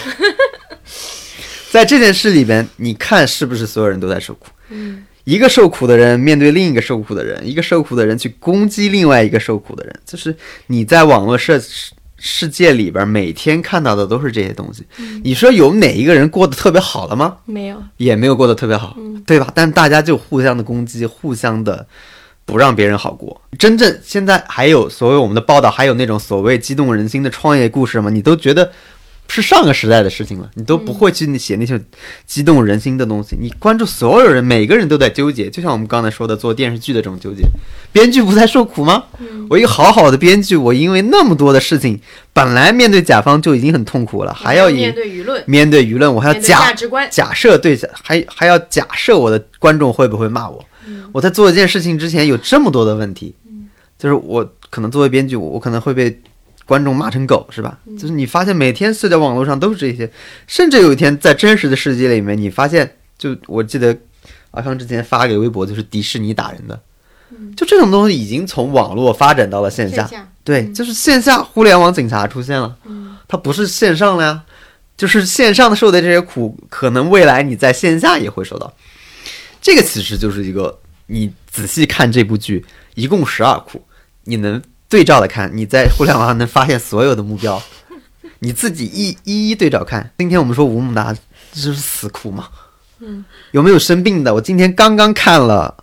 [SPEAKER 3] 在这件事里边，你看是不是所有人都在受苦？一个受苦的人面对另一个受苦的人，一个受苦的人去攻击另外一个受苦的人，就是你在网络世界里边每天看到的都是这些东西。你说有哪一个人过得特别好了吗？
[SPEAKER 1] 没有，
[SPEAKER 3] 也没有过得特别好，对吧？但大家就互相的攻击，互相的不让别人好过。真正现在还有所谓我们的报道，还有那种所谓激动人心的创业故事吗？你都觉得是上个时代的事情了，你都不会去写那些激动人心的东西。你关注所有人，每个人都在纠结，就像我们刚才说的做电视剧的这种纠结。编剧不在受苦吗？我一个好好的编剧，我因为那么多的事情，本来面对甲方就已经很痛苦了，还要
[SPEAKER 1] 面对舆论，
[SPEAKER 3] 我还要
[SPEAKER 1] 价值观
[SPEAKER 3] 假设对，还要假设我的观众会不会骂我。我在做一件事情之前有这么多的问题，就是我可能作为编剧，我可能会被观众骂成狗，是吧？就是你发现每天社交网络上都是这些，甚至有一天在真实的世界里面，你发现，就我记得阿康之前发给微博，就是迪士尼打人的，就这种东西已经从网络发展到了线下。对，就是线下互联网警察出现了，它不是线上了呀，就是线上的受的这些苦，可能未来你在线下也会受到。这个其实就是一个，你仔细看这部剧，一共12苦，你能对照的看，你在互联网上能发现所有的目标，你自己一一对照看。今天我们说吴孟达这是死苦吗？有没有生病的？我今天刚刚看了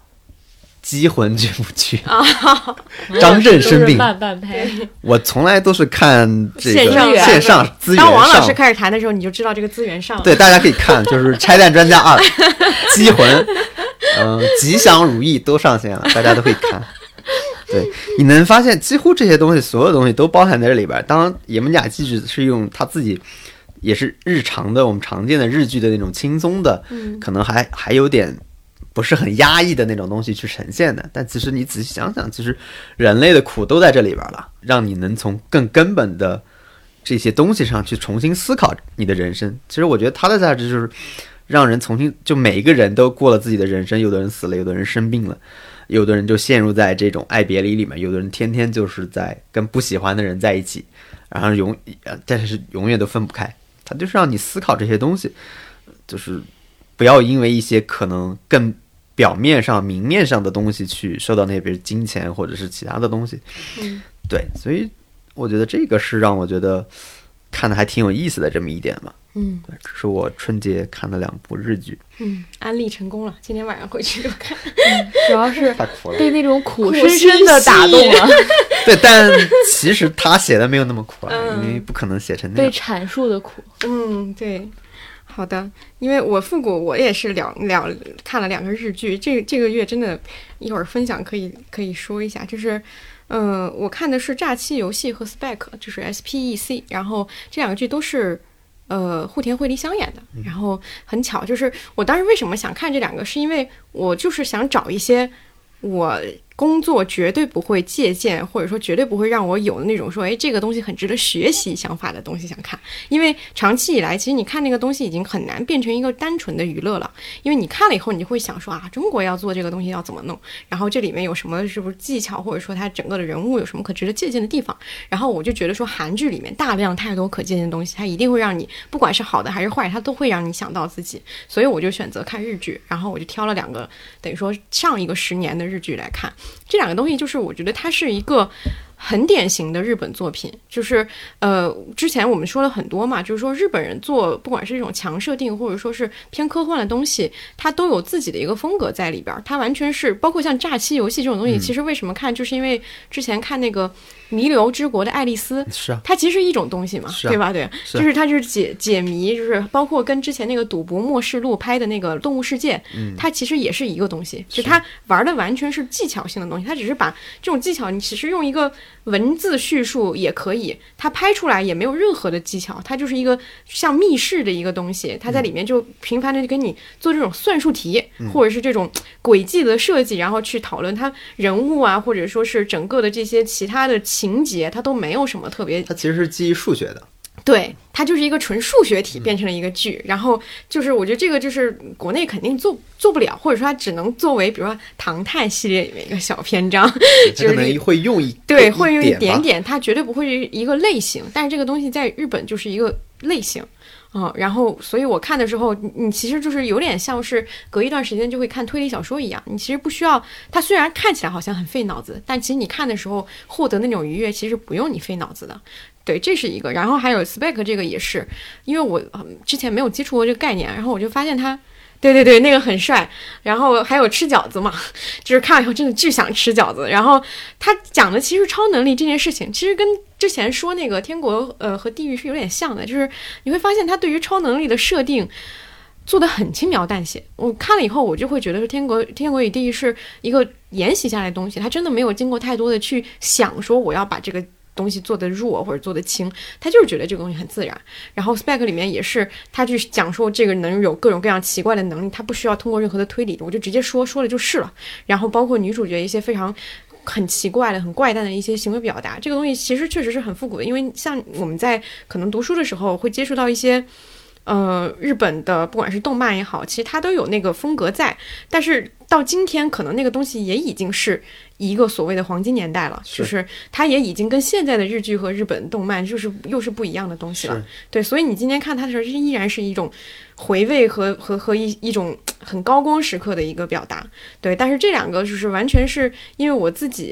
[SPEAKER 3] 《机魂》这部剧，张震生病，
[SPEAKER 2] 半拍。
[SPEAKER 3] 我从来都是看这个
[SPEAKER 1] 线
[SPEAKER 3] 上资源上。
[SPEAKER 1] 当王老师开始谈的时候，你就知道这个资源上了。
[SPEAKER 3] 对，大家可以看，就是《拆弹专家2》《机魂》，吉祥如意都上线了，大家都可以看。对，你能发现几乎这些东西，所有东西都包含在这里边。当然，野门雅纪是用他自己也是日常的我们常见的日剧的那种轻松的，可能还有点不是很压抑的那种东西去呈现的。但其实你仔细想想，其实人类的苦都在这里边了，让你能从更根本的这些东西上去重新思考你的人生。其实我觉得它的价值就是让人重新，就每一个人都过了自己的人生，有的人死了，有的人生病了，有的人就陷入在这种爱别离里面，有的人天天就是在跟不喜欢的人在一起，然后但是永远都分不开。它就是让你思考这些东西，就是不要因为一些可能更表面上明面上的东西去受到那边金钱或者是其他的东西。对，所以我觉得这个是让我觉得看的还挺有意思的这么一点嘛。对，这是我春节看的2部日剧。
[SPEAKER 1] 安利成功了，今天晚上回去就看。
[SPEAKER 2] 主要是被那种苦深深的打动了。
[SPEAKER 3] 对，但其实他写的没有那么苦啊，因为不可能写成那样。
[SPEAKER 2] 被阐述的苦。
[SPEAKER 1] 对。好的，因为我复古我也是看了2个日剧，这个月真的一会儿分享可以说一下，就是我看的是诈欺游戏和 Spec， 就是 SPEC， 然后这2个剧都是户田惠梨香演的，然后很巧，就是我当时为什么想看这2个，是因为我就是想找一些我工作绝对不会借鉴，或者说绝对不会让我有那种说这个东西很值得学习想法的东西想看。因为长期以来其实你看那个东西已经很难变成一个单纯的娱乐了，因为你看了以后你就会想说中国要做这个东西要怎么弄，然后这里面有什么是不是技巧，或者说它整个的人物有什么可值得借鉴的地方。然后我就觉得说韩剧里面大量太多可借鉴的东西，它一定会让你不管是好的还是坏，它都会让你想到自己，所以我就选择看日剧，然后我就挑了2个等于说上一个10年的日剧来看。这2个东西就是我觉得它是一个很典型的日本作品，就是之前我们说了很多嘛，就是说日本人做不管是这种强设定或者说是偏科幻的东西，它都有自己的一个风格在里边，它完全是包括像诈欺游戏这种东西，其实为什么看，就是因为之前看那个弥留之国的爱丽丝，它其实是一种东西嘛，对吧？对，就是它就是解谜，就是包括跟之前那个赌博默示录拍的那个动物世界，它其实也是一个东西，就它玩的完全是技巧性的东西，它只是把这种技巧你其实用一个文字叙述也可以，它拍出来也没有任何的技巧，它就是一个像密室的一个东西，它在里面就频繁的跟你做这种算术题，或者是这种轨迹的设计，然后去讨论它人物啊，或者说是整个的这些其他的情节，它都没有什么特别，
[SPEAKER 3] 它其实是基于数学的。
[SPEAKER 1] 对，它就是一个纯数学题变成了一个剧，然后就是我觉得这个就是国内肯定做不了，或者说它只能作为比如说唐探系列里面一个小篇章，
[SPEAKER 3] 就是可能会用
[SPEAKER 1] 对，会用一点点，它绝对不会是一个类型，但是这个东西在日本就是一个类型。然后所以我看的时候，你其实就是有点像是隔一段时间就会看推理小说一样，你其实不需要它，虽然看起来好像很费脑子，但其实你看的时候获得那种愉悦其实不用你费脑子的。对，这是一个。然后还有 Spec 这个也是，因为我之前没有接触过这个概念，然后我就发现它对，那个很帅。然后还有吃饺子嘛，就是看了以后真的巨想吃饺子。然后他讲的其实超能力这件事情，其实跟之前说那个天国和地狱是有点像的，就是你会发现他对于超能力的设定做得很轻描淡写。我看了以后，我就会觉得说天国与地狱是一个沿袭下来的东西，他真的没有经过太多的去想说我要把这个东西做得弱或者做得轻，他就是觉得这个东西很自然。然后 Spec 里面也是，他去讲说这个能有各种各样奇怪的能力，他不需要通过任何的推理，我就直接说了就是了。然后包括女主角一些非常很奇怪的很怪诞的一些行为表达，这个东西其实确实是很复古的，因为像我们在可能读书的时候会接触到一些日本的不管是动漫也好，其实它都有那个风格在，但是到今天可能那个东西也已经是一个所谓的黄金年代了，就是它也已经跟现在的日剧和日本动漫就是又是不一样的东西了。对，所以你今天看它的时候依然是一种回味和一种很高光时刻的一个表达。对，但是这两个就是完全是因为我自己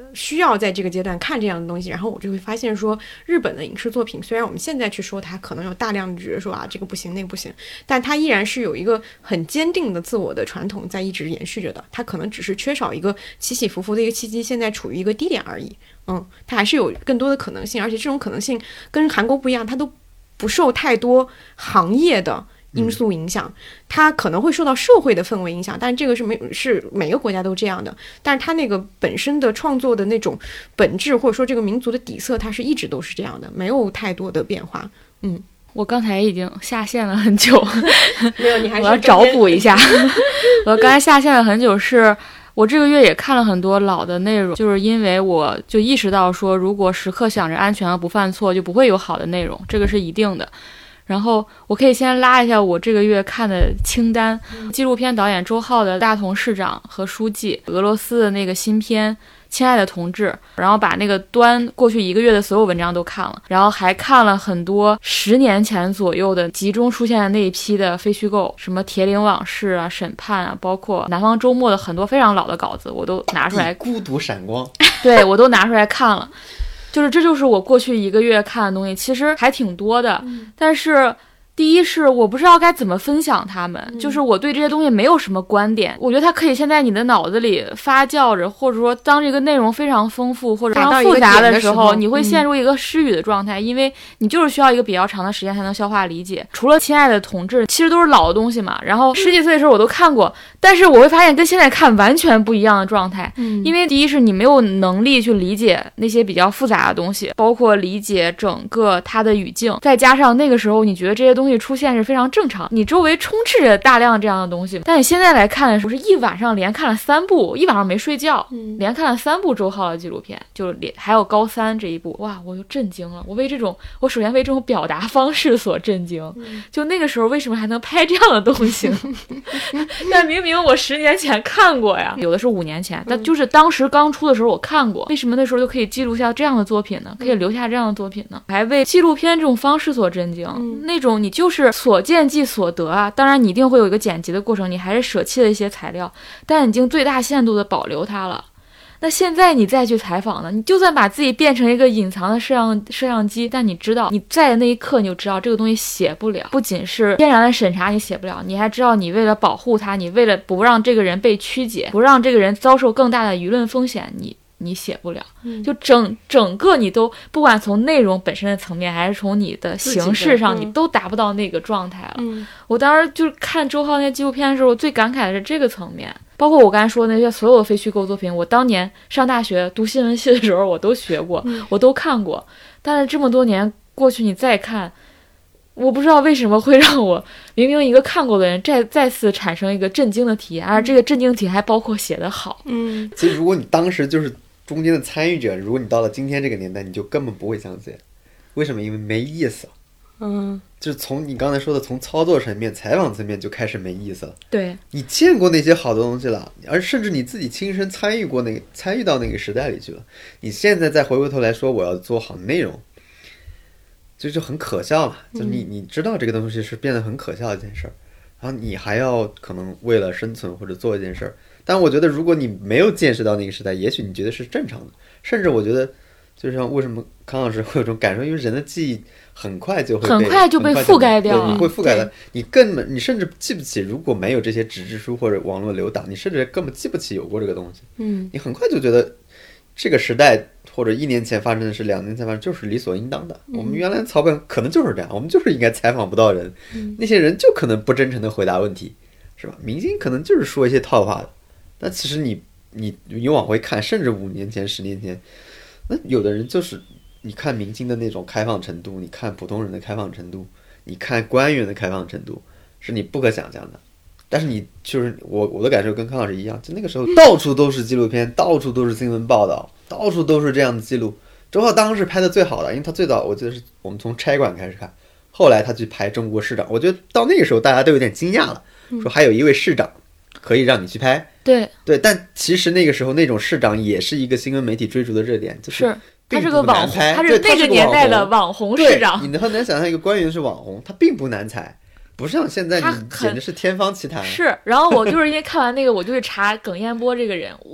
[SPEAKER 1] 需要在这个阶段看这样的东西，然后我就会发现说，日本的影视作品虽然我们现在去说它可能有大量的觉得说这个不行那个不行，但它依然是有一个很坚定的自我的传统在一直延续着的，它可能只是缺少一个起起伏伏的一个契机，现在处于一个低点而已。它还是有更多的可能性，而且这种可能性跟韩国不一样，它都不受太多行业的因素影响，它可能会受到社会的氛围影响，但这个是每个国家都这样的，但是它那个本身的创作的那种本质或者说这个民族的底色，它是一直都是这样的，没有太多的变化。
[SPEAKER 2] 我刚才已经下线了很久，
[SPEAKER 1] 没有，你还是
[SPEAKER 2] 我要找补一下。我刚才下线了很久，是我这个月也看了很多老的内容，就是因为我就意识到说，如果时刻想着安全和不犯错，就不会有好的内容，这个是一定的。然后我可以先拉一下我这个月看的清单，纪录片导演周浩的《大同市长和书记》，俄罗斯的那个新片《亲爱的同志》，然后把那个端过去1个月的所有文章都看了，然后还看了很多10年前左右的集中出现的那一批的非虚构，什么铁岭往事啊、审判啊，包括南方周末的很多非常老的稿子，我都拿出来。
[SPEAKER 3] 孤独闪光，
[SPEAKER 2] 对，我都拿出来看了。这就是我过去1个月看的东西，其实还挺多的，但是第一是我不知道该怎么分享它们，就是我对这些东西没有什么观点，我觉得它可以先在你的脑子里发酵着，或者说当这个内容非常丰富或者非常复杂的时候，你会陷入一个失语的状态，因为你就是需要一个比较长的时间才能消化理解。除了亲爱的同志，其实都是老的东西嘛，然后10几岁的时候我都看过，但是我会发现跟现在看完全不一样的状态，因为第一是你没有能力去理解那些比较复杂的东西，包括理解整个它的语境，再加上那个时候你觉得这些东西出现是非常正常，你周围充斥着大量这样的东西，但你现在来看的时候，是一晚上连看了3部，一晚上没睡觉，连看了3部周浩的纪录片，就还有高3这一部，哇，我就震惊了，我首先为这种表达方式所震惊，就那个时候为什么还能拍这样的东西？但明明我10年前看过呀，有的是5年前，但就是当时刚出的时候我看过，为什么那时候就可以记录下这样的作品呢？可以留下这样的作品呢？还为纪录片这种方式所震惊，那种你就是所见即所得啊，当然你一定会有一个剪辑的过程，你还是舍弃了一些材料，但已经最大限度的保留它了。那现在你再去采访呢，你就算把自己变成一个隐藏的摄像机，但你知道你在那一刻你就知道这个东西写不了，不仅是天然的审查你写不了，你还知道你为了保护他，你为了不让这个人被曲解，不让这个人遭受更大的舆论风险，你写不了，就整个你都不管从内容本身的层面，还是从你的形式上，你都达不到那个状态了。我当时就是看周浩那纪录片的时候，我最感慨的是这个层面，包括我刚才说的那些所有的非虚构作品，我当年上大学读新闻系的时候我都学过，我都看过，但是这么多年过去，你再看，我不知道为什么会让我明明一个看过的人再次产生一个震惊的体验，而这个震惊体验还包括写得好。
[SPEAKER 3] 其实如果你当时就是中间的参与者，如果你到了今天这个年代，你就根本不会相信。为什么？因为没意思。就是从你刚才说的，从操作层面、采访层面就开始没意思了。对，你见过那些好的东西了，而甚至你自己亲身参与到那个时代里去了。你现在再回过头来说我要做好内容，就很可笑了。就你知道这个东西是变得很可笑的一件事儿，然后你还要可能为了生存或者做一件事儿。但我觉得如果你没有见识到那个时代，也许你觉得是正常的，甚至我觉得就像为什么康老师会有种感受，因为人的记忆很快就被覆盖掉了，你会覆盖了，你甚至记不起，如果没有这些纸质书或者网络留档，你甚至根本记不起有过这个东西。你很快就觉得这个时代或者1年前发生的事，2年前发生就是理所应当的。我们原来草本可能就是这样，我们就是应该采访不到人，那些人就可能不真诚的回答问题，是吧？明星可能就是说一些套话的。但其实你往回看，甚至5年前、10年前，那有的人就是你看明星的那种开放程度，你看普通人的开放程度，你看官员的开放程度，是你不可想象的。但是你就是我的感受跟康老师一样，就那个时候到处都是纪录片，到处都是新闻报道，到处都是这样的记录。周浩当时拍的最好的，因为他最早我记得是我们从差馆开始看，后来他去拍中国市长，我觉得到那个时候大家都有点惊讶了，说还有一位市长可以让你去拍。对，但其实那个时候那种市长也是一个新闻媒体追逐的热点，就是
[SPEAKER 2] 他是个网红，他是那个年代的网红市长。
[SPEAKER 3] 你很难想象一个官员是网红，他并不难采，不像现在你简直是天方奇谭。
[SPEAKER 2] 是，然后我就是因为看完那个，我就去查耿彦波这个人，哇，大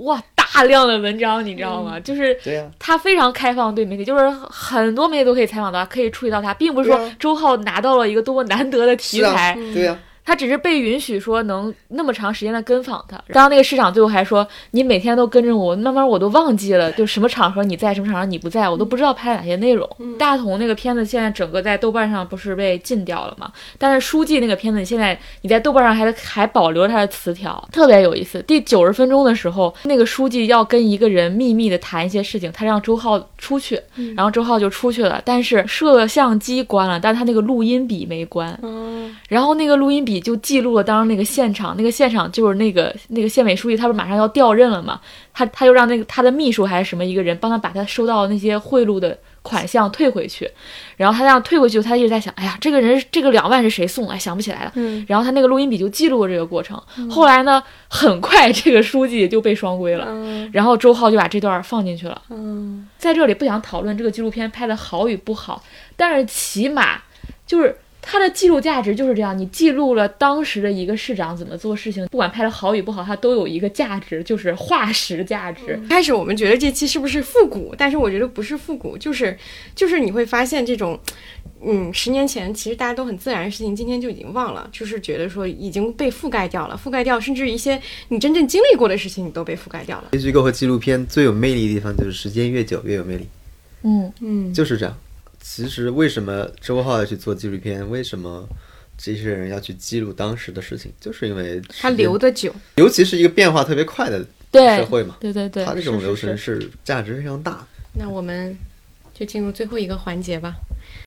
[SPEAKER 2] 大量的文章，你知道吗？就是他非常开放对媒体，就是很多媒体都可以采访到他，可以触及到他，并不是说周浩拿到了一个多么难得的题材。
[SPEAKER 3] 对呀。
[SPEAKER 2] 他只是被允许说能那么长时间的跟访他，刚刚那个市长最后还说你每天都跟着我，慢慢我都忘记了，就什么场合你在，什么场合你不在，我都不知道拍哪些内容。大同那个片子现在整个在豆瓣上不是被禁掉了吗？但是书记那个片子现在你在豆瓣上还保留他的词条，特别有意思。第90分钟的时候，那个书记要跟一个人秘密的谈一些事情，他让周浩出去，然后周浩就出去了，但是摄像机关了，但他那个录音笔没关，然后那个录音笔就记录了当时那个现场就是那个县委书记，他不是马上要调任了嘛？他就让那个他的秘书还是什么一个人帮他把他收到的那些贿赂的款项退回去，然后他这样退回去，他一直在想，哎呀，这个2万是谁送的？哎，想不起来了。然后他那个录音笔就记录了这个过程。后来呢，很快这个书记就被双规了，然后周浩就把这段放进去了。在这里不想讨论这个纪录片拍的好与不好，但是起码就是它的记录价值就是这样，你记录了当时的一个市长怎么做事情，不管拍的好与不好，它都有一个价值，就是化石价值。
[SPEAKER 1] 开始我们觉得这期是不是复古，但是我觉得不是复古，就是你会发现这种10年前其实大家都很自然的事情，今天就已经忘了，就是觉得说已经被覆盖掉了，甚至一些你真正经历过的事情你都被覆盖掉了。
[SPEAKER 3] 编剧构和纪录片最有魅力的地方就是时间越久越有魅力。就是这样。其实为什么周浩要去做纪录片，为什么这些人要去记录当时的事情，就是因为
[SPEAKER 1] 他留得久，
[SPEAKER 3] 尤其是一个变化特别快的社会嘛。
[SPEAKER 2] 对，
[SPEAKER 3] 他这种流程是价值非常大。
[SPEAKER 1] 那我们就进入最后一个环节吧。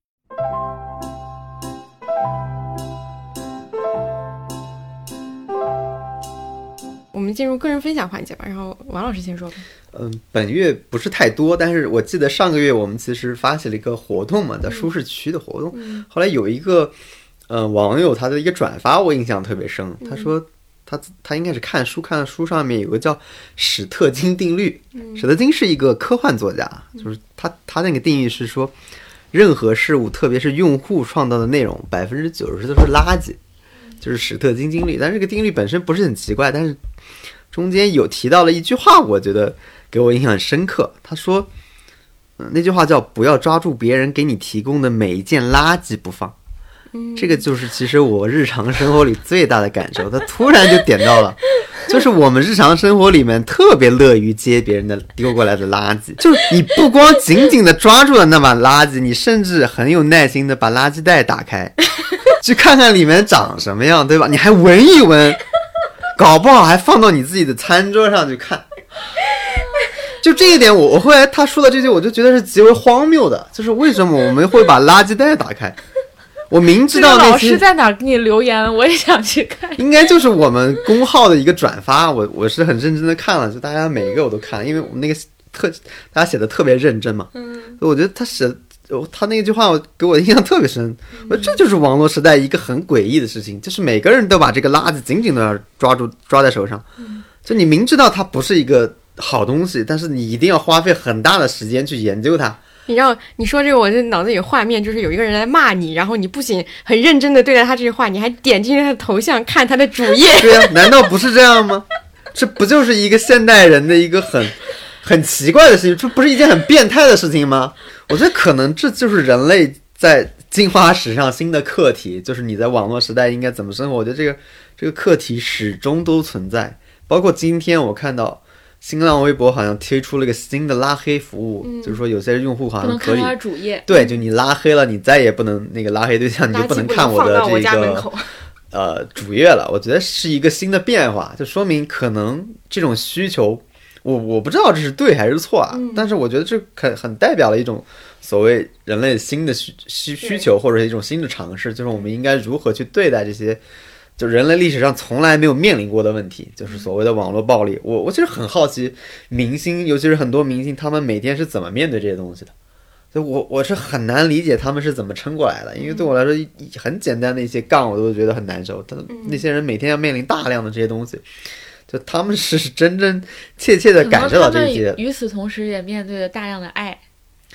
[SPEAKER 1] 我们进入个人分享环节吧，然后王老师先说吧。
[SPEAKER 3] 本月不是太多，但是我记得上个月我们其实发起了一个活动嘛，叫舒适区的活动。后来有一个网友他的一个转发，我印象特别深。他说他应该是看书上面有个叫史特金定律。史特金是一个科幻作家，就是他那个定义是说，任何事物特别是用户创造的内容90%都是垃圾，就是史特金定律。但是这个定律本身不是很奇怪，但是中间有提到了一句话，我觉得给我印象很深刻。他说那句话叫不要抓住别人给你提供的每一件垃圾不放。这个就是其实我日常生活里最大的感受。他突然就点到了，就是我们日常生活里面特别乐于接别人的丢过来的垃圾，就是你不光紧紧的抓住了那把垃圾，你甚至很有耐心的把垃圾袋打开去看看里面长什么样，对吧？你还闻一闻，搞不好还放到你自己的餐桌上去看。就这一点，我后来他说的这些，我就觉得是极为荒谬的。就是为什么我们会把垃圾袋打开？我明知道那些
[SPEAKER 2] 老师在哪儿给你留言，我也想去看。
[SPEAKER 3] 应该就是我们公号的一个转发，我是很认真的看了，就大家每一个我都看了，因为我们那个大家写的特别认真嘛。我觉得他那句话给我的印象特别深。我这就是网络时代一个很诡异的事情，就是每个人都把这个垃圾紧紧的抓在手上。就你明知道它不是一个好东西，但是你一定要花费很大的时间去研究它。
[SPEAKER 1] 你知道你说这个，我这脑子有画面，就是有一个人来骂你，然后你不仅很认真的对待他这句话，你还点进去他的头像看他的主页。
[SPEAKER 3] 对啊，难道不是这样吗？这不就是一个现代人的一个很奇怪的事情，这不是一件很变态的事情吗？我觉得可能这就是人类在进化史上新的课题，就是你在网络时代应该怎么生活。我觉得这个课题始终都存在，包括今天我看到新浪微博好像推出了一个新的拉黑服务，就是说有些用户好像可以
[SPEAKER 2] 不能看他主页，
[SPEAKER 3] 对，就你拉黑了，你再也不能那个拉黑对象，你就不能看我的这个主页了。我觉得是一个新的变化，就说明可能这种需求，我不知道这是对还是错啊，但是我觉得这很代表了一种所谓人类新的需求，或者一种新的尝试，就是我们应该如何去对待这些就人类历史上从来没有面临过的问题，就是所谓的网络暴力。我其实很好奇明星，尤其是很多明星，他们每天是怎么面对这些东西的。所以我是很难理解他们是怎么撑过来的，因为对我来说很简单的一些杠我都觉得很难受。那些人每天要面临大量的这些东西，就他们是真真切切的感受到这些。
[SPEAKER 2] 与此同时也面对了大量的爱。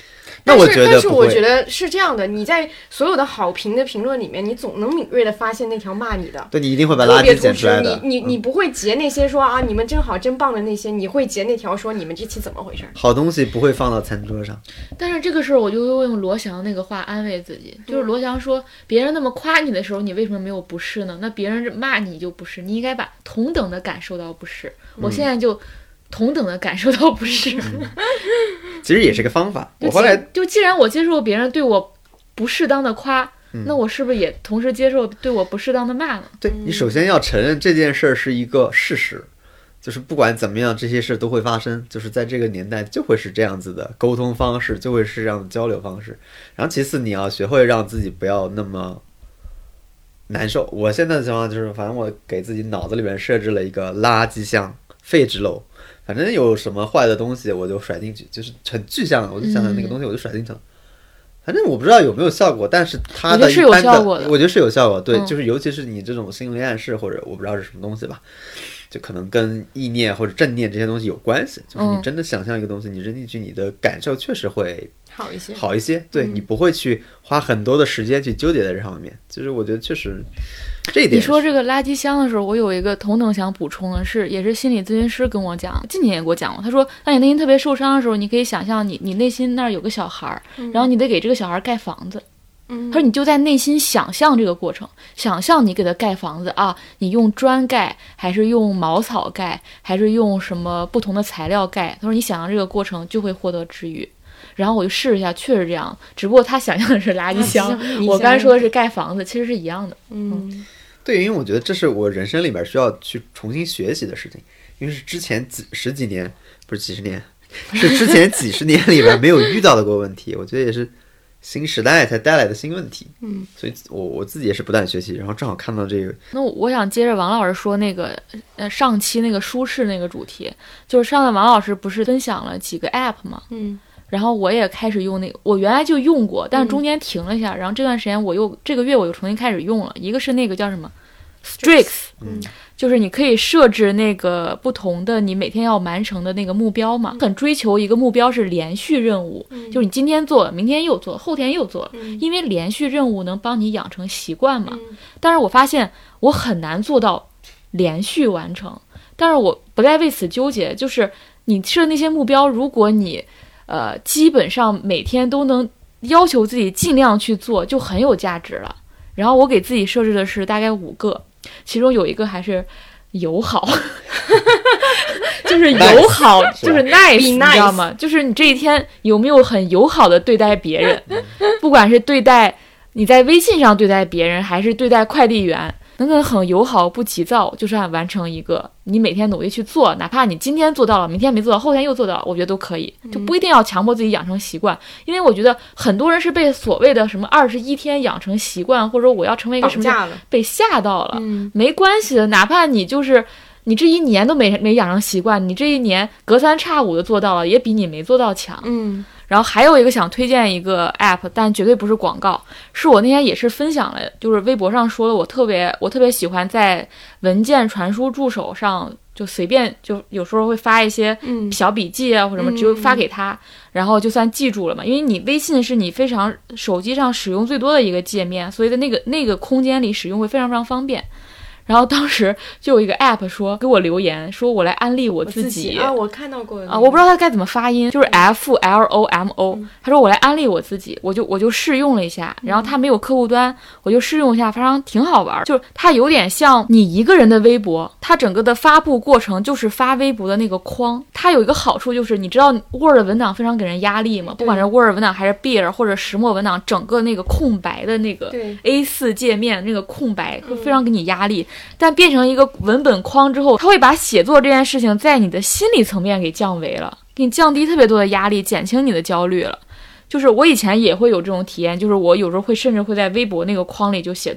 [SPEAKER 3] 那我觉得
[SPEAKER 1] 但是我觉得是这样的，你在所有的好评的评论里面，你总能敏锐的发现那条骂你的，
[SPEAKER 3] 对，你一定会把垃圾捡出来的。
[SPEAKER 1] 你不会截那些说啊你们真好真棒的那些，你会截那条说你们这期怎么回事？
[SPEAKER 3] 好东西不会放到餐桌上。
[SPEAKER 2] 但是这个时候我就用罗翔那个话安慰自己，就是罗翔说别人那么夸你的时候，你为什么没有不适呢？那别人骂你就不适，你应该把同等的感受到不适。我现在就同等的感受到不适。
[SPEAKER 3] 其实也是个方法。我后来
[SPEAKER 2] 就既然我接受别人对我不适当的夸，那我是不是也同时接受对我不适当的骂呢？
[SPEAKER 3] 对，你首先要承认这件事是一个事实，就是不管怎么样这些事都会发生，就是在这个年代就会是这样子的沟通方式，就会是这样的交流方式。然后其次你要学会让自己不要那么难受。我现在的情况就是反正我给自己脑子里面设置了一个垃圾箱废纸篓，反正有什么坏的东西我就甩进去，就是很具象的，我就想想那个东西我就甩进去了。反正我不知道有没有效果，但是它的一般的我觉得是有效果。对，就是尤其是你这种心理暗示或者我不知道是什么东西吧，就可能跟意念或者正念这些东西有关系。就是你真的想象一个东西，你扔进去，你的感受确实会好一些。对，你不会去花很多的时间去纠结在这上面。就是我觉得确实这一点。
[SPEAKER 2] 你说这个垃圾箱的时候，我有一个同等想补充的是，也是心理咨询师跟我讲，今年也给我讲过，他说当你内心特别受伤的时候，你可以想象你内心那儿有个小孩，然后你得给这个小孩盖房子。他说你就在内心想象这个过程，想象你给他盖房子啊，你用砖盖还是用茅草盖还是用什么不同的材料盖，他说你想象这个过程就会获得治愈。然后我就试了一下，确实这样，只不过他想象的是垃圾箱，我刚才说的是盖房子，其实是一样的。
[SPEAKER 3] 对，因为我觉得这是我人生里边需要去重新学习的事情，因为是之前十几年，不是几十年，是之前几十年里边没有遇到的过问题，我觉得也是新时代才带来的新问题。所以我自己也是不断学习，然后正好看到这个。
[SPEAKER 2] 那我想接着王老师说那个上期那个舒适那个主题，就是上次王老师不是分享了几个 app 吗？然后我也开始用那个，我原来就用过，但是中间停了一下，然后这段时间这个月我又重新开始用了。一个是那个叫什么 Strix，就是你可以设置那个不同的你每天要完成的那个目标嘛，很追求一个目标是连续任务，就是你今天做了，明天又做了，后天又做了，因为连续任务能帮你养成习惯嘛。但是我发现我很难做到连续完成，但是我不再为此纠结，就是你设那些目标，如果你基本上每天都能要求自己尽量去做，就很有价值了。然后我给自己设置的是大概5个，其中有一个还是友好就是友好就是 nice， 你知道吗？就是你这一天有没有很友好的对待别人，不管是对待你在微信上对待别人，还是对待快递员，能够很友好不急躁，就算完成一个你每天努力去做，哪怕你今天做到了，明天没做到，后天又做到了，我觉得都可以，就不一定要强迫自己养成习惯。因为我觉得很多人是被所谓的什么21天养成习惯，或者说我要成为一个什么被吓到了。没关系的，哪怕你就是你这一年都没养成习惯，你这一年隔3差5的做到了，也比你没做到强。然后还有一个想推荐一个 app， 但绝对不是广告，是我那天也是分享了，就是微博上说了，我特别喜欢在文件传输助手上就随便就有时候会发一些小笔记啊或者什么，只有发给他，然后就算记住了嘛。因为你微信是你非常手机上使用最多的一个界面，所以在那个空间里使用会非常非常方便。然后当时就有一个 app 说给我留言，说我来安利我自己
[SPEAKER 1] 啊，我看到过
[SPEAKER 2] 啊，我不知道他该怎么发音，就是 FLOMO。他说我来安利我自己，我就试用了一下，然后他没有客户端，我就试用一下，反正挺好玩。就是它有点像你一个人的微博，它整个的发布过程就是发微博的那个框。它有一个好处就是，你知道 Word 文档非常给人压力嘛，不管是 Word 文档还是 Bear 或者石墨文档，整个那个空白的那个 A4 界面那个空白会非常给你压力。但变成一个文本框之后，它会把写作这件事情在你的心理层面给降维了，给你降低特别多的压力，减轻你的焦虑了。就是我以前也会有这种体验，就是我有时候甚至会在微博那个框里就写东西，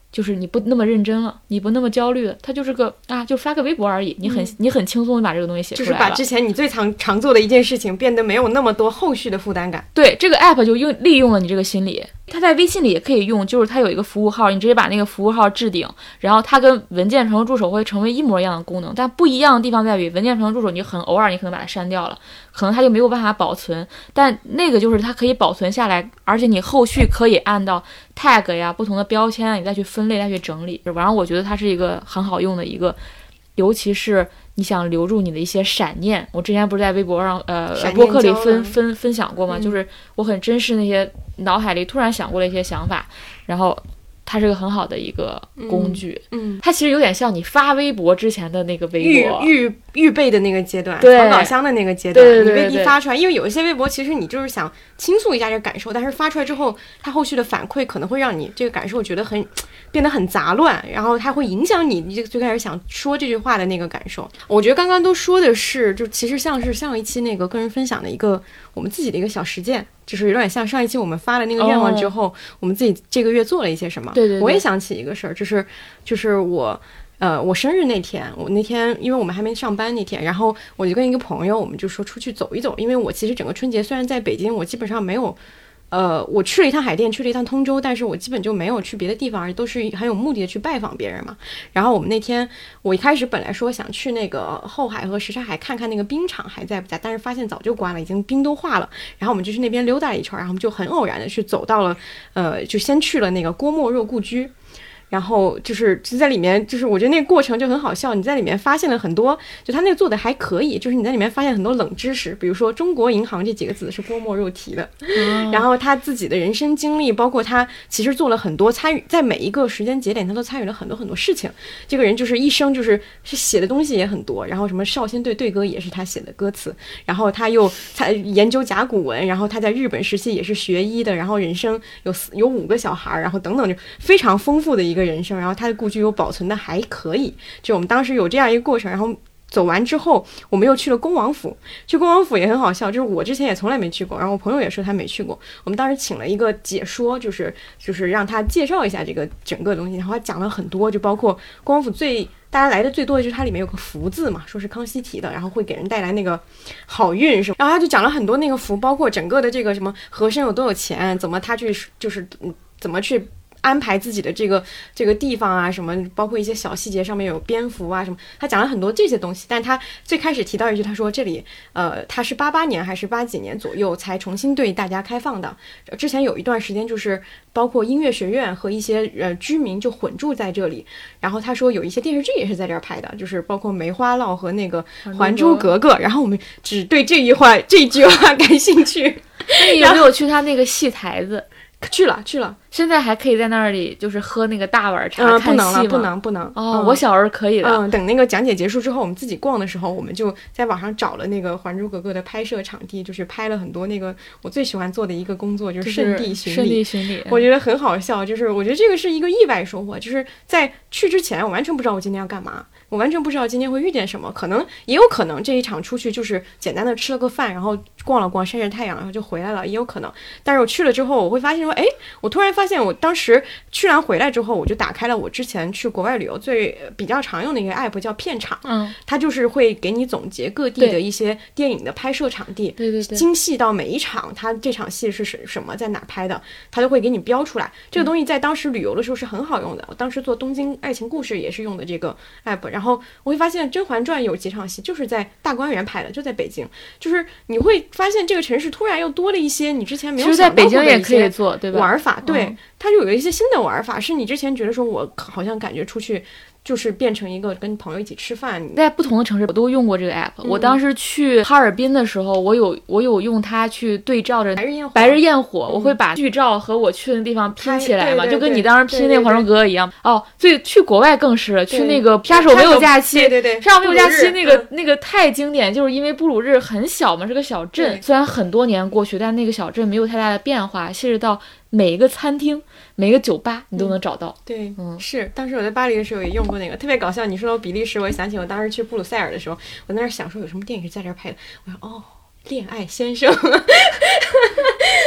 [SPEAKER 2] 就是你不那么认真了，你不那么焦虑了，它就是个就发个微博而已，你很轻松的把这个东西写出来了，
[SPEAKER 1] 就是把之前你最常做的一件事情变得没有那么多后续的负担感。
[SPEAKER 2] 对，这个 app 就利用了你这个心理。它在微信里也可以用，就是它有一个服务号，你直接把那个服务号置顶，然后它跟文件程序助手会成为一模一样的功能，但不一样的地方在于文件程序助手你很偶尔你可能把它删掉了，可能它就没有办法保存，但那个就是它可以保存下来，而且你后续可以按到 tag 呀不同的标签你再去分类再去整理。然后我觉得它是一个很好用的一个，尤其是你想留住你的一些闪念，我之前不是在微博上播客里分享过吗？就是我很珍视那些脑海里突然想过的一些想法，然后它是个很好的一个工具。它其实有点像你发微博之前的那个微博
[SPEAKER 1] 预备的那个阶段，
[SPEAKER 2] 对，
[SPEAKER 1] 草稿箱的那个阶段，
[SPEAKER 2] 对，
[SPEAKER 1] 你未必发出来，因为有一些微博其实你就是想倾诉一下这个感受，但是发出来之后，它后续的反馈可能会让你这个感受觉得变得很杂乱，然后它会影响你最开始想说这句话的那个感受。我觉得刚刚都说的是，就其实像是上一期那个个人分享的一个我们自己的一个小实践，就是有点像上一期我们发了那个愿望之后，我们自己这个月做了一些什么。
[SPEAKER 2] 对，
[SPEAKER 1] 我也想起一个事儿，就是我生日那天，我那天因为我们还没上班那天，然后我就跟一个朋友，我们就说出去走一走，因为我其实整个春节虽然在北京，我基本上没有。我去了一趟海淀，去了一趟通州，但是我基本就没有去别的地方，而且都是很有目的的去拜访别人嘛。然后我们那天，我一开始本来说想去那个后海和什刹海看看那个冰场还在不在，但是发现早就关了，已经冰都化了。然后我们就去那边溜达了一圈，然后我们就很偶然的去走到了，就先去了那个郭沫若故居。然后就在里面，就是我觉得那个过程就很好笑。你在里面发现了很多，就他那个做的还可以，就是你在里面发现很多冷知识，比如说中国银行这几个字是郭沫若提的，然后他自己的人生经历，包括他其实做了很多参与，在每一个时间节点他都参与了很多很多事情。这个人就是一生是写的东西也很多，然后什么少先队队歌也是他写的歌词，然后他又研究甲骨文，然后他在日本时期也是学医的，然后人生有5个小孩，然后等等，就非常丰富的一个人生，然后他的故居又保存的还可以，就我们当时有这样一个过程。然后走完之后，我们又去了恭王府，去恭王府也很好笑，就是我之前也从来没去过，然后我朋友也说他没去过，我们当时请了一个解说，就是让他介绍一下这个整个东西，然后他讲了很多，就包括恭王府大家来的最多的就是它里面有个福字嘛，说是康熙提的，然后会给人带来那个好运什么，然后他就讲了很多那个福，包括整个的这个什么和珅有多有钱，怎么他去怎么去安排自己的这个地方啊，什么包括一些小细节上面有蝙蝠啊什么，他讲了很多这些东西。但他最开始提到一句，他说这里他是88年还是80几年左右才重新对大家开放的，之前有一段时间就是包括音乐学院和一些居民就混住在这里。然后他说有一些电视剧也是在这儿拍的，就是包括梅花烙和那个还珠格格。然后我们只对这句话感兴趣。
[SPEAKER 2] 那你有没有去他那个戏台子？
[SPEAKER 1] 去了，
[SPEAKER 2] 现在还可以在那里就是喝那个大碗茶看戏吗？
[SPEAKER 1] 不能
[SPEAKER 2] 哦，我小时候可以的。
[SPEAKER 1] 等那个讲解结束之后，我们自己逛的时候，我们就在网上找了那个《还珠格格》的拍摄场地，就是拍了很多那个我最喜欢做的一个工作，就是圣地巡礼。我觉得很好笑，就是我觉得这个是一个意外收获，就是在去之前我完全不知道我今天要干嘛，我完全不知道今天会遇见什么，也有可能这一场出去就是简单的吃了个饭，然后逛了逛晒晒太阳，然后就回来了，也有可能。但是我去了之后，我会发现说，我突然发现我当时去完回来之后，我就打开了我之前去国外旅游比较常用的一个 app 叫片场，它就是会给你总结各地的一些电影的拍摄场地，
[SPEAKER 2] 对，
[SPEAKER 1] 精细到每一场它这场戏是什么在哪拍的，它都会给你标出来。这个东西在当时旅游的时候是很好用的，我当时做东京爱情故事也是用的这个 app。然后我会发现《甄嬛传》有几场戏就是在大观园拍的，就在北京，就是你会发现这个城市突然又多了一些你之前没有想到过的一些
[SPEAKER 2] 其实在北京也可以做，对吧？
[SPEAKER 1] 玩法，对，它就有一些新的玩法，是你之前觉得说我好像感觉出去就是变成一个跟朋友一起吃饭。
[SPEAKER 2] 在不同的城市我都用过这个 app，我当时去哈尔滨的时候，我有用它去对照着白日焰火，我会把剧照和我去的地方拼起来嘛，就跟你当时拼那个还珠格格一样。所以去国外更是去那个杀手没有假期，
[SPEAKER 1] 对，
[SPEAKER 2] 杀手没有假期那个太经典，就是因为布鲁日很小嘛，是个小镇，虽然很多年过去，但那个小镇没有太大的变化，甚至到每一个餐厅每一个酒吧你都能找到。
[SPEAKER 1] 对，是当时我在巴黎的时候也用过那个，特别搞笑。你说到比利时，我也想起我当时去布鲁塞尔的时候，我在那儿想说有什么电影是在这儿拍的，我说恋爱先生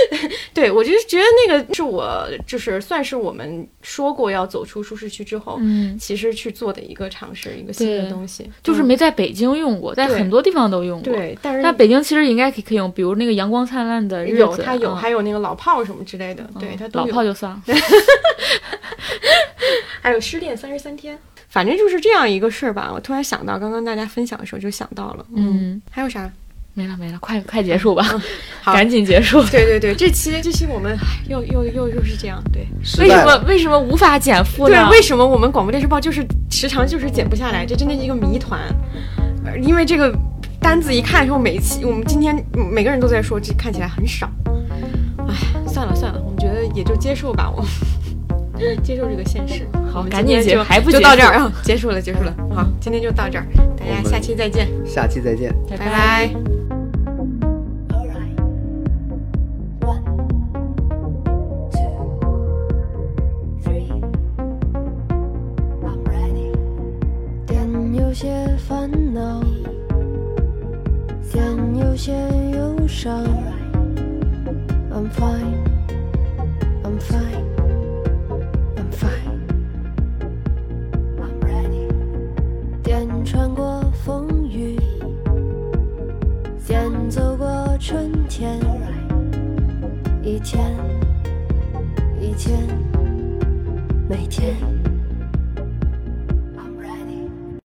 [SPEAKER 1] 对，我就是觉得那个是我就是算是我们说过要走出舒适区之后，其实去做的一个尝试，一个新的东西，
[SPEAKER 2] 就是没在北京用过，在很多地方都用过。
[SPEAKER 1] 对，但是
[SPEAKER 2] 北京其实应该可以用，比如那个阳光灿烂的日子，
[SPEAKER 1] 它有，还有那个老炮什么之类的，对，它都有。
[SPEAKER 2] 老炮就算了。
[SPEAKER 1] 还有失恋33天，反正就是这样一个事儿吧。我突然想到，刚刚大家分享的时候就想到了，还有啥？
[SPEAKER 2] 没了，快结束吧，
[SPEAKER 1] 好，
[SPEAKER 2] 赶紧结束。
[SPEAKER 1] 对，这期我们又是这样，对，
[SPEAKER 2] 为什么无法减负呢？
[SPEAKER 1] 对，为什么我们广播电视报就是时长就是减不下来？这真的是一个谜团。因为这个单子一看的时候，每期我们今天每个人都在说，这看起来很少。哎，算了，我们觉得也就接受吧，我们接受这个现实。
[SPEAKER 2] 好，赶紧结束，还不
[SPEAKER 1] 就到这儿啊！结束了。好，今天就到这儿，大家下期再见。
[SPEAKER 3] 拜
[SPEAKER 1] 拜。
[SPEAKER 4] 有些烦恼，有些忧伤 I'm fine